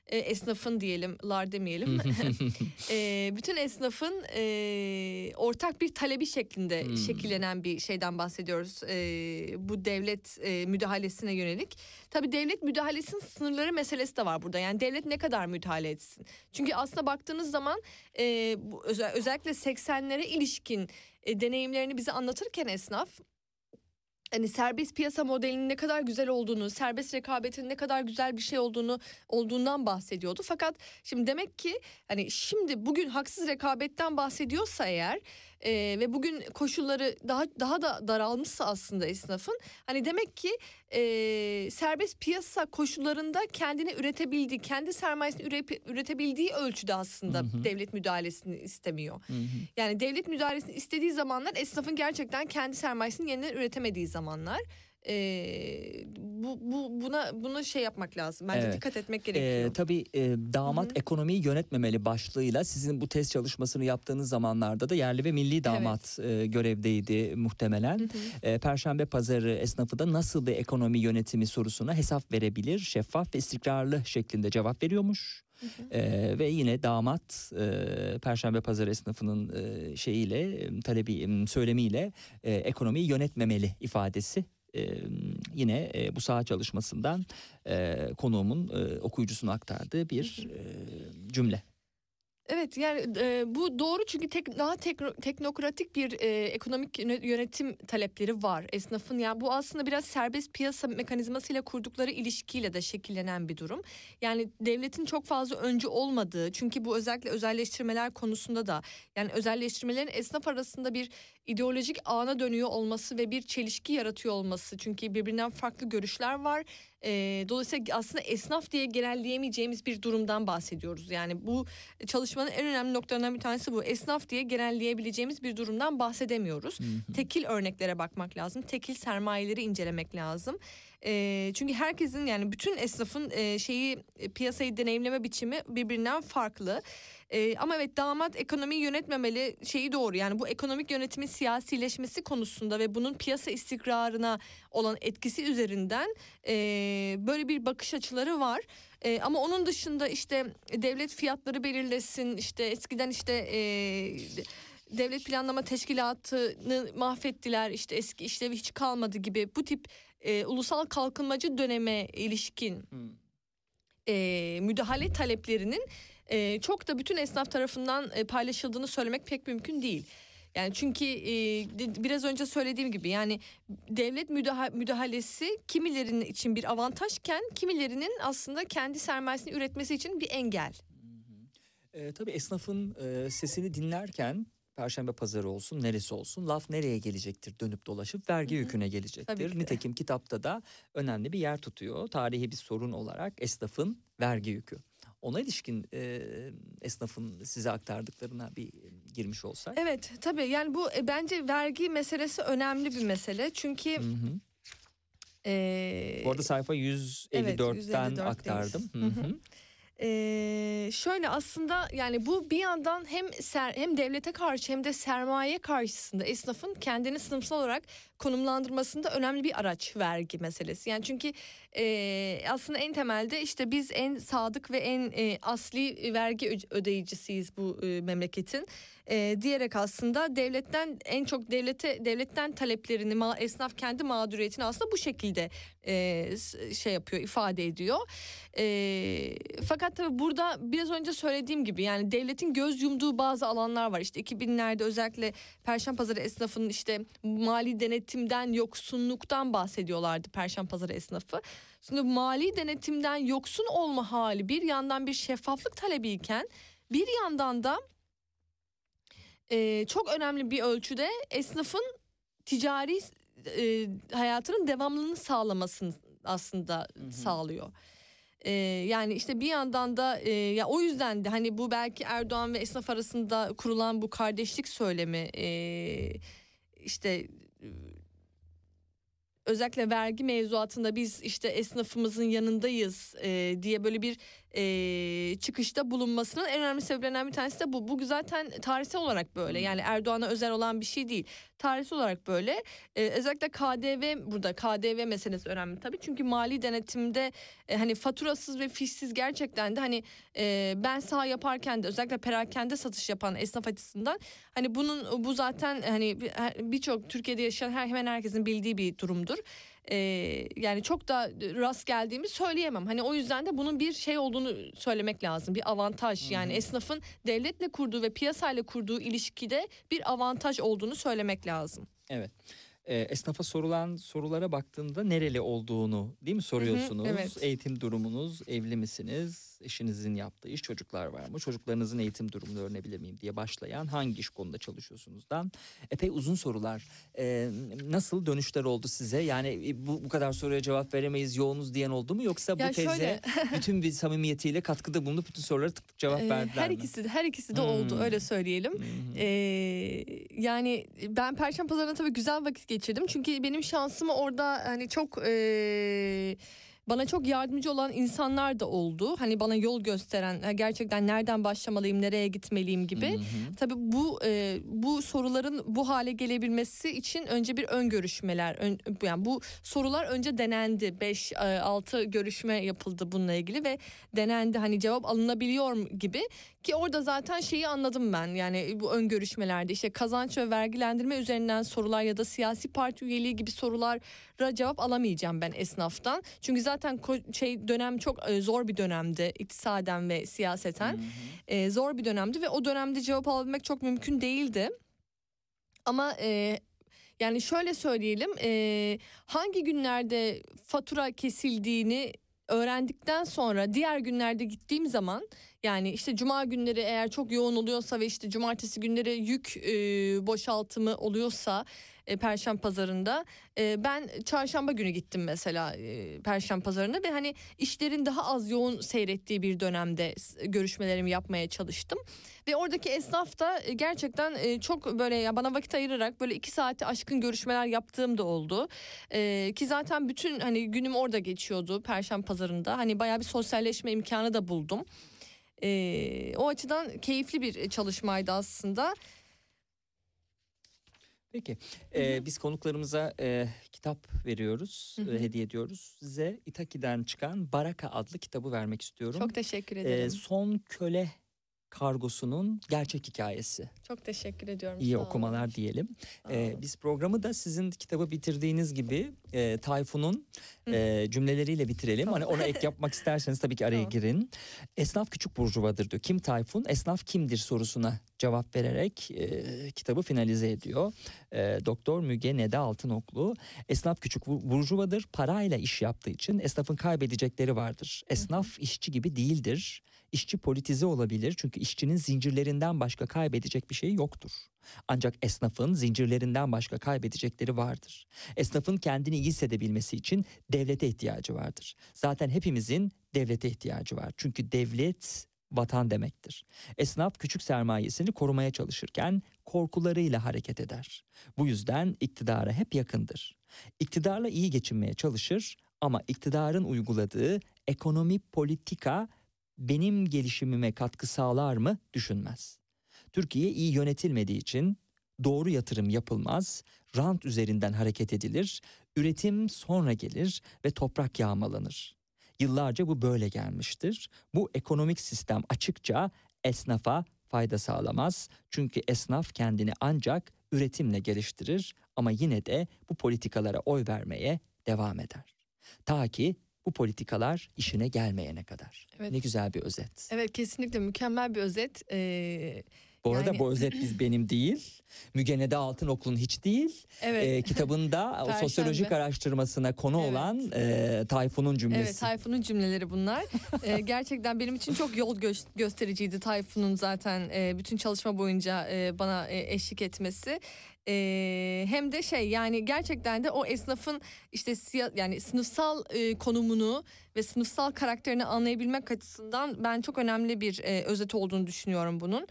esnafın diyelimler demeyelim. Bütün esnafın ortak bir talebi şeklinde şekillenen bir şeyden bahsediyoruz. Bu devlet müdahalesine yönelik. Tabii devlet müdahalesinin sınırları meselesi de var burada. Yani devlet ne kadar müdahale etsin? Çünkü aslında baktığınız zaman özellikle 80'lere ilişkin deneyimlerini bize anlatırken esnaf, hani serbest piyasa modelinin ne kadar güzel olduğunu, serbest rekabetin ne kadar güzel bir şey olduğundan bahsediyordu. Fakat şimdi demek ki hani şimdi bugün haksız rekabetten bahsediyorsa eğer ve bugün koşulları daha da daralmışsa aslında esnafın, hani demek ki serbest piyasa koşullarında kendini üretebildiği, kendi sermayesini üretebildiği ölçüde aslında devlet müdahalesini istemiyor. Yani devlet müdahalesini istediği zamanlar esnafın gerçekten kendi sermayesini yeniden üretemediği zamanlar. Buna şey yapmak lazım. Bence dikkat etmek gerekiyor. Tabii damat ekonomiyi yönetmemeli başlığıyla sizin bu test çalışmasını yaptığınız zamanlarda da yerli ve milli damat görevdeydi muhtemelen. Perşembe Pazarı esnafı da nasıl bir ekonomi yönetimi sorusuna hesap verebilir, şeffaf ve istikrarlı şeklinde cevap veriyormuş. Ve yine damat Perşembe Pazarı esnafının söylemiyle ekonomiyi yönetmemeli ifadesi. Yine bu saha çalışmasından konuğumun okuyucusuna aktardığı bir cümle. Evet, yani bu doğru çünkü daha teknokratik bir ekonomik yönetim talepleri var esnafın. Yani bu aslında biraz serbest piyasa mekanizmasıyla kurdukları ilişkiyle de şekillenen bir durum. Yani devletin çok fazla öncü olmadığı, çünkü bu özellikle özelleştirmeler konusunda da, yani özelleştirmelerin esnaf arasında bir ideolojik ağına dönüyor olması ve bir çelişki yaratıyor olması. Çünkü birbirinden farklı görüşler var. Dolayısıyla aslında esnaf diye genelleyemeyeceğimiz bir durumdan bahsediyoruz. Yani bu çalışmanın en önemli noktalarından bir tanesi bu. Esnaf diye genelleyebileceğimiz bir durumdan bahsedemiyoruz. Tekil örneklere bakmak lazım. Tekil sermayeleri incelemek lazım. Çünkü herkesin, yani bütün esnafın piyasayı deneyimleme biçimi birbirinden farklı. Ama evet, damat ekonomiyi yönetmemeli şeyi doğru. Yani bu ekonomik yönetimin siyasileşmesi konusunda ve bunun piyasa istikrarına olan etkisi üzerinden böyle bir bakış açıları var. Ama onun dışında işte devlet fiyatları belirlesin, işte eskiden devlet planlama teşkilatını mahvettiler, işte eski işlevi hiç kalmadı gibi bu tip ulusal kalkınmacı döneme ilişkin müdahale taleplerinin çok da bütün esnaf tarafından paylaşıldığını söylemek pek mümkün değil. Yani çünkü biraz önce söylediğim gibi, yani devlet müdahalesi kimilerinin için bir avantajken kimilerinin aslında kendi sermayesini üretmesi için bir engel. Tabii esnafın sesini dinlerken Perşembe Pazarı olsun, neresi olsun, laf nereye gelecektir dönüp dolaşıp vergi yüküne gelecektir. Nitekim kitapta da önemli bir yer tutuyor. Tarihi bir sorun olarak esnafın vergi yükü. Ona ilişkin esnafın size aktardıklarına bir girmiş olsak. Evet, tabii yani bu bence vergi meselesi önemli bir mesele. Çünkü bu arada sayfa 154'ten aktardım. Şöyle aslında, yani bu bir yandan hem devlete karşı hem de sermaye karşısında esnafın kendini sınıfsal olarak konumlandırmasında önemli bir araç vergi meselesi. Yani çünkü aslında en temelde işte biz en sadık ve en asli vergi ödeyicisiyiz bu memleketin. Diyerek aslında devletten en çok devletten taleplerini, esnaf kendi mağduriyetini aslında bu şekilde ifade ediyor. Fakat tabii burada biraz önce söylediğim gibi, yani devletin göz yumduğu bazı alanlar var. İşte 2000'lerde özellikle Perşembe Pazarı esnafının işte mali denetimden, yoksunluktan bahsediyorlardı Perşembe Pazarı esnafı. Şimdi mali denetimden yoksun olma hali bir yandan bir şeffaflık talebiyken, bir yandan da çok önemli bir ölçüde esnafın ticari hayatının devamlılığını sağlamasını aslında sağlıyor. Yani işte bir yandan da ya o yüzden de hani bu belki Erdoğan ve esnaf arasında kurulan bu kardeşlik söylemi, işte özellikle vergi mevzuatında biz işte esnafımızın yanındayız diye böyle bir çıkışta bulunmasının en önemli sebeplerinden bir tanesi de bu. Bu zaten tarihsel olarak böyle. Yani Erdoğan'a özel olan bir şey değil. Tarihsel olarak böyle. Özellikle burada KDV meselesi önemli tabii. Çünkü mali denetimde hani faturasız ve fişsiz gerçekten de hani ben saha yaparken de özellikle perakende satış yapan esnaf açısından hani bu zaten hani birçok Türkiye'de yaşayan hemen herkesin bildiği bir durumdur. Yani çok da rast geldiğimi söyleyemem. Hani o yüzden de bunun bir şey olduğunu söylemek lazım. Bir avantaj. Yani esnafın devletle kurduğu ve piyasayla kurduğu ilişkide bir avantaj olduğunu söylemek lazım. Evet. Esnafa sorulan sorulara baktığında nereli olduğunu değil mi soruyorsunuz? evet. Eğitim durumunuz, evli misiniz? Eşinizin yaptığı iş, çocuklar var mı? Çocuklarınızın eğitim durumunu öğrenebilir miyim diye başlayan hangi iş konuda çalışıyorsunuzdan epey uzun sorular. Nasıl dönüşler oldu size? Yani bu kadar soruya cevap veremeyiz, yoğunuz diyen oldu mu? Yoksa bu Ya teze şöyle. bütün bir samimiyetiyle katkıda bulunup bütün sorulara tık tık cevap verdiler mi? Her ikisi de oldu, öyle söyleyelim. Yani ben Perşembe Pazarı'nda tabii güzel vakit geçirdim. Çünkü benim şansımı orada hani çok bana çok yardımcı olan insanlar da oldu. Hani bana yol gösteren, gerçekten nereden başlamalıyım, nereye gitmeliyim gibi. Tabii bu soruların bu hale gelebilmesi için önce bir ön görüşmeler, yani bu sorular önce denendi. 5-6 görüşme yapıldı bununla ilgili ve denendi, hani cevap alınabiliyor gibi. Ki orada zaten şeyi anladım ben, yani bu ön görüşmelerde işte kazanç ve vergilendirme üzerinden sorular ya da siyasi parti üyeliği gibi sorulara cevap alamayacağım ben esnaftan. Çünkü zaten dönem çok zor bir dönemdi, iktisaden ve siyaseten zor bir dönemdi ve o dönemde cevap alabilmek çok mümkün değildi. Ama yani şöyle söyleyelim, hangi günlerde fatura kesildiğini öğrendikten sonra diğer günlerde gittiğim zaman, yani işte cuma günleri eğer çok yoğun oluyorsa ve işte cumartesi günleri yük boşaltımı oluyorsa Perşembe Pazarı'nda, ben çarşamba günü gittim mesela Perşembe Pazarı'nda ve hani işlerin daha az yoğun seyrettiği bir dönemde görüşmelerimi yapmaya çalıştım. Ve oradaki esnaf da gerçekten çok böyle ya bana vakit ayırarak böyle 2 saati aşkın görüşmeler yaptığım da oldu. Ki zaten bütün hani günüm orada geçiyordu Perşembe Pazarı'nda. Hani bayağı bir sosyalleşme imkanı da buldum. O açıdan keyifli bir çalışmaydı aslında. Peki biz konuklarımıza kitap veriyoruz, hediye ediyoruz. Size İtaki'den çıkan Baraka adlı kitabı vermek istiyorum. Çok teşekkür ederim. Son köle kargosunun gerçek hikayesi. Çok teşekkür ediyorum. İyi sağ olun. okumalar diyelim. Sağ olun. Biz programı da sizin kitabı bitirdiğiniz gibi Tayfun'un cümleleriyle bitirelim. Tamam. Hani ona ek yapmak isterseniz tabii ki araya Tamam. girin. Esnaf küçük burjuvadır diyor. Kim Tayfun? Esnaf kimdir sorusuna cevap vererek kitabı finalize ediyor. Doktor Müge Neda Altınoklu. Esnaf küçük burjuvadır. Parayla iş yaptığı için esnafın kaybedecekleri vardır. Esnaf işçi gibi değildir. İşçi politize olabilir çünkü işçinin zincirlerinden başka kaybedecek bir şey yoktur. Ancak esnafın zincirlerinden başka kaybedecekleri vardır. Esnafın kendini iyi hissedebilmesi için devlete ihtiyacı vardır. Zaten hepimizin devlete ihtiyacı var. Çünkü devlet vatan demektir. Esnaf küçük sermayesini korumaya çalışırken korkularıyla hareket eder. Bu yüzden iktidara hep yakındır. İktidarla iyi geçinmeye çalışır ama iktidarın uyguladığı ekonomi politika benim gelişimime katkı sağlar mı düşünmez. Türkiye iyi yönetilmediği için doğru yatırım yapılmaz, rant üzerinden hareket edilir, üretim sonra gelir ve toprak yağmalanır. Yıllarca bu böyle gelmiştir. Bu ekonomik sistem açıkça esnafa fayda sağlamaz. Çünkü esnaf kendini ancak üretimle geliştirir ama yine de bu politikalara oy vermeye devam eder. Ta ki bu politikalar işine gelmeyene kadar. Evet. Ne güzel bir özet. Evet, kesinlikle mükemmel bir özet. Bu arada yani- bu özet benim değil. Müge Neda Altınoklu'nun hiç değil. Evet. Kitabında o Perşembe. sosyolojik araştırmasına konu Evet. olan Tayfun'un cümlesi. Evet, Tayfun'un cümleleri bunlar. Gerçekten benim için çok yol göstericiydi Tayfun'un zaten bütün çalışma boyunca bana eşlik etmesi. Hem de yani gerçekten de o esnafın işte yani sınıfsal konumunu ve sınıfsal karakterini anlayabilmek açısından ben çok önemli bir özet olduğunu düşünüyorum bunun.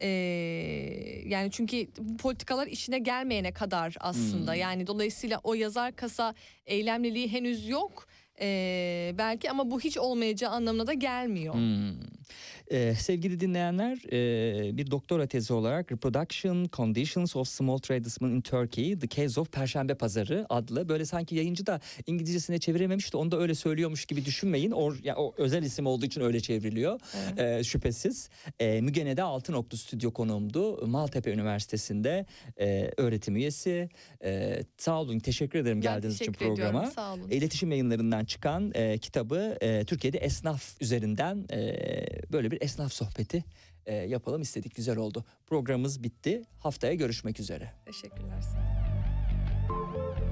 Yani çünkü bu politikalar işine gelmeyene kadar aslında, yani dolayısıyla o yazar kasa eylemliliği henüz yok. belki, ama bu hiç olmayacağı anlamına da gelmiyor. Sevgili dinleyenler, bir doktora tezi olarak Reproduction Conditions of Small Tradesmen in Turkey, The Case of Perşembe Pazarı adlı, böyle sanki yayıncı da İngilizcesine çevirememiş de onu da öyle söylüyormuş gibi düşünmeyin. O özel isim olduğu için öyle çevriliyor, şüphesiz. Mügene'de Altınoklu stüdyo konuğumdu. Maltepe Üniversitesi'nde öğretim üyesi. Sağ olun, teşekkür ederim geldiğiniz için programa. Ediyorum, sağ olun. İletişim Yayınları'ndan çıkan kitabı Türkiye'de esnaf üzerinden böyle bir esnaf sohbeti yapalım istedik. Güzel oldu. Programımız bitti. Haftaya görüşmek üzere. Teşekkürler, sağ olun.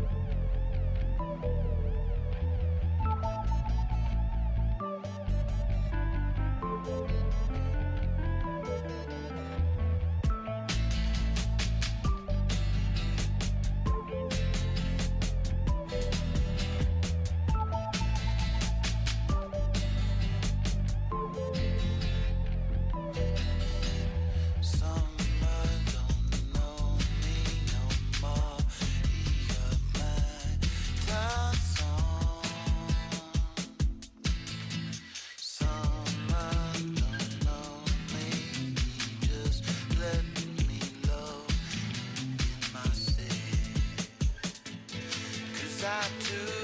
Summer don't know me no more. He got my thoughts on. Summer don't know me. He just let me love in my city. 'Cause I do.